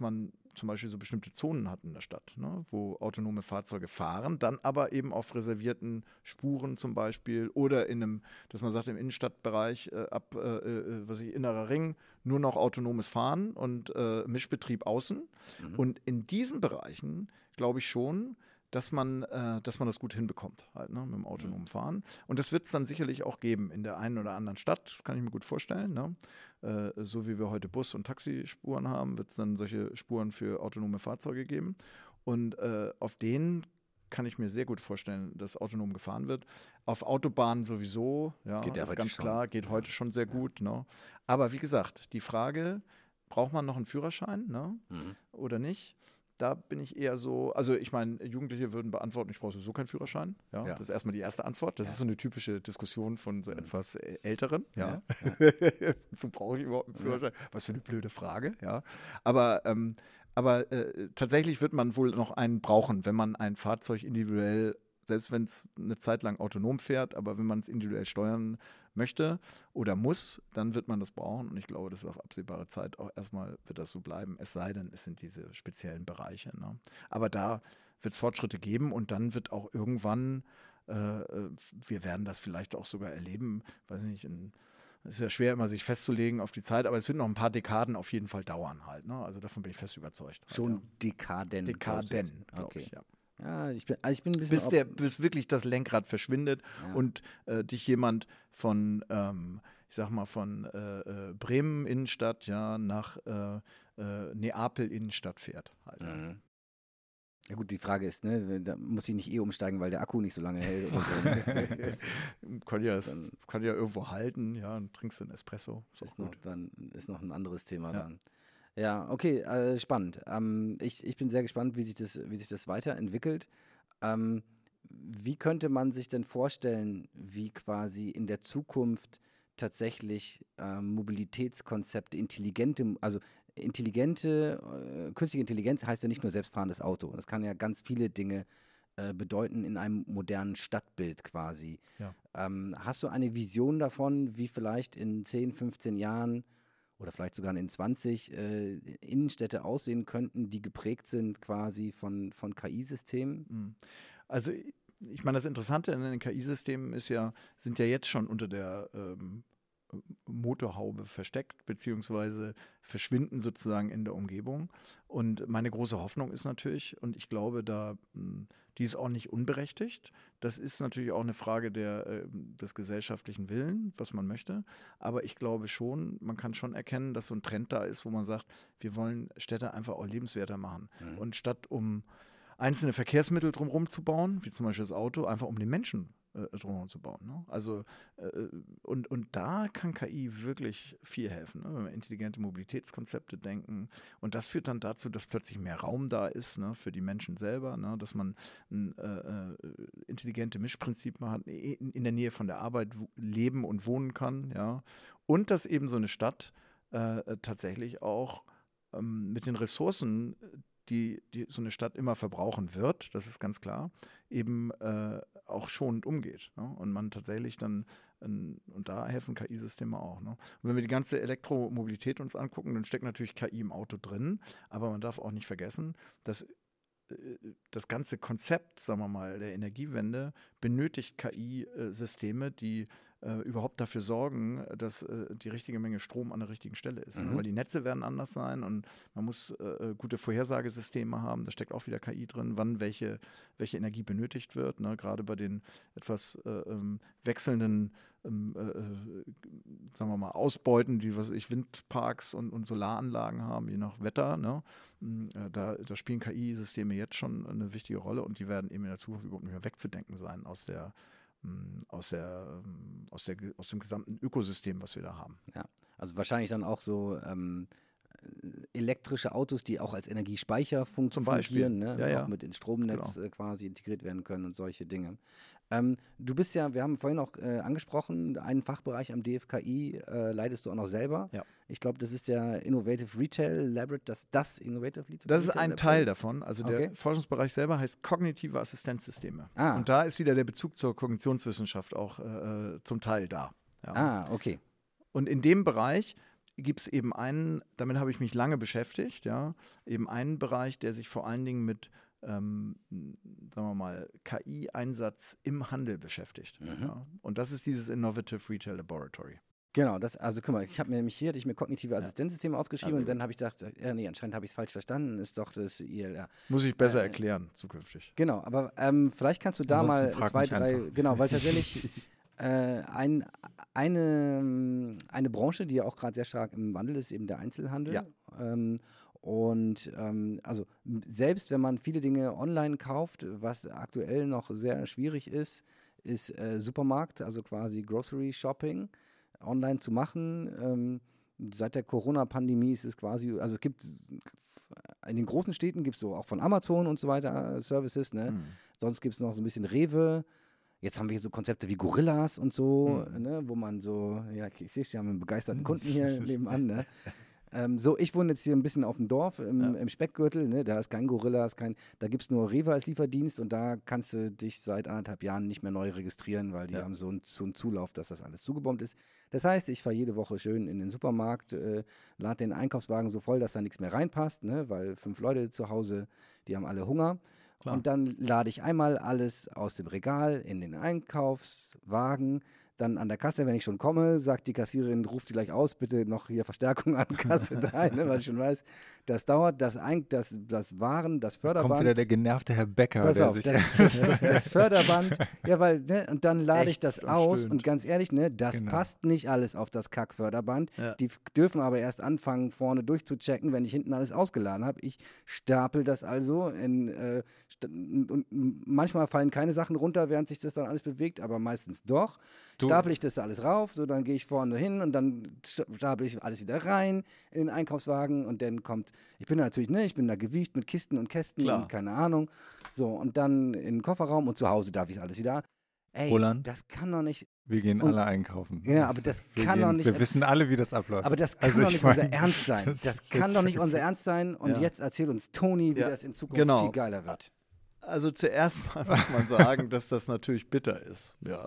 [SPEAKER 2] zum Beispiel so bestimmte Zonen hat in der Stadt, ne, wo autonome Fahrzeuge fahren, dann aber eben auf reservierten Spuren zum Beispiel oder in einem, dass man sagt, im Innenstadtbereich äh, ab, äh, was ich, innerer Ring, nur noch autonomes Fahren und äh, Mischbetrieb außen. Mhm. Und in diesen Bereichen glaube ich schon, dass man, äh, dass man das gut hinbekommt, halt, ne, mit dem autonomen Fahren. Und das wird es dann sicherlich auch geben in der einen oder anderen Stadt, das kann ich mir gut vorstellen. Ne? Äh, so wie wir heute Bus- und Taxispuren haben, wird es dann solche Spuren für autonome Fahrzeuge geben. Und äh, auf denen kann ich mir sehr gut vorstellen, dass autonom gefahren wird. Auf Autobahnen sowieso, ja,
[SPEAKER 3] geht ja
[SPEAKER 2] ist ganz
[SPEAKER 3] schon.
[SPEAKER 2] klar, geht ja. heute schon sehr ja. gut. Ne? Aber wie gesagt, die Frage, braucht man noch einen Führerschein, ne? mhm. oder nicht? Da bin ich eher so, also ich meine, Jugendliche würden beantworten, ich brauche sowieso keinen Führerschein. Ja, ja. Das ist erstmal die erste Antwort. Das ja. ist so eine typische Diskussion von so etwas Älteren. Ja. ja. So brauche ich überhaupt einen Führerschein. Ja. Was für eine blöde Frage. Ja. Aber, ähm, aber äh, tatsächlich wird man wohl noch einen brauchen, wenn man ein Fahrzeug individuell, selbst wenn es eine Zeit lang autonom fährt, aber wenn man es individuell steuern möchte oder muss, dann wird man das brauchen. Und ich glaube, das ist auf absehbare Zeit auch erstmal wird das so bleiben, es sei denn, es sind diese speziellen Bereiche. Ne? Aber da wird es Fortschritte geben und dann wird auch irgendwann, äh, wir werden das vielleicht auch sogar erleben, weiß nicht, in es ist ja schwer, immer sich festzulegen auf die Zeit, aber es wird noch ein paar Dekaden auf jeden Fall dauern halt. Ne? Also davon bin ich fest überzeugt.
[SPEAKER 3] Schon
[SPEAKER 2] halt, ja.
[SPEAKER 3] Dekaden.
[SPEAKER 2] Dekaden, glaube
[SPEAKER 3] okay.
[SPEAKER 2] ich, ja.
[SPEAKER 3] Ja, ich bin, also ich bin ein bisschen.
[SPEAKER 2] Bis, der, bis wirklich das Lenkrad verschwindet ja. und äh, dich jemand von, ähm, ich sag mal, von äh, äh, Bremen Innenstadt ja, nach äh, äh, Neapel Innenstadt fährt. Halt.
[SPEAKER 3] Mhm. Ja gut, die Frage ist, ne, da muss ich nicht eh umsteigen, weil der Akku nicht so lange hält. Oder so.
[SPEAKER 2] kann, ja, das, kann ja irgendwo halten, ja, und trinkst einen Espresso. Ist,
[SPEAKER 3] ist
[SPEAKER 2] auch gut.
[SPEAKER 3] Noch, dann ist noch ein anderes Thema
[SPEAKER 2] ja.
[SPEAKER 3] dann. Ja, okay, äh, spannend. Ähm, ich, ich bin sehr gespannt, wie sich das, wie sich das weiterentwickelt. Ähm, wie könnte man sich denn vorstellen, wie quasi in der Zukunft tatsächlich ähm, Mobilitätskonzepte, intelligente, also intelligente, äh, künstliche Intelligenz heißt ja nicht nur selbstfahrendes Auto. Das kann ja ganz viele Dinge äh, bedeuten in einem modernen Stadtbild quasi.
[SPEAKER 2] Ja.
[SPEAKER 3] Ähm, hast du eine Vision davon, wie vielleicht in zehn, fünfzehn Jahren oder vielleicht sogar in zwanzig äh, Innenstädte aussehen könnten, die geprägt sind quasi von, von K I-Systemen?
[SPEAKER 2] Also ich meine, das Interessante an den K I-Systemen ist ja, sind ja jetzt schon unter der ähm, Motorhaube versteckt, beziehungsweise verschwinden sozusagen in der Umgebung. Und meine große Hoffnung ist natürlich, und ich glaube, da die ist auch nicht unberechtigt. Das ist natürlich auch eine Frage der, äh, des gesellschaftlichen Willens, was man möchte. Aber ich glaube schon, man kann schon erkennen, dass so ein Trend da ist, wo man sagt, wir wollen Städte einfach auch lebenswerter machen. Mhm. Und statt um einzelne Verkehrsmittel drumherum zu bauen, wie zum Beispiel das Auto, einfach um den Menschen äh, drumherum zu bauen. Ne? Also äh, und, und da kann K I wirklich viel helfen, ne? Wenn wir intelligente Mobilitätskonzepte denken. Und das führt dann dazu, dass plötzlich mehr Raum da ist, ne, für die Menschen selber, ne? Dass man ein äh, intelligente Mischprinzip hat, in, in der Nähe von der Arbeit w- leben und wohnen kann, ja. Und dass eben so eine Stadt äh, tatsächlich auch ähm, mit den Ressourcen, die, die so eine Stadt immer verbrauchen wird, das ist ganz klar, eben äh, auch schonend umgeht. Ne? Und man tatsächlich dann, ähm, und da helfen K I-Systeme auch. Ne? Und wenn wir die ganze Elektromobilität uns angucken, dann steckt natürlich K I im Auto drin, aber man darf auch nicht vergessen, dass äh, das ganze Konzept, sagen wir mal, der Energiewende benötigt K I-Systeme, die äh, überhaupt dafür sorgen, dass äh, die richtige Menge Strom an der richtigen Stelle ist. Mhm. Ne? Weil die Netze werden anders sein und man muss äh, gute Vorhersagesysteme haben. Da steckt auch wieder K I drin, wann welche, welche Energie benötigt wird. Ne? Gerade bei den etwas äh, ähm, wechselnden ähm, äh, sagen wir mal, Ausbeuten, die was ich, Windparks und, und Solaranlagen haben, je nach Wetter. Ne? Da, da spielen K I-Systeme jetzt schon eine wichtige Rolle und die werden eben in der Zukunft überhaupt nicht mehr wegzudenken sein aus der Aus, der, aus, der, aus dem gesamten Ökosystem, was wir da haben.
[SPEAKER 3] Ja, also wahrscheinlich dann auch so ähm, elektrische Autos, die auch als Energiespeicher fun-
[SPEAKER 2] Zum
[SPEAKER 3] fungieren,
[SPEAKER 2] Beispiel.
[SPEAKER 3] ne?
[SPEAKER 2] Ja, ja.
[SPEAKER 3] Auch mit ins Stromnetz
[SPEAKER 2] Genau.
[SPEAKER 3] äh, quasi integriert werden können und solche Dinge. Ähm, du bist ja, wir haben vorhin auch äh, angesprochen, einen Fachbereich am D F K I äh, leitest du auch noch selber.
[SPEAKER 2] Ja.
[SPEAKER 3] Ich glaube, das ist der Innovative Retail Laboratory, das, das Innovative Retail
[SPEAKER 2] Das ist ein Teil davon. Also der
[SPEAKER 3] okay.
[SPEAKER 2] Forschungsbereich selber heißt kognitive Assistenzsysteme.
[SPEAKER 3] Ah.
[SPEAKER 2] Und da ist wieder der Bezug zur Kognitionswissenschaft auch äh, zum Teil da. Ja.
[SPEAKER 3] Ah, okay.
[SPEAKER 2] Und in dem Bereich gibt es eben einen, damit habe ich mich lange beschäftigt, ja, eben einen Bereich, der sich vor allen Dingen mit, ähm, sagen wir mal, K I-Einsatz im Handel beschäftigt.
[SPEAKER 3] Mhm.
[SPEAKER 2] Ja. Und das ist dieses Innovative Retail Laboratory.
[SPEAKER 3] Genau, das, also guck mal, ich habe mir nämlich hier, hatte ich mir kognitive Assistenzsysteme aufgeschrieben
[SPEAKER 2] Also
[SPEAKER 3] und dann habe ich gedacht, äh, nee, anscheinend habe ich es falsch verstanden, ist doch das I L R.
[SPEAKER 2] Muss ich besser
[SPEAKER 3] Äh,
[SPEAKER 2] erklären, zukünftig.
[SPEAKER 3] Genau, aber ähm, vielleicht kannst du da
[SPEAKER 1] Ansonsten
[SPEAKER 3] mal
[SPEAKER 1] frag
[SPEAKER 3] zwei,
[SPEAKER 1] mich
[SPEAKER 3] drei,
[SPEAKER 1] einfach.
[SPEAKER 3] genau, weil tatsächlich äh, ein, eine, eine Branche, die ja auch gerade sehr stark im Wandel ist, eben der Einzelhandel.
[SPEAKER 2] Ja.
[SPEAKER 3] Ähm, und ähm, also m- selbst wenn man viele Dinge online kauft, was aktuell noch sehr schwierig ist, ist äh, Supermarkt, also quasi Grocery Shopping online zu machen. Ähm, seit der Corona-Pandemie ist es quasi, also es gibt in den großen Städten gibt es so auch von Amazon und so weiter äh, Services, ne?
[SPEAKER 2] Mhm.
[SPEAKER 3] Sonst gibt es noch so ein bisschen Rewe. Jetzt haben wir hier so Konzepte wie Gorillas und so,
[SPEAKER 2] Mhm.
[SPEAKER 3] ne? Wo man so, ja, ich sehe, wir haben einen begeisterten Kunden hier nebenan, ne? Ähm, so, ich wohne jetzt hier ein bisschen auf dem Dorf, im,
[SPEAKER 2] Ja.
[SPEAKER 3] im Speckgürtel, ne? Da ist kein Gorilla, ist kein, da gibt es nur Rewe als Lieferdienst und da kannst du dich seit anderthalb Jahren nicht mehr neu registrieren, weil die
[SPEAKER 2] Ja.
[SPEAKER 3] haben so, ein, so einen Zulauf, dass das alles zugebombt ist. Das heißt, ich fahre jede Woche schön in den Supermarkt, äh, lade den Einkaufswagen so voll, dass da nichts mehr reinpasst, ne? Weil fünf Leute zu Hause, die haben alle Hunger.
[SPEAKER 2] Klar.
[SPEAKER 3] Und dann lade ich einmal alles aus dem Regal in den Einkaufswagen. Dann an der Kasse, wenn ich schon komme, sagt die Kassiererin, ruft die gleich aus, bitte noch hier Verstärkung an Kasse drei, ne, weil ich schon weiß, das dauert, das, Ein das, das Waren, das Förderband.
[SPEAKER 1] Kommt wieder der genervte Herr Becker,
[SPEAKER 3] Pass
[SPEAKER 1] der
[SPEAKER 3] auf,
[SPEAKER 1] sich
[SPEAKER 3] das, das, das, das Förderband, ja, weil, ne, und dann lade ich
[SPEAKER 2] Echt
[SPEAKER 3] das
[SPEAKER 2] und
[SPEAKER 3] aus
[SPEAKER 2] stöhnt.
[SPEAKER 3] und ganz ehrlich, ne, das
[SPEAKER 1] Genau.
[SPEAKER 3] passt nicht alles auf das Kack-Förderband.
[SPEAKER 2] Ja.
[SPEAKER 3] Die f- dürfen aber erst anfangen, vorne durchzuchecken, wenn ich hinten alles ausgeladen habe. Ich stapel das also in, äh, st- und manchmal fallen keine Sachen runter, während sich das dann alles bewegt, aber meistens doch.
[SPEAKER 1] Du-
[SPEAKER 3] Stapel ich das alles rauf, so dann gehe ich vorne hin und dann stapel ich alles wieder rein in den Einkaufswagen und dann kommt, ich bin da natürlich, ne, ich bin da gewiegt mit Kisten und Kästen
[SPEAKER 2] Klar.
[SPEAKER 3] und keine Ahnung. So, und dann in den Kofferraum und zu Hause darf ich alles wieder. Ey,
[SPEAKER 1] Roland?
[SPEAKER 3] das kann doch nicht,
[SPEAKER 1] Wir gehen
[SPEAKER 3] Und-
[SPEAKER 1] alle einkaufen.
[SPEAKER 3] Ja, aber das
[SPEAKER 1] wir
[SPEAKER 3] kann
[SPEAKER 1] gehen,
[SPEAKER 3] doch nicht-
[SPEAKER 1] Wir wissen alle, wie das abläuft.
[SPEAKER 3] aber das kann
[SPEAKER 1] Also
[SPEAKER 3] doch
[SPEAKER 1] ich
[SPEAKER 3] nicht
[SPEAKER 1] mein,
[SPEAKER 3] unser Ernst sein. Das,
[SPEAKER 1] das ist
[SPEAKER 3] kann
[SPEAKER 1] jetzt
[SPEAKER 3] doch nicht
[SPEAKER 1] wirklich-
[SPEAKER 3] unser Ernst sein. Und
[SPEAKER 2] Ja.
[SPEAKER 3] jetzt erzählt uns Toni, wie
[SPEAKER 2] Ja,
[SPEAKER 3] das in Zukunft
[SPEAKER 2] genau.
[SPEAKER 3] viel geiler wird.
[SPEAKER 2] Also zuerst mal muss man sagen, dass das natürlich bitter ist. Ja.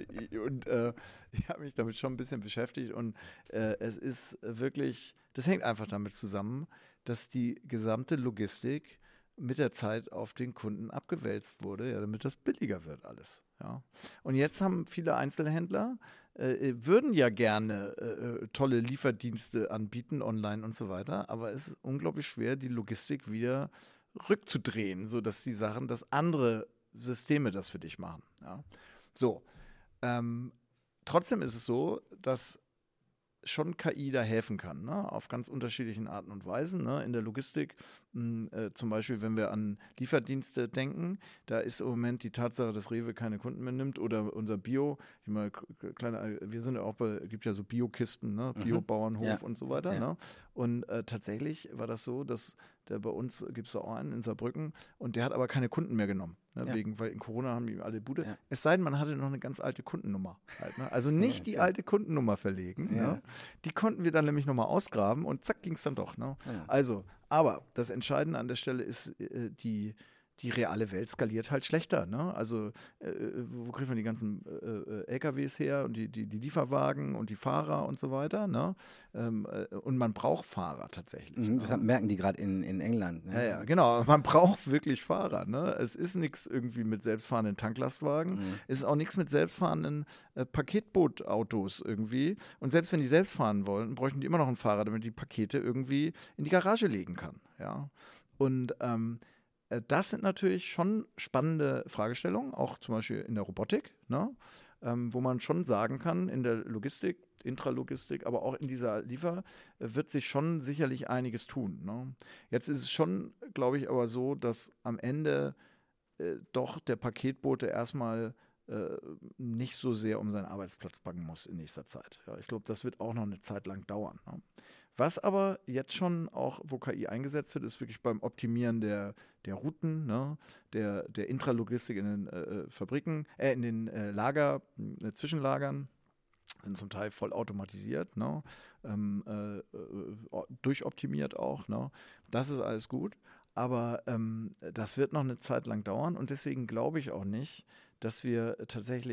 [SPEAKER 2] Und äh, ich habe mich damit schon ein bisschen beschäftigt und äh, es ist wirklich, das hängt einfach damit zusammen, dass die gesamte Logistik mit der Zeit auf den Kunden abgewälzt wurde, ja, damit das billiger wird alles. Ja. Und jetzt haben viele Einzelhändler, äh, würden ja gerne äh, tolle Lieferdienste anbieten, online und so weiter, aber es ist unglaublich schwer, die Logistik wieder rückzudrehen, sodass die Sachen, dass andere Systeme das für dich machen. Ja. So, ähm, trotzdem ist es so, dass schon K I da helfen kann, ne? Auf ganz unterschiedlichen Arten und Weisen. Ne? In der Logistik, mh, äh, zum Beispiel, wenn wir an Lieferdienste denken, da ist im Moment die Tatsache, dass Rewe keine Kunden mehr nimmt oder unser Bio, ich meine, k- kleine, wir sind ja auch bei, gibt ja so Biokisten, ne?
[SPEAKER 3] Mhm.
[SPEAKER 2] Bio-Bauernhof
[SPEAKER 3] Ja.
[SPEAKER 2] und so weiter.
[SPEAKER 3] Ja.
[SPEAKER 2] Ne? Und äh, tatsächlich war das so, dass der bei uns gibt es auch einen in Saarbrücken und der hat aber keine Kunden mehr genommen. Ne?
[SPEAKER 3] Ja.
[SPEAKER 2] Wegen, weil in Corona haben die alle Bude.
[SPEAKER 3] Ja.
[SPEAKER 2] Es sei denn, man hatte noch eine ganz alte Kundennummer. Halt, ne? Also nicht die
[SPEAKER 3] klar.
[SPEAKER 2] alte Kundennummer verlegen.
[SPEAKER 3] Ja.
[SPEAKER 2] Ne? Die konnten wir dann nämlich nochmal ausgraben und zack ging es dann doch. Ne?
[SPEAKER 3] Ja.
[SPEAKER 2] Also, aber das Entscheidende an der Stelle ist, äh, die, die reale Welt skaliert halt schlechter. Ne? Also, äh, wo kriegt man die ganzen äh, L K Ws her und die, die, die Lieferwagen und die Fahrer und so weiter? Ne? Ähm, äh, und man braucht Fahrer tatsächlich.
[SPEAKER 3] Mhm, das
[SPEAKER 2] ne?
[SPEAKER 3] merken die gerade in, in England. Ne?
[SPEAKER 2] Ja, ja, genau. Man braucht wirklich Fahrer. Ne? Es ist nichts irgendwie mit selbstfahrenden Tanklastwagen.
[SPEAKER 3] Mhm.
[SPEAKER 2] Es ist auch nichts mit selbstfahrenden äh, Paketbootautos irgendwie. Und selbst wenn die selbst fahren wollen, bräuchten die immer noch einen Fahrer, damit die Pakete irgendwie in die Garage legen kann. Ja? Und ähm, äh, das sind natürlich schon spannende Fragestellungen, auch zum Beispiel in der Robotik, ne? ähm, wo man schon sagen kann, in der Logistik, Intralogistik, aber auch in dieser Liefer äh, wird sich schon sicherlich einiges tun. Ne? Jetzt ist es schon, glaube ich, aber so, dass am Ende äh, doch der Paketbote erstmal äh, nicht so sehr um seinen Arbeitsplatz bangen muss in nächster Zeit. Ja, ich glaube, das wird auch noch eine Zeit lang dauern. Ne? Was aber jetzt schon auch, wo K I eingesetzt wird, ist wirklich beim Optimieren der, der Routen, ne? der, der Intralogistik in den äh, Fabriken, äh, in den äh, Lager, äh, Zwischenlagern. Sind zum Teil voll automatisiert, ne? ähm, äh, äh, durchoptimiert auch. Ne? Das ist alles gut, aber ähm, das wird noch eine Zeit lang dauern und deswegen glaube ich auch nicht, dass wir tatsächlich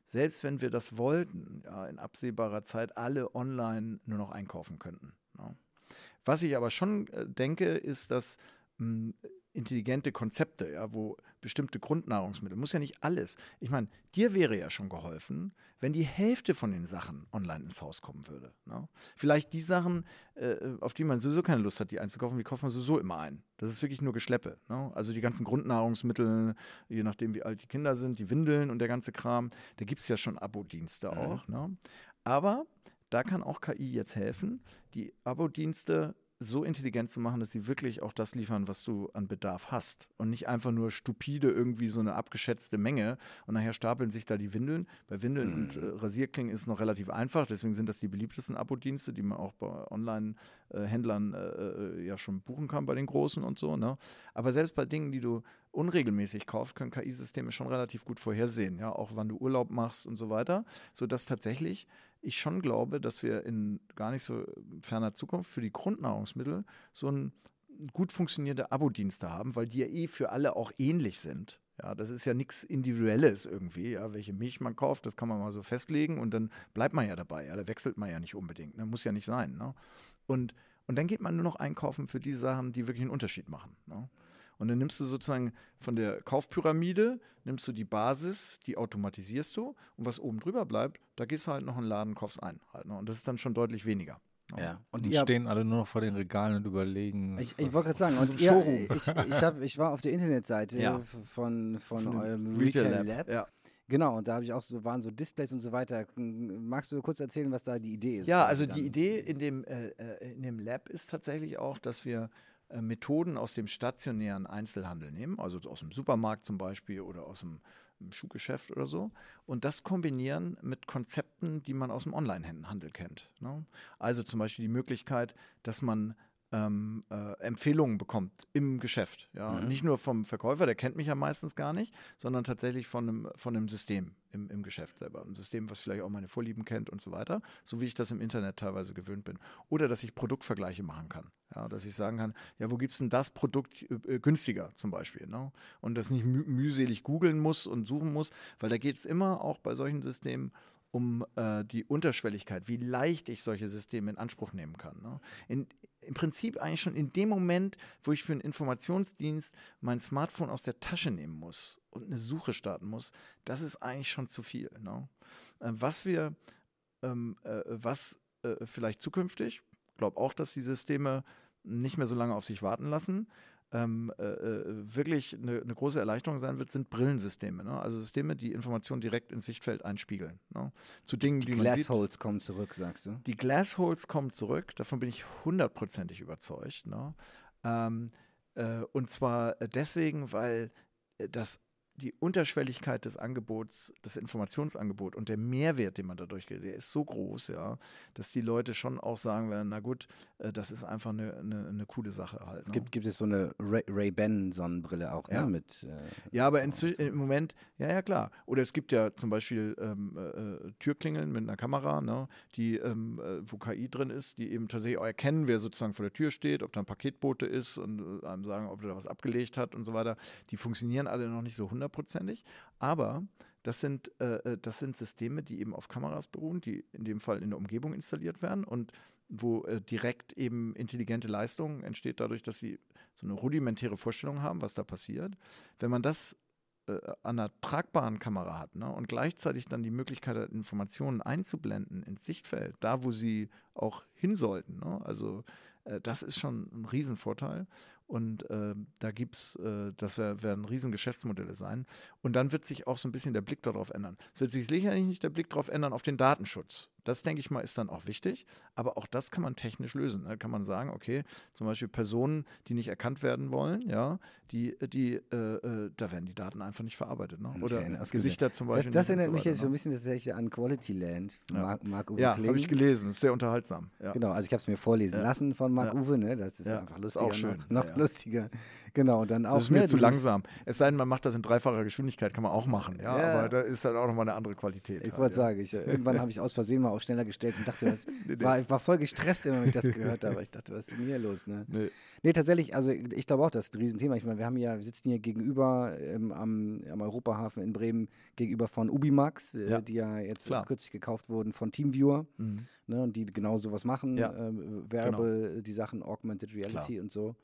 [SPEAKER 2] selbst wenn wir das wollten, ja, in absehbarer Zeit alle online nur noch einkaufen könnten. Ja. Was ich aber schon äh, denke, ist, dass mh, intelligente Konzepte, ja, wo bestimmte Grundnahrungsmittel, muss ja nicht alles. Ich meine, dir wäre ja schon geholfen, wenn die Hälfte von den Sachen online ins Haus kommen würde. Ne? Vielleicht die Sachen, äh, auf die man sowieso keine Lust hat, die einzukaufen, die kauft man sowieso immer ein. Das ist wirklich nur Geschleppe. Ne? Also die ganzen Grundnahrungsmittel, je nachdem wie alt die Kinder sind, die Windeln und der ganze Kram, da gibt es ja schon Abo-Dienste mhm. auch. Ne? Aber da kann auch K I jetzt helfen, die Abo-Dienste so intelligent zu machen, dass sie wirklich auch das liefern, was du an Bedarf hast und nicht einfach nur stupide irgendwie so eine abgeschätzte Menge und nachher stapeln sich da die Windeln. Bei Windeln mhm. und äh, Rasierklingen ist es noch relativ einfach, deswegen sind das die beliebtesten Abo-Dienste, die man auch bei Online-Händlern äh, ja schon buchen kann, bei den Großen und so. Ne? Aber selbst bei Dingen, die du unregelmäßig kaufst, können K I-Systeme schon relativ gut vorhersehen, ja, auch wann du Urlaub machst und so weiter, sodass tatsächlich ich schon glaube, dass wir in gar nicht so ferner Zukunft für die Grundnahrungsmittel so ein gut funktionierende Abo-Dienste haben, weil die ja eh für alle auch ähnlich sind. Ja, das ist ja nichts Individuelles irgendwie, ja, welche Milch man kauft, das kann man mal so festlegen und dann bleibt man ja dabei, ja, da wechselt man ja nicht unbedingt, ne? Muss ja nicht sein, ne? Und, und dann geht man nur noch einkaufen für die Sachen, die wirklich einen Unterschied machen, ne? Und dann nimmst du sozusagen von der Kaufpyramide, nimmst du die Basis, die automatisierst du und was oben drüber bleibt, da gehst du halt noch in den Laden, kaufst ein. Halt, ne? Und das ist dann schon deutlich weniger.
[SPEAKER 3] Ja.
[SPEAKER 1] Und die stehen alle nur noch vor den Regalen und überlegen.
[SPEAKER 3] Ich, ich wollte gerade sagen, und ihr, ich, ich, hab, ich war auf der Internetseite ja. von, von, von eurem Retail Lab. Lab.
[SPEAKER 2] Ja.
[SPEAKER 3] Genau, und da habe ich auch so, waren so Displays und so weiter. Magst du kurz erzählen, was da die Idee ist?
[SPEAKER 2] Ja, also die Idee in dem, äh, in dem Lab ist tatsächlich auch, dass wir Methoden aus dem stationären Einzelhandel nehmen, also aus dem Supermarkt zum Beispiel oder aus dem Schuhgeschäft oder so, und das kombinieren mit Konzepten, die man aus dem Onlinehandel kennt. Ne? Also zum Beispiel die Möglichkeit, dass man ähm, äh, Empfehlungen bekommt im Geschäft. Ja? Mhm. Nicht nur vom Verkäufer, der kennt mich ja meistens gar nicht, sondern tatsächlich von einem, von einem System im, im Geschäft selber. Ein System, was vielleicht auch meine Vorlieben kennt und so weiter, so wie ich das im Internet teilweise gewöhnt bin. Oder dass ich Produktvergleiche machen kann. Ja, dass ich sagen kann, ja, wo gibt es denn das Produkt äh, günstiger zum Beispiel? Ne? Und das nicht mü mühselig googeln muss und suchen muss, weil da geht es immer auch bei solchen Systemen um äh, die Unterschwelligkeit, wie leicht ich solche Systeme in Anspruch nehmen kann. Ne? In, Im Prinzip eigentlich schon in dem Moment, wo ich für einen Informationsdienst mein Smartphone aus der Tasche nehmen muss und eine Suche starten muss, das ist eigentlich schon zu viel. Ne? Äh, was wir, ähm, äh, was äh, vielleicht zukünftig, ich glaube auch, dass die Systeme nicht mehr so lange auf sich warten lassen, ähm, äh, wirklich eine, eine große Erleichterung sein wird, sind Brillensysteme. Ne? Also Systeme, die Informationen direkt ins Sichtfeld einspiegeln. Ne? Zu Dingen, die,
[SPEAKER 3] die
[SPEAKER 2] man sieht.
[SPEAKER 3] Glassholes kommen zurück, sagst du?
[SPEAKER 2] Die Glassholes kommen zurück, davon bin ich hundertprozentig überzeugt. Ne? Ähm, äh, und zwar deswegen, weil das die Unterschwelligkeit des Angebots, des Informationsangebots und der Mehrwert, den man dadurch kriegt, der ist so groß, ja, dass die Leute schon auch sagen werden, na gut, äh, das ist einfach eine, eine, eine coole Sache halt. Ne?
[SPEAKER 3] Gibt, gibt es so eine Ray- Ray-Ban-Sonnenbrille auch,
[SPEAKER 2] ja.
[SPEAKER 3] ne? Mit, äh,
[SPEAKER 2] ja, aber inzwischen im Moment, ja, ja, klar. Oder es gibt ja zum Beispiel ähm, äh, Türklingeln mit einer Kamera, ne, die, ähm, äh, wo K I drin ist, die eben tatsächlich auch erkennen, wer sozusagen vor der Tür steht, ob da ein Paketbote ist und äh, einem sagen, ob er da was abgelegt hat und so weiter. Die funktionieren alle noch nicht so hundertprozentig. Aber das sind, äh, das sind Systeme, die eben auf Kameras beruhen, die in dem Fall in der Umgebung installiert werden und wo äh, direkt eben intelligente Leistung entsteht dadurch, dass sie so eine rudimentäre Vorstellung haben, was da passiert. Wenn man das äh, an einer tragbaren Kamera hat, ne, und gleichzeitig dann die Möglichkeit hat, Informationen einzublenden ins Sichtfeld, da wo sie auch hin sollten, ne, also äh, das ist schon ein Riesenvorteil. Und äh, da gibt es, äh, das wär, werden riesen Geschäftsmodelle sein. Und dann wird sich auch so ein bisschen der Blick darauf ändern. Es wird sich sicherlich nicht der Blick darauf ändern, auf den Datenschutz. Das, denke ich mal, ist dann auch wichtig. Aber auch das kann man technisch lösen. Da kann man sagen, okay, zum Beispiel Personen, die nicht erkannt werden wollen, ja, die, die, äh, äh, da werden die Daten einfach nicht verarbeitet. Ne? Oder
[SPEAKER 3] okay,
[SPEAKER 2] Gesichter zum Beispiel.
[SPEAKER 3] Das, das erinnert
[SPEAKER 2] so
[SPEAKER 3] mich
[SPEAKER 2] weiter,
[SPEAKER 3] jetzt
[SPEAKER 2] ne?
[SPEAKER 3] so ein bisschen tatsächlich an Quality Land,
[SPEAKER 2] ja.
[SPEAKER 3] Mark, Mark Uwe
[SPEAKER 2] Ja,
[SPEAKER 3] Kling.
[SPEAKER 2] habe ich gelesen. Ist sehr unterhaltsam. Ja.
[SPEAKER 3] Genau, also ich habe es mir vorlesen
[SPEAKER 2] ja.
[SPEAKER 3] lassen von Mark
[SPEAKER 2] ja.
[SPEAKER 3] Uwe, ne? Das ist
[SPEAKER 2] ja.
[SPEAKER 3] einfach
[SPEAKER 2] lustig.
[SPEAKER 3] lustig.
[SPEAKER 2] Ist auch schön.
[SPEAKER 3] Noch, noch.
[SPEAKER 2] Ja, ja.
[SPEAKER 3] lustiger. Genau, und dann auch.
[SPEAKER 2] Das ist mir
[SPEAKER 3] ne,
[SPEAKER 2] zu
[SPEAKER 3] dieses-
[SPEAKER 2] langsam. Es sei denn, man macht das in dreifacher Geschwindigkeit, kann man auch machen, ja.
[SPEAKER 3] Ja.
[SPEAKER 2] Aber da ist dann auch nochmal eine andere Qualität.
[SPEAKER 3] Ich
[SPEAKER 2] halt,
[SPEAKER 3] wollte
[SPEAKER 2] ja.
[SPEAKER 3] sagen, ich, äh, irgendwann habe ich aus Versehen mal auf schneller gestellt und dachte, das
[SPEAKER 2] Nee, nee.
[SPEAKER 3] war, ich war voll gestresst, immer, wenn ich das gehört habe. Ich dachte, was ist denn hier los? Ne?
[SPEAKER 2] Nee.
[SPEAKER 3] Nee, tatsächlich, also ich glaube auch, das ist ein Riesenthema. Ich meine, wir haben ja, wir sitzen hier gegenüber ähm, am, am Europahafen in Bremen, gegenüber von Ubimax, äh,
[SPEAKER 2] Ja.
[SPEAKER 3] die ja jetzt
[SPEAKER 2] Klar.
[SPEAKER 3] kürzlich gekauft wurden von Teamviewer,
[SPEAKER 2] Mhm.
[SPEAKER 3] ne, und die genau sowas machen,
[SPEAKER 2] Ja.
[SPEAKER 3] ähm, Wearable, die Sachen, Augmented Reality
[SPEAKER 2] Klar.
[SPEAKER 3] und so.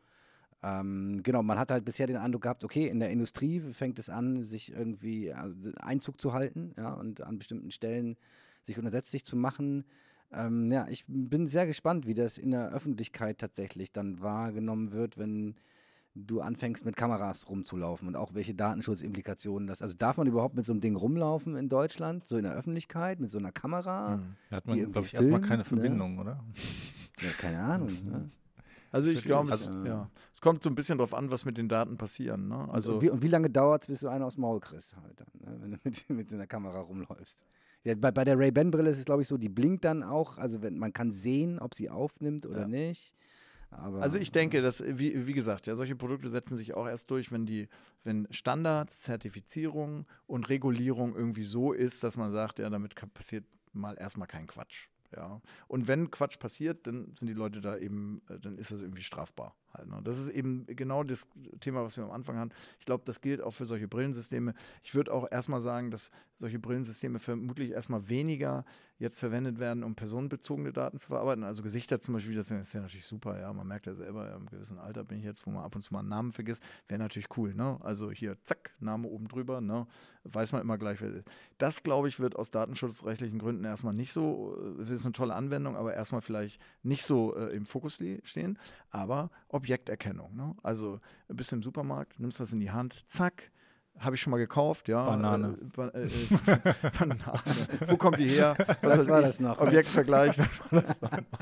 [SPEAKER 3] Ähm, genau, man hat halt bisher den Eindruck gehabt, okay, in der Industrie fängt es an, sich irgendwie also Einzug zu halten, ja, und an bestimmten Stellen sich untersetzlich zu machen. Ähm, ja, ich bin sehr gespannt, wie das in der Öffentlichkeit tatsächlich dann wahrgenommen wird, wenn du anfängst mit Kameras rumzulaufen und auch welche Datenschutz-Implikationen das. Also darf man überhaupt mit so einem Ding rumlaufen in Deutschland, so in der Öffentlichkeit, mit so einer Kamera?
[SPEAKER 2] Mhm.
[SPEAKER 1] Da hat
[SPEAKER 3] die
[SPEAKER 1] man,
[SPEAKER 3] irgendwie
[SPEAKER 1] glaube ich, erstmal
[SPEAKER 3] filmt,
[SPEAKER 1] keine
[SPEAKER 3] ne?
[SPEAKER 1] Verbindung, oder?
[SPEAKER 3] Ja, keine Ahnung. Ne?
[SPEAKER 2] Also ich glaube,
[SPEAKER 3] Schwierig,
[SPEAKER 2] es,
[SPEAKER 3] äh.
[SPEAKER 2] ja. es kommt so ein bisschen drauf an, was mit den Daten passieren. Ne?
[SPEAKER 3] Also
[SPEAKER 2] Also
[SPEAKER 3] und, wie, und wie lange dauert es, bis du einen aus dem Maul kriegst, halt dann, ne? Wenn du mit, mit so einer Kamera rumläufst? Ja, bei, bei der Ray-Ban-Brille ist es, glaube ich, so, die blinkt dann auch, also wenn, man kann sehen, ob sie aufnimmt oder
[SPEAKER 2] Ja.
[SPEAKER 3] nicht. Aber,
[SPEAKER 2] Also ich denke, dass, wie, wie gesagt, ja, solche Produkte setzen sich auch erst durch, wenn die, wenn Standards, Zertifizierung und Regulierung irgendwie so ist, dass man sagt, ja, damit ka- passiert mal erstmal kein Quatsch. Ja. Und wenn Quatsch passiert, dann sind die Leute da eben, äh, dann ist das irgendwie strafbar. Halt, ne? Das ist eben genau das Thema, was wir am Anfang hatten. Ich glaube, das gilt auch für solche Brillensysteme. Ich würde auch erstmal sagen, dass solche Brillensysteme vermutlich erstmal weniger jetzt verwendet werden, um personenbezogene Daten zu verarbeiten. Also Gesichter zum Beispiel, das wäre natürlich super, ja. Man merkt ja selber, ja, im gewissen Alter bin ich jetzt, wo man ab und zu mal einen Namen vergisst, wäre natürlich cool, ne? Also hier, zack, Name oben drüber, ne? Weiß man immer gleich, wer es ist. Das, glaube ich, wird aus datenschutzrechtlichen Gründen erstmal nicht so, das ist eine tolle Anwendung, aber erstmal vielleicht nicht so äh, im Fokus li- stehen. Aber Objekterkennung, ne? Also bist du im Supermarkt, nimmst was in die Hand, zack, habe ich schon mal gekauft, ja.
[SPEAKER 1] Banane.
[SPEAKER 2] Äh, ba äh, äh, Banane. Wo kommt die her?
[SPEAKER 3] Was
[SPEAKER 2] weiß
[SPEAKER 3] war
[SPEAKER 2] ich?
[SPEAKER 3] das noch?
[SPEAKER 2] Objektvergleich. Was war das noch?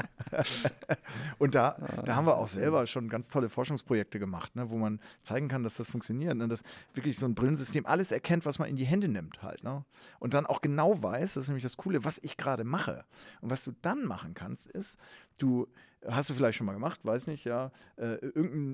[SPEAKER 2] Und da, da haben wir auch selber schon ganz tolle Forschungsprojekte gemacht, ne, wo man zeigen kann, dass das funktioniert. Ne, dass wirklich so ein Brillensystem alles erkennt, was man in die Hände nimmt halt. Ne, und dann auch genau weiß, das ist nämlich das Coole, was ich gerade mache. Und was du dann machen kannst, ist, du hast du vielleicht schon mal gemacht, weiß nicht, ja, äh, irgendein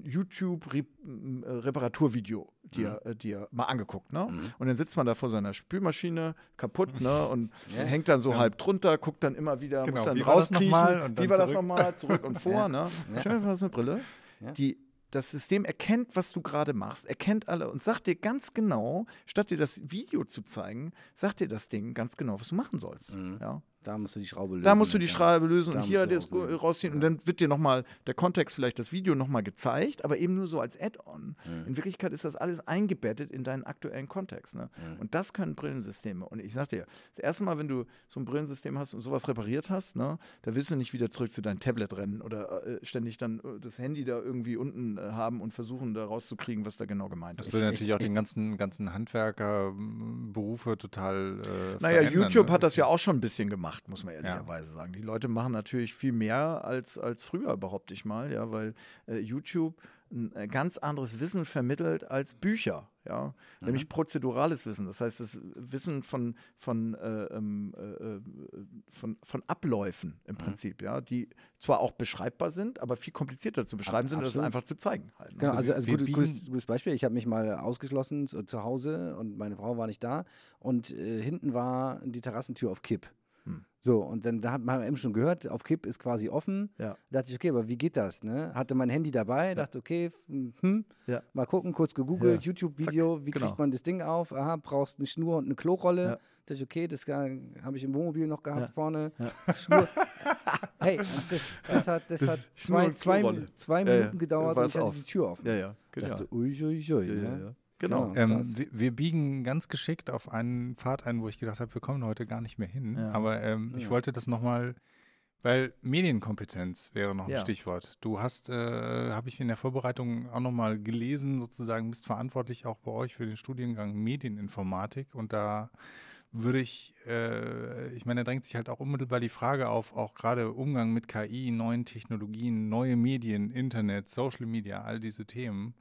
[SPEAKER 2] YouTube-Reparaturvideo dir, äh, dir mal angeguckt, ne?
[SPEAKER 3] Mhm.
[SPEAKER 2] Und dann sitzt man da vor seiner Spülmaschine, kaputt, ne? Und
[SPEAKER 3] Ja.
[SPEAKER 2] hängt dann so
[SPEAKER 1] Ja.
[SPEAKER 2] halb drunter, guckt dann immer wieder,
[SPEAKER 1] Genau,
[SPEAKER 2] muss dann
[SPEAKER 1] wie war das
[SPEAKER 2] rauskriechen.
[SPEAKER 1] nochmal? Und
[SPEAKER 2] Wie
[SPEAKER 1] dann
[SPEAKER 2] war das
[SPEAKER 1] zurück.
[SPEAKER 2] nochmal? Zurück und vor,
[SPEAKER 3] Ja.
[SPEAKER 2] ne?
[SPEAKER 3] Ja.
[SPEAKER 2] Stell dir vor, das ist eine Brille,
[SPEAKER 3] Ja.
[SPEAKER 2] die das System erkennt, was du gerade machst, erkennt alle und sagt dir ganz genau, statt dir das Video zu zeigen, sagt dir das Ding ganz genau, was du machen sollst.
[SPEAKER 3] Mhm.
[SPEAKER 2] Ja?
[SPEAKER 3] Da musst du die Schraube lösen.
[SPEAKER 2] Da musst du die
[SPEAKER 3] ja.
[SPEAKER 2] Schraube lösen
[SPEAKER 3] Da
[SPEAKER 2] und hier
[SPEAKER 3] musst du
[SPEAKER 2] das
[SPEAKER 3] rausnehmen.
[SPEAKER 2] rausziehen und
[SPEAKER 3] Ja.
[SPEAKER 2] dann wird dir nochmal der Kontext, vielleicht das Video nochmal gezeigt, aber eben nur so als Add-on.
[SPEAKER 3] Mhm.
[SPEAKER 2] In Wirklichkeit ist das alles eingebettet in deinen aktuellen Kontext. Ne?
[SPEAKER 3] Mhm.
[SPEAKER 2] Und das können Brillensysteme. Und ich sag dir, das erste Mal, wenn du so ein Brillensystem hast und sowas repariert hast, ne, da willst du nicht wieder zurück zu deinem Tablet rennen oder äh, ständig dann äh, das Handy da irgendwie unten äh, haben und versuchen, da rauszukriegen, was da genau gemeint
[SPEAKER 1] Das
[SPEAKER 2] ist.
[SPEAKER 1] würde
[SPEAKER 3] Ich-
[SPEAKER 1] natürlich auch
[SPEAKER 3] ich-
[SPEAKER 1] den ganzen, ganzen Handwerkerberufe total äh,
[SPEAKER 2] Naja,
[SPEAKER 1] verändern,
[SPEAKER 2] YouTube
[SPEAKER 1] ne?
[SPEAKER 2] hat das ja auch schon ein bisschen gemacht, muss man ehrlicherweise sagen. Die Leute machen natürlich viel mehr als, als früher, behaupte ich mal, ja, weil äh, YouTube ein äh, ganz anderes Wissen vermittelt als Bücher, ja,
[SPEAKER 3] Mhm.
[SPEAKER 2] nämlich prozedurales Wissen. Das heißt, das Wissen von, von, äh, ähm, äh, von, von Abläufen im Prinzip, ja, die zwar auch beschreibbar sind, aber viel komplizierter zu beschreiben
[SPEAKER 3] Ab-
[SPEAKER 2] sind, als
[SPEAKER 3] absolut.
[SPEAKER 2] einfach zu zeigen. Halt, ne?
[SPEAKER 3] Genau, also,
[SPEAKER 1] wir-
[SPEAKER 3] also
[SPEAKER 1] wir
[SPEAKER 3] gutes,
[SPEAKER 1] biegen-
[SPEAKER 3] gutes, gutes Beispiel. Ich habe mich mal ausgeschlossen zu, zu Hause und meine Frau war nicht da und äh, hinten war die Terrassentür auf Kipp.
[SPEAKER 2] Hm.
[SPEAKER 3] So, und dann da hat man eben schon gehört, auf Kipp ist quasi offen.
[SPEAKER 2] Ja.
[SPEAKER 3] Da dachte ich, okay, aber wie geht das? Ne? Hatte mein Handy dabei, dachte, okay, f- hm,
[SPEAKER 2] Ja.
[SPEAKER 3] mal gucken, kurz gegoogelt,
[SPEAKER 2] Ja.
[SPEAKER 3] YouTube-Video, wie
[SPEAKER 2] genau.
[SPEAKER 3] kriegt man das Ding auf? Aha, brauchst eine Schnur und eine Klorolle.
[SPEAKER 2] Ja.
[SPEAKER 3] Dachte ich, okay, das habe ich im Wohnmobil noch gehabt
[SPEAKER 2] Ja.
[SPEAKER 3] vorne.
[SPEAKER 2] Ja.
[SPEAKER 3] Schnur. Hey, und das, das hat, das
[SPEAKER 2] Das
[SPEAKER 3] hat
[SPEAKER 2] Schnur
[SPEAKER 3] zwei,
[SPEAKER 2] und
[SPEAKER 3] zwei,
[SPEAKER 2] Klorolle.
[SPEAKER 3] zwei
[SPEAKER 2] Ja, ja.
[SPEAKER 3] Minuten gedauert und
[SPEAKER 2] War's
[SPEAKER 3] ich hatte
[SPEAKER 2] auf.
[SPEAKER 3] die Tür offen.
[SPEAKER 2] Ja, ja,
[SPEAKER 3] Ich
[SPEAKER 2] genau.
[SPEAKER 3] dachte, ui, ui, ui,
[SPEAKER 2] Ja,
[SPEAKER 3] ne?
[SPEAKER 2] ja, ja. Genau.
[SPEAKER 3] Genau.
[SPEAKER 1] Ähm,
[SPEAKER 3] krass.
[SPEAKER 1] wir, wir biegen ganz geschickt auf einen Pfad ein, wo ich gedacht habe, wir kommen heute gar nicht mehr hin.
[SPEAKER 2] Ja.
[SPEAKER 1] Aber ähm, ich
[SPEAKER 3] Ja.
[SPEAKER 1] wollte das nochmal, weil Medienkompetenz wäre noch ein
[SPEAKER 2] Ja.
[SPEAKER 1] Stichwort. Du hast, äh, habe ich in der Vorbereitung auch nochmal gelesen, sozusagen, bist verantwortlich auch bei euch für den Studiengang Medieninformatik und da würde ich, äh, ich meine, da drängt sich halt auch unmittelbar die Frage auf, auch gerade Umgang mit K I, neuen Technologien, neue Medien, Internet, Social Media, all diese Themen.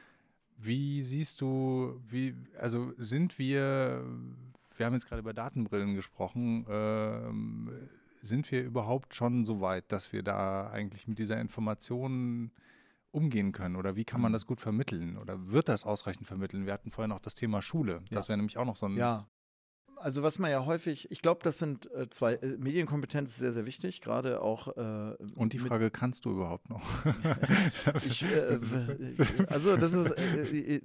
[SPEAKER 1] Wie siehst du, wie, also sind wir, wir haben jetzt gerade über Datenbrillen gesprochen, ähm, sind wir überhaupt schon so weit, dass wir da eigentlich mit dieser Information umgehen können oder wie kann man das gut vermitteln oder wird das ausreichend vermitteln? Wir hatten vorhin noch das Thema Schule. Das
[SPEAKER 2] Ja.
[SPEAKER 1] wäre nämlich auch noch so ein...
[SPEAKER 2] Ja. Also was man ja häufig, ich glaube, das sind äh, zwei, äh, Medienkompetenz ist sehr, sehr wichtig, gerade auch äh,
[SPEAKER 1] Und die
[SPEAKER 2] mit-
[SPEAKER 1] Frage, kannst du überhaupt noch?
[SPEAKER 2] Ich, äh, w- also das ist, äh, äh, äh,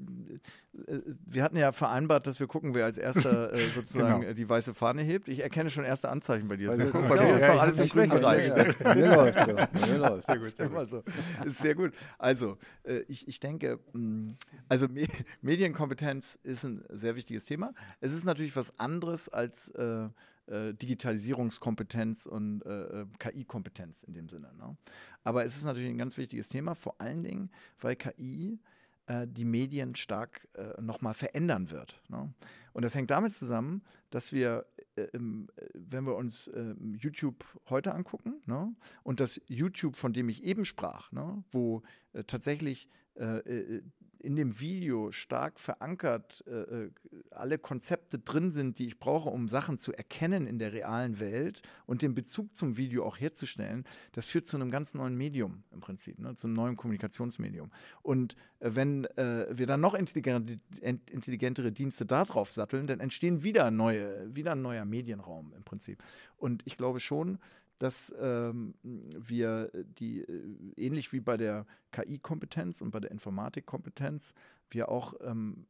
[SPEAKER 2] wir hatten ja vereinbart, dass wir gucken, wer als erster äh, sozusagen
[SPEAKER 1] Genau.
[SPEAKER 2] äh, die weiße Fahne hebt. Ich erkenne schon erste Anzeichen bei dir.
[SPEAKER 3] Weil
[SPEAKER 2] Sehr
[SPEAKER 3] du-
[SPEAKER 2] gut.
[SPEAKER 3] Ach
[SPEAKER 2] Bei
[SPEAKER 3] so,
[SPEAKER 2] mir ist
[SPEAKER 3] ja,
[SPEAKER 2] noch
[SPEAKER 3] ich-
[SPEAKER 2] alles im
[SPEAKER 3] ich
[SPEAKER 2] grünen
[SPEAKER 3] spreche,
[SPEAKER 2] Bereich.
[SPEAKER 3] ja, ja. Mir läuft so, mir läuft.
[SPEAKER 2] Sehr gut, sehr gut. So. Ist sehr gut. Also, äh, ich, ich denke, mh, also Me Medienkompetenz ist ein sehr wichtiges Thema. Es ist natürlich was anderes als äh, äh, Digitalisierungskompetenz und äh, äh, K I-Kompetenz in dem Sinne. Ne? Aber es ist natürlich ein ganz wichtiges Thema, vor allen Dingen, weil K I äh, die Medien stark äh, nochmal verändern wird. Ne? Und das hängt damit zusammen, dass wir, äh, ähm, wenn wir uns äh, YouTube heute angucken, ne? Und das YouTube, von dem ich eben sprach, ne? Wo äh, tatsächlich äh, äh, in dem Video stark verankert äh, äh, alle Konzepte drin sind, die ich brauche, um Sachen zu erkennen in der realen Welt und den Bezug zum Video auch herzustellen, das führt zu einem ganz neuen Medium im Prinzip, ne? Zu einem neuen Kommunikationsmedium. Und äh, wenn äh, wir dann noch intelligente, ent- intelligentere Dienste darauf satteln, dann entstehen wieder neue, wieder ein neuer Medienraum im Prinzip. Und ich glaube schon, dass ähm, wir die, äh, ähnlich wie bei der K I-Kompetenz und bei der Informatikkompetenz, wir auch ähm,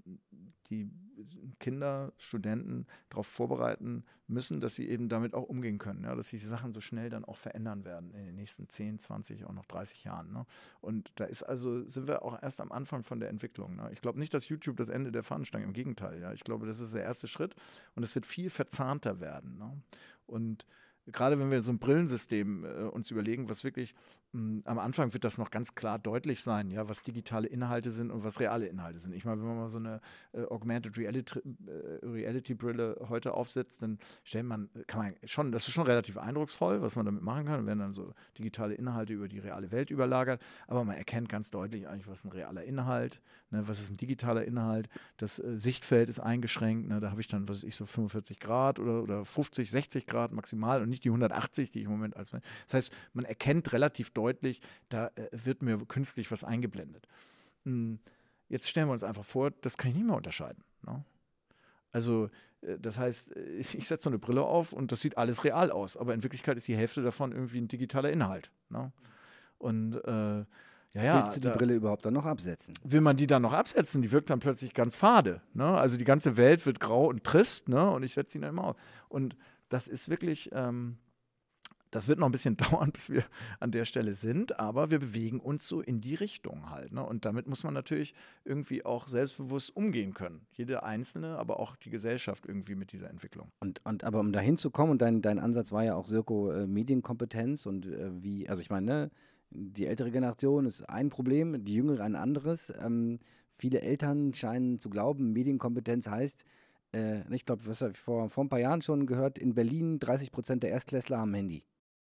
[SPEAKER 2] die Kinder, Studenten darauf vorbereiten müssen, dass sie eben damit auch umgehen können, ja, dass sich Sachen so schnell dann auch verändern werden in den nächsten zehn, zwanzig, auch noch dreißig Jahren. Ne? Und da ist also, sind wir auch erst am Anfang von der Entwicklung. Ne? Ich glaube nicht, dass YouTube das Ende der Fahnenstange, im Gegenteil. Ja? Ich glaube, das ist der erste Schritt und es wird viel verzahnter werden. Ne? Und gerade wenn wir so ein Brillensystem äh, uns überlegen, was wirklich, mh, am Anfang wird das noch ganz klar deutlich sein, ja, was digitale Inhalte sind und was reale Inhalte sind. Ich meine, wenn man mal so eine äh, Augmented Reality, äh, Reality Brille heute aufsetzt, dann stellt man, kann man schon, das ist schon relativ eindrucksvoll, was man damit machen kann. Dann werden dann so digitale Inhalte über die reale Welt überlagert, aber man erkennt ganz deutlich eigentlich, was ist ein realer Inhalt, ne, was ist ein digitaler Inhalt. Das äh, Sichtfeld ist eingeschränkt, ne, da habe ich dann, was weiß ich, so fünfundvierzig Grad oder, oder fünfzig, sechzig Grad maximal und nicht die hundertachtzig, die ich im Moment als. Das heißt, man erkennt relativ deutlich, da äh, wird mir künstlich was eingeblendet. Hm, jetzt stellen wir uns einfach vor, das kann ich nicht mehr unterscheiden. Ne? Also, äh, das heißt, äh, ich setze so eine Brille auf und das sieht alles real aus, aber in Wirklichkeit ist die Hälfte davon irgendwie ein digitaler Inhalt. Ne? Und äh, ja, ja.
[SPEAKER 3] Willst du die
[SPEAKER 2] da,
[SPEAKER 3] Brille überhaupt dann noch absetzen?
[SPEAKER 2] will man die dann noch absetzen? Die wirkt dann plötzlich ganz fade. Ne? Also die ganze Welt wird grau und trist, ne? Und ich setze sie dann immer auf. Und das ist wirklich, ähm, das wird noch ein bisschen dauern, bis wir an der Stelle sind, aber wir bewegen uns so in die Richtung halt. Ne? Und damit muss man natürlich irgendwie auch selbstbewusst umgehen können. Jede Einzelne, aber auch die Gesellschaft irgendwie mit dieser Entwicklung.
[SPEAKER 3] Und, und aber um dahin zu kommen, und dein, dein Ansatz war ja auch, Sirko, äh, Medienkompetenz und äh, wie, also ich meine, ne, die ältere Generation ist ein Problem, die jüngere ein anderes. Ähm, viele Eltern scheinen zu glauben, Medienkompetenz heißt, äh, ich glaube, was habe ich vor, vor ein paar Jahren schon gehört, in Berlin dreißig Prozent der Erstklässler haben ein Handy.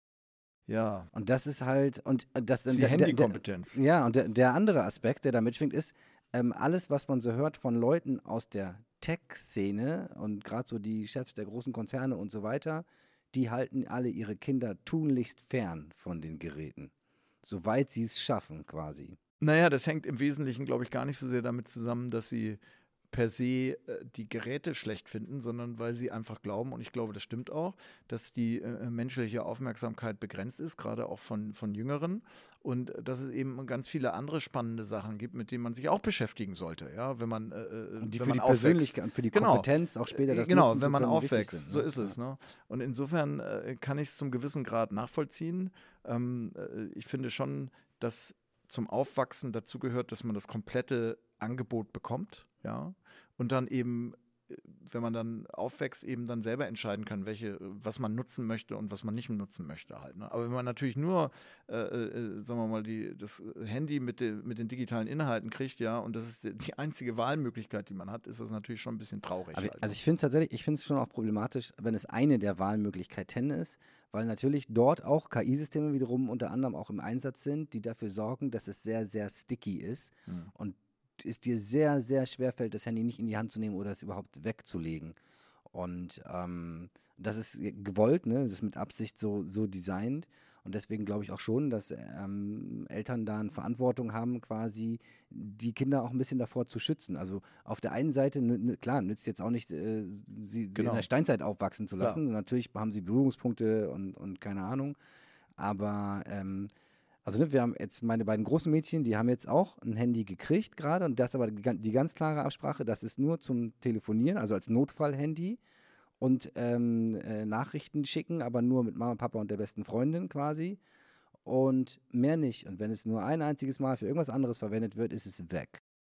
[SPEAKER 2] Ja,
[SPEAKER 3] Und das ist halt, und äh, das
[SPEAKER 2] das ist die
[SPEAKER 3] der- der- der-
[SPEAKER 2] Handykompetenz.
[SPEAKER 3] Ja, und der, der andere Aspekt, der da mitschwingt, ist, ähm, alles, was man so hört von Leuten aus der Tech-Szene und gerade so die Chefs der großen Konzerne und so weiter, die halten alle ihre Kinder tunlichst fern von den Geräten. Soweit sie es schaffen, quasi.
[SPEAKER 2] Naja, das hängt im Wesentlichen, glaube ich, gar nicht so sehr damit zusammen, dass sie per se äh, die Geräte schlecht finden, sondern weil sie einfach glauben, und ich glaube, das stimmt auch, dass die äh, menschliche Aufmerksamkeit begrenzt ist, gerade auch von, von Jüngeren, und äh, dass es eben ganz viele andere spannende Sachen gibt, mit denen man sich auch beschäftigen sollte, ja, wenn man, äh,
[SPEAKER 3] Und die
[SPEAKER 2] wenn
[SPEAKER 3] für
[SPEAKER 2] man
[SPEAKER 3] die
[SPEAKER 2] aufwächst.
[SPEAKER 3] Persönlichkeit und für die
[SPEAKER 2] Genau.
[SPEAKER 3] Kompetenz auch später das
[SPEAKER 2] Genau,
[SPEAKER 3] nutzen zu
[SPEAKER 2] wenn man
[SPEAKER 3] können, wichtig
[SPEAKER 2] aufwächst,
[SPEAKER 3] sind,
[SPEAKER 2] so
[SPEAKER 3] ne?
[SPEAKER 2] ist es. Ne? Und insofern äh, kann ich es zum gewissen Grad nachvollziehen. Ähm, äh, ich finde schon, dass zum Aufwachsen dazu gehört, dass man das komplette Angebot bekommt, ja, und dann eben, äh, wenn man dann aufwächst, eben dann selber entscheiden kann, welche, was man nutzen möchte und was man nicht nutzen möchte halt. Ne? Aber wenn man natürlich nur, äh, äh, sagen wir mal, die, das Handy mit, de, mit den digitalen Inhalten kriegt, ja, und das ist die einzige Wahlmöglichkeit, die man hat, ist das natürlich schon ein bisschen traurig.
[SPEAKER 3] Aber,
[SPEAKER 2] halt,
[SPEAKER 3] also
[SPEAKER 2] ne?
[SPEAKER 3] ich finde es tatsächlich, ich finde es schon auch problematisch, wenn es eine der Wahlmöglichkeiten ist, weil natürlich dort auch K I-Systeme wiederum unter anderem auch im Einsatz sind, die dafür sorgen, dass es sehr, sehr sticky ist
[SPEAKER 2] Hm.
[SPEAKER 3] und es dir sehr, sehr schwer fällt, das Handy nicht in die Hand zu nehmen oder es überhaupt wegzulegen. Und ähm, das ist gewollt, ne? Das ist mit Absicht so, so designt. Und deswegen glaube ich auch schon, dass ähm, Eltern da eine Verantwortung haben, quasi die Kinder auch ein bisschen davor zu schützen. Also auf der einen Seite, nü- klar, nützt jetzt auch nicht, äh, sie, sie
[SPEAKER 2] Genau.
[SPEAKER 3] in der Steinzeit aufwachsen zu lassen.
[SPEAKER 2] Klar.
[SPEAKER 3] Natürlich haben sie Berührungspunkte und, und keine Ahnung. Aber ähm, also ne, wir haben jetzt meine beiden großen Mädchen, die haben jetzt auch ein Handy gekriegt gerade und das ist aber die, gan- die ganz klare Absprache, das ist nur zum Telefonieren, also als Notfallhandy und ähm, äh, Nachrichten schicken, aber nur mit Mama, Papa und der besten Freundin quasi und mehr nicht. Und wenn es nur ein einziges Mal für irgendwas anderes verwendet wird, ist es weg.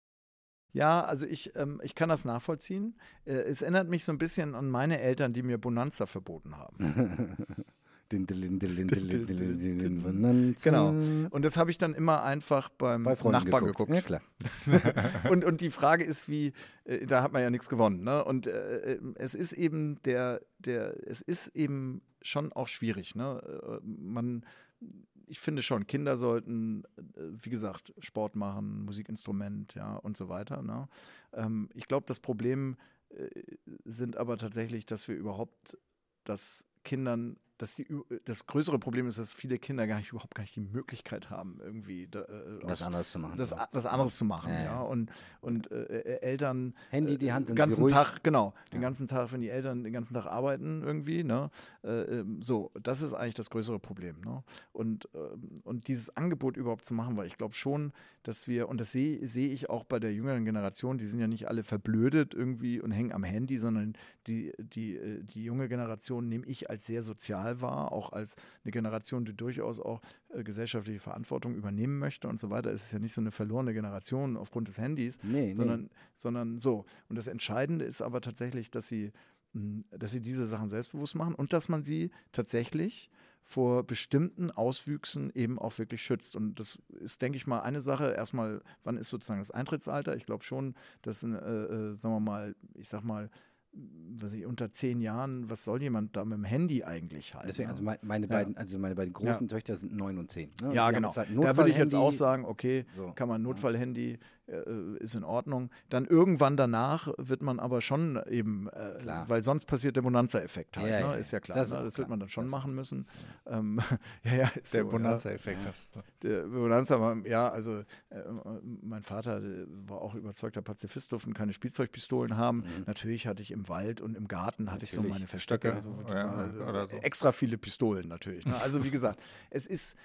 [SPEAKER 2] Ja, also ich, ähm, ich kann das nachvollziehen. Äh, es erinnert mich so ein bisschen an meine Eltern, die mir Bonanza verboten haben.
[SPEAKER 3] Din, din, din, din, din, din, din, din, din, Bonanza.
[SPEAKER 2] Genau. Und das habe ich dann immer einfach beim
[SPEAKER 3] Bei Freunden
[SPEAKER 2] Nachbarn
[SPEAKER 3] geguckt.
[SPEAKER 2] geguckt.
[SPEAKER 3] Ja, klar.
[SPEAKER 2] und, und die Frage ist, wie, äh, da hat man ja nichts gewonnen. Ne? Und äh, es ist eben der, der, es ist eben schon auch schwierig. Ne? Äh, Man, ich finde schon, Kinder sollten, äh, wie gesagt, Sport machen, Musikinstrument, ja, und so weiter. Ne? Ähm, ich glaube, das Problem äh, sind aber tatsächlich, dass wir überhaupt, dass Kindern, dass die, das größere Problem ist, dass viele Kinder gar nicht, überhaupt gar nicht die Möglichkeit haben, irgendwie da, äh,
[SPEAKER 3] Was
[SPEAKER 2] aus-
[SPEAKER 3] anderes zu machen.
[SPEAKER 2] das,
[SPEAKER 3] ja.
[SPEAKER 2] was anderes zu machen,
[SPEAKER 3] Ja,
[SPEAKER 2] ja.
[SPEAKER 3] ja.
[SPEAKER 2] Und, und äh, äh, Eltern
[SPEAKER 3] Handy, die Hand,
[SPEAKER 2] den
[SPEAKER 3] sind
[SPEAKER 2] ganzen
[SPEAKER 3] sie ruhig.
[SPEAKER 2] Tag, genau, den
[SPEAKER 3] Ja.
[SPEAKER 2] ganzen Tag, wenn die Eltern den ganzen Tag arbeiten irgendwie, ne, äh, ähm, so, das ist eigentlich das größere Problem, ne? Und, ähm, und dieses Angebot überhaupt zu machen, weil ich glaube schon, dass wir, und das sehe sehe ich auch bei der jüngeren Generation, die sind ja nicht alle verblödet irgendwie und hängen am Handy, sondern die, die, äh, die junge Generation nehme ich als sehr sozial wahr, auch als eine Generation, die durchaus auch äh, gesellschaftliche Verantwortung übernehmen möchte und so weiter. Es ist ja nicht so eine verlorene Generation aufgrund des Handys,
[SPEAKER 3] Nee, nee.
[SPEAKER 2] sondern, sondern so. Und das Entscheidende ist aber tatsächlich, dass sie, mh, dass sie diese Sachen selbstbewusst machen und dass man sie tatsächlich vor bestimmten Auswüchsen eben auch wirklich schützt. Und das ist, denke ich mal, eine Sache. Erstmal, wann ist sozusagen das Eintrittsalter? Ich glaube schon, dass, äh, äh, sagen wir mal, ich sag mal, was ich, unter zehn Jahren, was soll jemand da mit dem Handy eigentlich halten?
[SPEAKER 3] Deswegen,
[SPEAKER 2] ne?
[SPEAKER 3] also meine, meine
[SPEAKER 2] Ja.
[SPEAKER 3] beiden, also meine beiden großen Töchter sind neun und zehn. Ne? Und
[SPEAKER 2] Ja,
[SPEAKER 3] die haben
[SPEAKER 2] genau.
[SPEAKER 3] jetzt halt ein
[SPEAKER 2] Da würde ich jetzt auch
[SPEAKER 3] Notfallhandy.
[SPEAKER 2] sagen, okay,
[SPEAKER 3] So,
[SPEAKER 2] kann man
[SPEAKER 3] ja.
[SPEAKER 2] Notfallhandy, äh, ist in Ordnung. Dann irgendwann danach wird man aber schon eben, äh,
[SPEAKER 3] Klar.
[SPEAKER 2] weil sonst passiert der Bonanza-Effekt halt,
[SPEAKER 3] Ja,
[SPEAKER 2] ne?
[SPEAKER 3] ja,
[SPEAKER 2] Ist ja
[SPEAKER 3] ja.
[SPEAKER 2] klar.
[SPEAKER 3] Das ist
[SPEAKER 2] ne?
[SPEAKER 3] auch
[SPEAKER 2] Das
[SPEAKER 3] klar.
[SPEAKER 2] wird man dann schon
[SPEAKER 3] Das ist
[SPEAKER 2] machen
[SPEAKER 3] auch-
[SPEAKER 2] müssen. Ähm, ja, ja, ist
[SPEAKER 1] Der
[SPEAKER 2] so,
[SPEAKER 1] Bonanza-Effekt. das-
[SPEAKER 2] Ja. Der Bonanza, war- ja, also äh, mein Vater der war auch überzeugter Pazifist, durften keine Spielzeugpistolen haben.
[SPEAKER 3] Mhm.
[SPEAKER 2] Natürlich hatte ich im Wald und im Garten hatte ich so
[SPEAKER 3] Natürlich.
[SPEAKER 2] meine Verstecke,
[SPEAKER 1] Stöcke,
[SPEAKER 2] also,
[SPEAKER 1] ja,
[SPEAKER 2] äh,
[SPEAKER 1] oder so.
[SPEAKER 2] extra viele Pistolen natürlich. Ne? Also wie gesagt, es ist,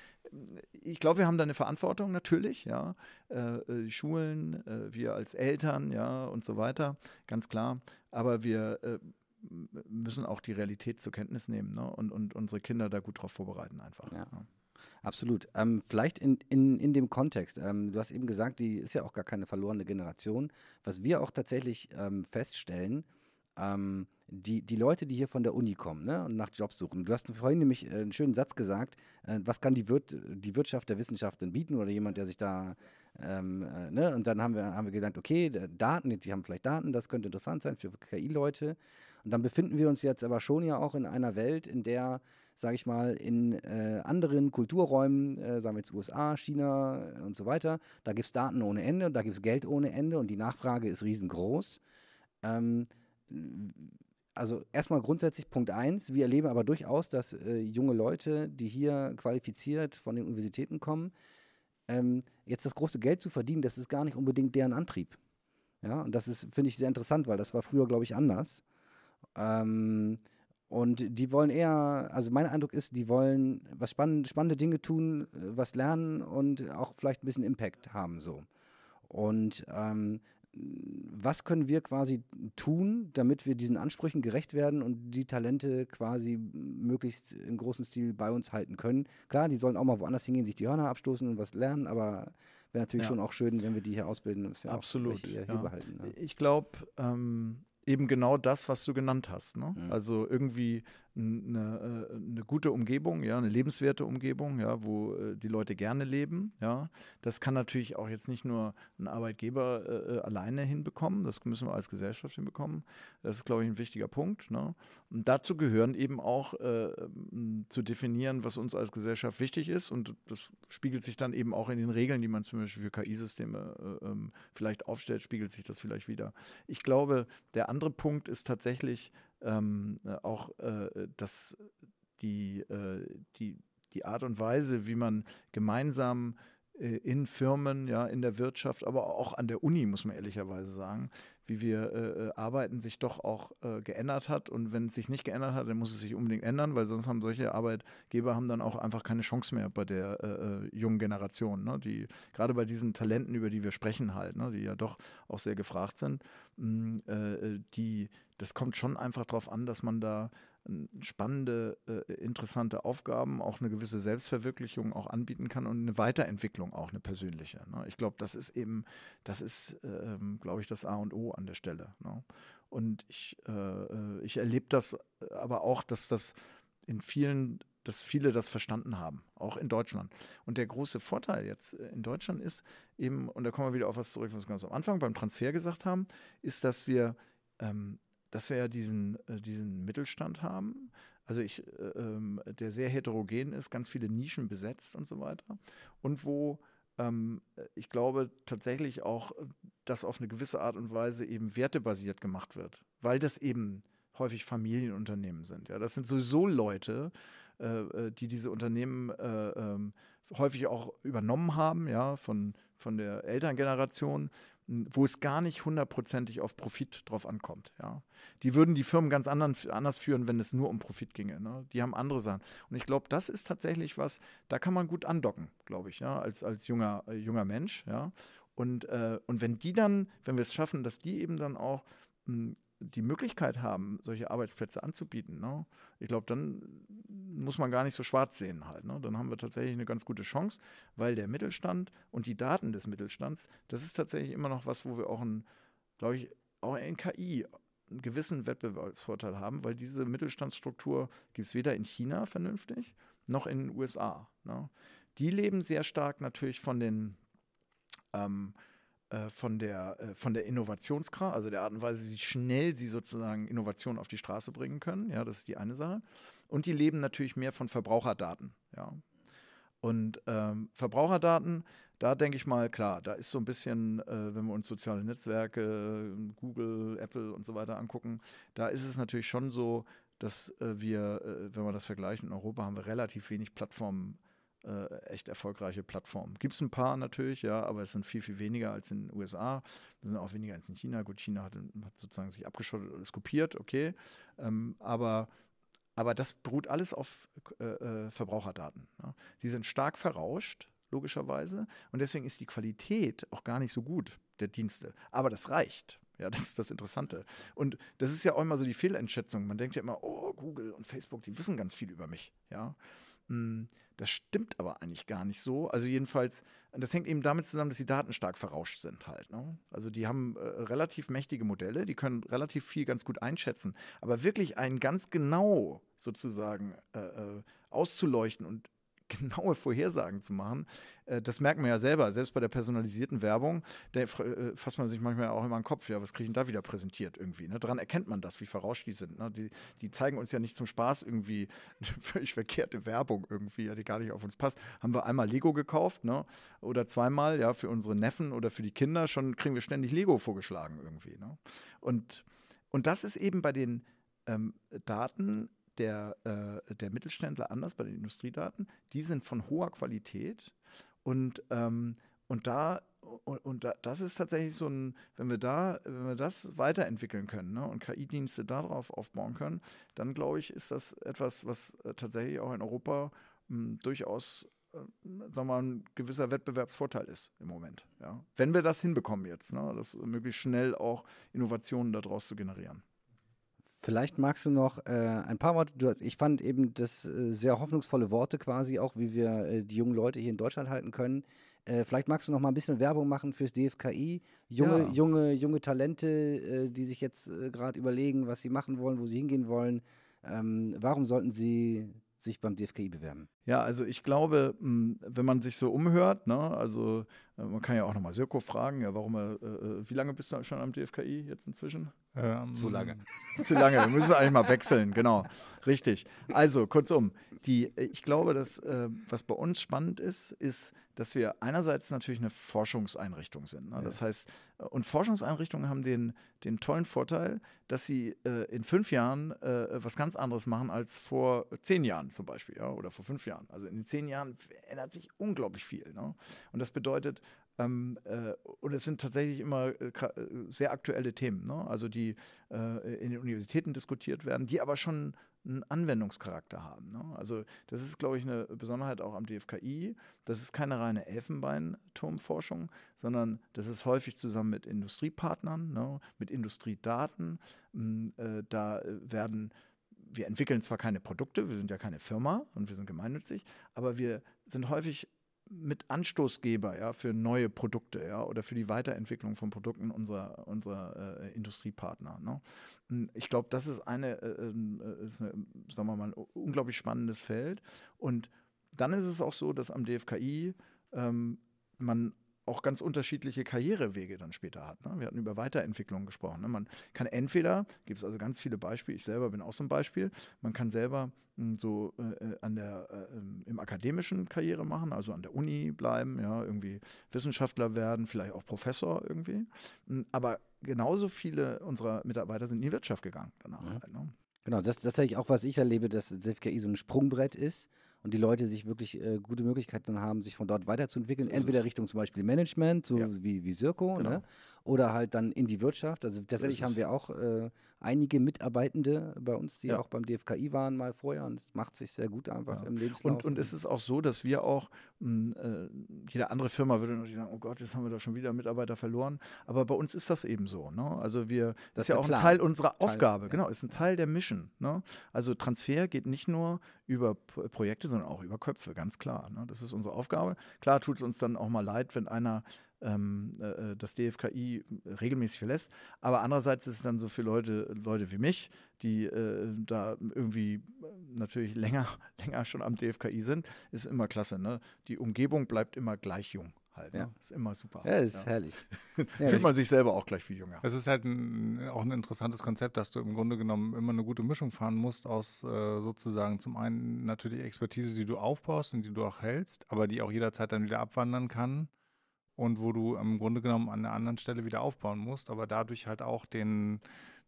[SPEAKER 2] ich glaube, wir haben da eine Verantwortung natürlich, ja, äh, die Schulen, äh, wir als Eltern, ja, und so weiter, ganz klar. Aber wir äh, m- müssen auch die Realität zur Kenntnis nehmen, ne? und, und unsere Kinder da gut drauf vorbereiten einfach.
[SPEAKER 3] Ja.
[SPEAKER 2] ne?
[SPEAKER 3] Absolut. Ähm, vielleicht in, in, in dem Kontext. Ähm, du hast eben gesagt, die ist ja auch gar keine verlorene Generation. Was wir auch tatsächlich ähm, feststellen, ähm, die, die Leute, die hier von der Uni kommen, ne, und nach Jobs suchen. Du hast vorhin nämlich äh, einen schönen Satz gesagt, äh, was kann die, Wirt, die Wirtschaft der Wissenschaft denn bieten oder jemand, der sich da, ähm, äh, ne, und dann haben wir, haben wir gedacht, okay, d- Daten, die haben vielleicht Daten, das könnte interessant sein für K I-Leute. Und dann befinden wir uns jetzt aber schon ja auch in einer Welt, in der, sage ich mal, in äh, anderen Kulturräumen, äh, sagen wir jetzt U S A, China äh, und so weiter, da gibt es Daten ohne Ende, da gibt es Geld ohne Ende und die Nachfrage ist riesengroß. Ähm, also erstmal grundsätzlich Punkt eins, wir erleben aber durchaus, dass äh, junge Leute, die hier qualifiziert von den Universitäten kommen, ähm, jetzt das große Geld zu verdienen, das ist gar nicht unbedingt deren Antrieb. Ja, und das ist, finde ich, sehr interessant, weil das war früher, glaube ich, anders. Ähm, und die wollen eher, also mein Eindruck ist, die wollen was spann spannende Dinge tun, äh, was lernen und auch vielleicht ein bisschen Impact haben so. Und ähm, was können wir quasi tun, damit wir diesen Ansprüchen gerecht werden und die Talente quasi möglichst im großen Stil bei uns halten können? Klar, die sollen auch mal woanders hingehen, sich die Hörner abstoßen und was lernen, aber wäre natürlich
[SPEAKER 2] Ja.
[SPEAKER 3] schon auch schön, wenn wir die hier ausbilden und dass wir
[SPEAKER 2] Absolut.
[SPEAKER 3] auch welche hier,
[SPEAKER 2] ja.
[SPEAKER 3] hier behalten. Ne?
[SPEAKER 2] Ich glaube, ähm, eben genau das, was du genannt hast. Ne?
[SPEAKER 3] Mhm.
[SPEAKER 2] Also irgendwie eine, äh, eine gute Umgebung, ja, eine lebenswerte Umgebung, ja, wo äh, die Leute gerne leben. Ja. Das kann natürlich auch jetzt nicht nur ein Arbeitgeber äh, alleine hinbekommen, das müssen wir als Gesellschaft hinbekommen. Das ist, glaube ich, ein wichtiger Punkt. Ne? Und dazu gehören eben auch äh, m, zu definieren, was uns als Gesellschaft wichtig ist. Und das spiegelt sich dann eben auch in den Regeln, die man zum Beispiel für K I-Systeme äh, ähm, vielleicht aufstellt, spiegelt sich das vielleicht wieder. Ich glaube, der andere Punkt ist tatsächlich ähm, auch, äh, dass die, äh, die, die Art und Weise, wie man gemeinsam äh, in Firmen, ja, in der Wirtschaft, aber auch an der Uni, muss man ehrlicherweise sagen, wie wir äh, arbeiten, sich doch auch äh, geändert hat. Und wenn es sich nicht geändert hat, dann muss es sich unbedingt ändern, weil sonst haben solche Arbeitgeber haben dann auch einfach keine Chance mehr bei der äh, jungen Generation, ne? Die gerade bei diesen Talenten, über die wir sprechen halt, ne? Die ja doch auch sehr gefragt sind, mh, äh, die, das kommt schon einfach darauf an, dass man da spannende, äh, interessante Aufgaben, auch eine gewisse Selbstverwirklichung auch anbieten kann und eine Weiterentwicklung auch, eine persönliche. Ne? Ich glaube, das ist eben, das ist, ähm, glaube ich, das A und O an der Stelle. Ne? Und ich, äh, ich erlebe das aber auch, dass das in vielen, dass viele das verstanden haben, auch in Deutschland. Und der große Vorteil jetzt in Deutschland ist eben, und da kommen wir wieder auf was zurück, was wir ganz am Anfang beim Transfer gesagt haben, ist, dass wir ähm, dass wir ja diesen, äh, diesen Mittelstand haben, also ich, äh, ähm, der sehr heterogen ist, ganz viele Nischen besetzt und so weiter. Und wo ähm, ich glaube tatsächlich auch, dass auf eine gewisse Art und Weise eben wertebasiert gemacht wird, weil das eben häufig Familienunternehmen sind. Ja, das sind sowieso Leute, äh, die diese Unternehmen äh, ähm, häufig auch übernommen haben, ja, von, von der Elterngeneration, wo es gar nicht hundertprozentig auf Profit drauf ankommt. Ja. Die würden die Firmen ganz anderen, anders führen, wenn es nur um Profit ginge. Ne? Die haben andere Sachen. Und ich glaube, das ist tatsächlich was, da kann man gut andocken, glaube ich, ja, als, als junger, äh, junger Mensch. Ja. Und, äh, und wenn die dann, wenn wir es schaffen, dass die eben dann auch mh, die Möglichkeit haben, solche Arbeitsplätze anzubieten, ne? Ich glaube, dann muss man gar nicht so schwarz sehen halt. Ne? Dann haben wir tatsächlich eine ganz gute Chance, weil der Mittelstand und die Daten des Mittelstands, das ist tatsächlich immer noch was, wo wir auch, ein, glaube ich, auch in K I einen gewissen Wettbewerbsvorteil haben, weil diese Mittelstandsstruktur gibt es weder in China vernünftig, noch in den U S A. Ne? Die leben sehr stark natürlich von den ähm, Von der, von der Innovationskraft, also der Art und Weise, wie schnell sie sozusagen Innovationen auf die Straße bringen können. Ja, das ist die eine Sache. Und die leben natürlich mehr von Verbraucherdaten. Ja. Und ähm, Verbraucherdaten, da denke ich mal, klar, da ist so ein bisschen, äh, wenn wir uns soziale Netzwerke, Google, Apple und so weiter angucken, da ist es natürlich schon so, dass äh, wir, äh, wenn wir das vergleichen, in Europa haben wir relativ wenig Plattformen, Äh, echt erfolgreiche Plattformen. Gibt es ein paar natürlich, ja, aber es sind viel, viel weniger als in den U S A. Es sind auch weniger als in China. Gut, China hat, hat sozusagen sich abgeschottet oder es kopiert, okay. Ähm, aber, aber das beruht alles auf äh, äh, Verbraucherdaten. Ja. Die sind stark verrauscht, logischerweise. Und deswegen ist die Qualität auch gar nicht so gut der Dienste. Aber das reicht. Ja, das ist das Interessante. Und das ist ja auch immer so die Fehleinschätzung. Man denkt ja immer, oh, Google und Facebook, die wissen ganz viel über mich. Ja. Das stimmt aber eigentlich gar nicht so. Also jedenfalls, das hängt eben damit zusammen, dass die Daten stark verrauscht sind halt. Ne? Also die haben äh, relativ mächtige Modelle, die können relativ viel ganz gut einschätzen. Aber wirklich einen ganz genau sozusagen äh, äh, auszuleuchten und genaue Vorhersagen zu machen, äh, das merkt man ja selber, selbst bei der personalisierten Werbung, da äh, fasst man sich manchmal auch immer an den Kopf, ja, was kriege ich denn da wieder präsentiert irgendwie, ne? Daran erkennt man das, wie verrauscht die sind, ne? Die, die zeigen uns ja nicht zum Spaß irgendwie eine völlig verkehrte Werbung irgendwie, ja, die gar nicht auf uns passt. Haben wir einmal Lego gekauft, ne? Oder zweimal, ja, für unsere Neffen oder für die Kinder, schon kriegen wir ständig Lego vorgeschlagen irgendwie, ne? Und, und das ist eben bei den ähm, Daten Der, äh, der Mittelständler anders bei den Industriedaten, die sind von hoher Qualität und, ähm, und da und, und da, das ist tatsächlich so ein, wenn wir da, wenn wir das weiterentwickeln können, ne, und K I-Dienste darauf aufbauen können, dann glaube ich, ist das etwas, was äh, tatsächlich auch in Europa mh, durchaus äh, sagen wir mal, ein gewisser Wettbewerbsvorteil ist im Moment. Ja. Wenn wir das hinbekommen jetzt, ne, das möglichst schnell auch Innovationen daraus zu generieren.
[SPEAKER 3] Vielleicht magst du noch äh, ein paar Worte, du, ich fand eben das äh, sehr hoffnungsvolle Worte quasi auch, wie wir äh, die jungen Leute hier in Deutschland halten können. Äh, vielleicht magst du noch mal ein bisschen Werbung machen fürs D F K I. Junge,
[SPEAKER 2] Ja.
[SPEAKER 3] junge, junge Talente, äh, die sich jetzt äh, gerade überlegen, was sie machen wollen, wo sie hingehen wollen. Ähm, warum sollten sie sich beim D F K I bewerben?
[SPEAKER 2] Ja, also ich glaube, mh, wenn man sich so umhört, ne, also äh, man kann ja auch nochmal Sirko fragen, ja, warum er, äh, wie lange bist du schon am D F K I jetzt inzwischen?
[SPEAKER 1] Ähm,
[SPEAKER 3] Zu lange.
[SPEAKER 2] Zu lange, wir müssen eigentlich mal wechseln, genau, richtig. Also kurzum, die, ich glaube, dass äh, was bei uns spannend ist, ist, dass wir einerseits natürlich eine Forschungseinrichtung sind. Ne? Ja. Das heißt, und Forschungseinrichtungen haben den, den tollen Vorteil, dass sie äh, in fünf Jahren äh, was ganz anderes machen als vor zehn Jahren zum Beispiel, ja? Oder vor fünf Jahren. Also in den zehn Jahren ändert sich unglaublich viel. Ne? Und das bedeutet, Ähm, äh, und es sind tatsächlich immer äh, sehr aktuelle Themen, ne? Also die äh, in den Universitäten diskutiert werden, die aber schon einen Anwendungscharakter haben. Ne? Also das ist, glaube ich, eine Besonderheit auch am D F K I. Das ist keine reine Elfenbeinturmforschung, sondern das ist häufig zusammen mit Industriepartnern, ne? Mit Industriedaten. Ähm, äh, da werden wir entwickeln zwar keine Produkte, wir sind ja keine Firma und wir sind gemeinnützig, aber wir sind häufig mit Anstoßgeber, ja, für neue Produkte, ja, oder für die Weiterentwicklung von Produkten unserer, unserer äh, Industriepartner. Ne? Ich glaube, das ist eine, äh, ist eine, sagen wir mal, ein unglaublich spannendes Feld. Und dann ist es auch so, dass am D F K I ähm, man auch ganz unterschiedliche Karrierewege dann später hat. Ne? Wir hatten über Weiterentwicklung gesprochen. Ne? Man kann entweder, gibt es also ganz viele Beispiele, ich selber bin auch so ein Beispiel, man kann selber mh, so äh, an der, äh, im akademischen Karriere machen, also an der Uni bleiben, ja, irgendwie Wissenschaftler werden, vielleicht auch Professor irgendwie. Aber genauso viele unserer Mitarbeiter sind in die Wirtschaft gegangen danach.
[SPEAKER 3] Ja.
[SPEAKER 2] Halt, ne?
[SPEAKER 3] Genau, das, das ist tatsächlich auch, was ich erlebe, dass das D F K I so ein Sprungbrett ist und die Leute sich wirklich äh, gute Möglichkeiten haben, sich von dort weiterzuentwickeln.
[SPEAKER 2] So
[SPEAKER 3] Entweder
[SPEAKER 2] es.
[SPEAKER 3] Richtung zum Beispiel Management, so
[SPEAKER 2] Ja.
[SPEAKER 3] wie, wie Sirko,
[SPEAKER 2] Genau.
[SPEAKER 3] ne? Oder halt dann in die Wirtschaft. Also tatsächlich
[SPEAKER 2] ist
[SPEAKER 3] haben
[SPEAKER 2] es.
[SPEAKER 3] wir auch äh, einige Mitarbeitende bei uns, die
[SPEAKER 2] Ja.
[SPEAKER 3] auch beim D F K I waren mal vorher und es macht sich sehr gut einfach
[SPEAKER 2] Ja.
[SPEAKER 3] im Lebenslauf.
[SPEAKER 2] Und, und es ist auch so, dass wir auch, mh, äh, jede andere Firma würde natürlich sagen, oh Gott, jetzt haben wir da schon wieder Mitarbeiter verloren. Aber bei uns ist das eben so. Ne? Also wir, das,
[SPEAKER 3] Das
[SPEAKER 2] ist ja
[SPEAKER 3] ist
[SPEAKER 2] auch
[SPEAKER 3] der
[SPEAKER 2] ein
[SPEAKER 3] Plan.
[SPEAKER 2] Teil unserer
[SPEAKER 3] Teil,
[SPEAKER 2] Aufgabe,
[SPEAKER 3] ja.
[SPEAKER 2] genau, ist ein Teil der Mission. Ne? Also Transfer geht nicht nur über P- Projekte, sondern auch über Köpfe, ganz klar. Ne? Das ist unsere Aufgabe. Klar tut es uns dann auch mal leid, wenn einer ähm, äh, das D F K I regelmäßig verlässt. Aber andererseits ist es dann so für Leute, Leute wie mich, die äh, da irgendwie natürlich länger, länger schon am D F K I sind, ist immer klasse. Ne? Die Umgebung bleibt immer gleich jung. Halt, ne?
[SPEAKER 3] Ja.
[SPEAKER 2] Ist immer super.
[SPEAKER 3] Ja, ist
[SPEAKER 2] Ja.
[SPEAKER 3] herrlich.
[SPEAKER 2] Fühlt man sich selber auch gleich viel jünger.
[SPEAKER 1] Es ist halt ein, auch ein interessantes Konzept, dass du im Grunde genommen immer eine gute Mischung fahren musst aus äh, sozusagen zum einen natürlich Expertise, die du aufbaust und die du auch hältst, aber die auch jederzeit dann wieder abwandern kann und wo du im Grunde genommen an einer anderen Stelle wieder aufbauen musst, aber dadurch halt auch den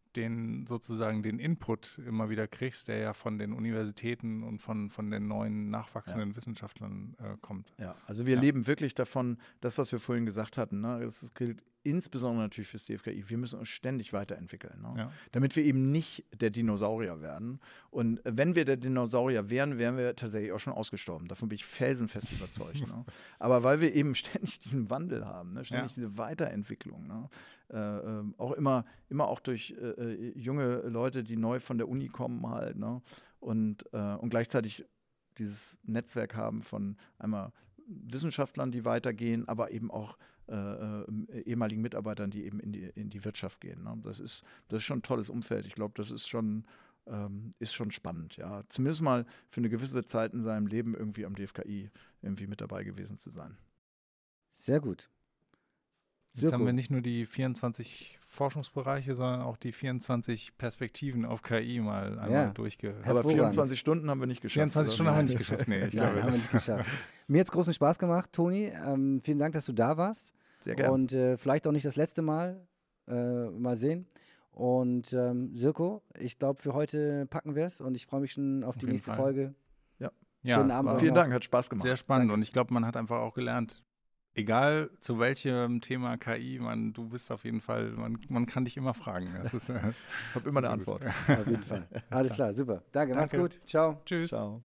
[SPEAKER 1] den sozusagen den Input immer wieder kriegst, der ja von den Universitäten und von, von den neuen nachwachsenden ja. Wissenschaftlern äh, kommt.
[SPEAKER 2] Ja, also wir ja. leben wirklich davon, das, was wir vorhin gesagt hatten, ne? Das, das gilt insbesondere natürlich fürs D F K I. Wir müssen uns ständig weiterentwickeln, ne? ja. damit wir eben nicht der Dinosaurier werden. Und wenn wir der Dinosaurier wären, wären wir tatsächlich auch schon ausgestorben. Davon bin ich felsenfest überzeugt. Ne? Aber weil wir eben ständig diesen Wandel haben, ne? ständig ja. diese Weiterentwicklung, ne? Äh, äh, auch immer, immer auch durch äh, junge Leute, die neu von der Uni kommen halt, ne? und, äh, und gleichzeitig dieses Netzwerk haben von einmal Wissenschaftlern, die weitergehen, aber eben auch äh, äh, ehemaligen Mitarbeitern, die eben in die, in die Wirtschaft gehen. Ne? Das ist, das ist schon ein tolles Umfeld. Ich glaube, das ist schon, ähm, ist schon spannend. Ja? Zumindest mal für eine gewisse Zeit in seinem Leben irgendwie am D F K I irgendwie mit dabei gewesen zu sein.
[SPEAKER 3] Sehr gut.
[SPEAKER 1] Jetzt
[SPEAKER 3] Sirko.
[SPEAKER 1] haben wir nicht nur die vierundzwanzig Forschungsbereiche, sondern auch die vierundzwanzig Perspektiven auf K I mal einmal
[SPEAKER 3] Ja.
[SPEAKER 1] durchge...
[SPEAKER 2] Aber vierundzwanzig Stunden haben wir nicht geschafft.
[SPEAKER 1] vierundzwanzig Stunden haben wir nicht geschafft, nee. Ich
[SPEAKER 3] Nein,
[SPEAKER 1] glaube,
[SPEAKER 3] haben wir nicht geschafft. Mir hat es großen Spaß gemacht, Toni. Ähm, vielen Dank, dass du da warst.
[SPEAKER 2] Sehr gerne.
[SPEAKER 3] Und äh, vielleicht auch nicht das letzte Mal. Äh, mal sehen. Und ähm, Sirko, ich glaube, für heute packen wir es und ich freue mich schon auf,
[SPEAKER 1] Auf
[SPEAKER 3] die
[SPEAKER 1] jeden
[SPEAKER 3] nächste
[SPEAKER 1] Fall.
[SPEAKER 3] Folge.
[SPEAKER 2] Ja.
[SPEAKER 1] Ja,
[SPEAKER 3] Schönen
[SPEAKER 1] es
[SPEAKER 3] Abend
[SPEAKER 1] war
[SPEAKER 3] euch
[SPEAKER 2] Vielen
[SPEAKER 3] noch.
[SPEAKER 2] Dank, hat Spaß gemacht.
[SPEAKER 1] sehr spannend
[SPEAKER 3] Danke.
[SPEAKER 1] und ich glaube, man hat einfach auch gelernt, egal zu welchem Thema K I, man, du bist auf jeden Fall, man, man kann dich immer fragen. Das ist, äh,
[SPEAKER 2] Ich habe immer eine
[SPEAKER 1] so
[SPEAKER 2] Antwort.
[SPEAKER 1] gut.
[SPEAKER 3] Auf jeden Fall. Alles klar, super. Danke, macht's
[SPEAKER 1] Danke.
[SPEAKER 3] gut. Ciao.
[SPEAKER 1] Tschüss.
[SPEAKER 2] Ciao.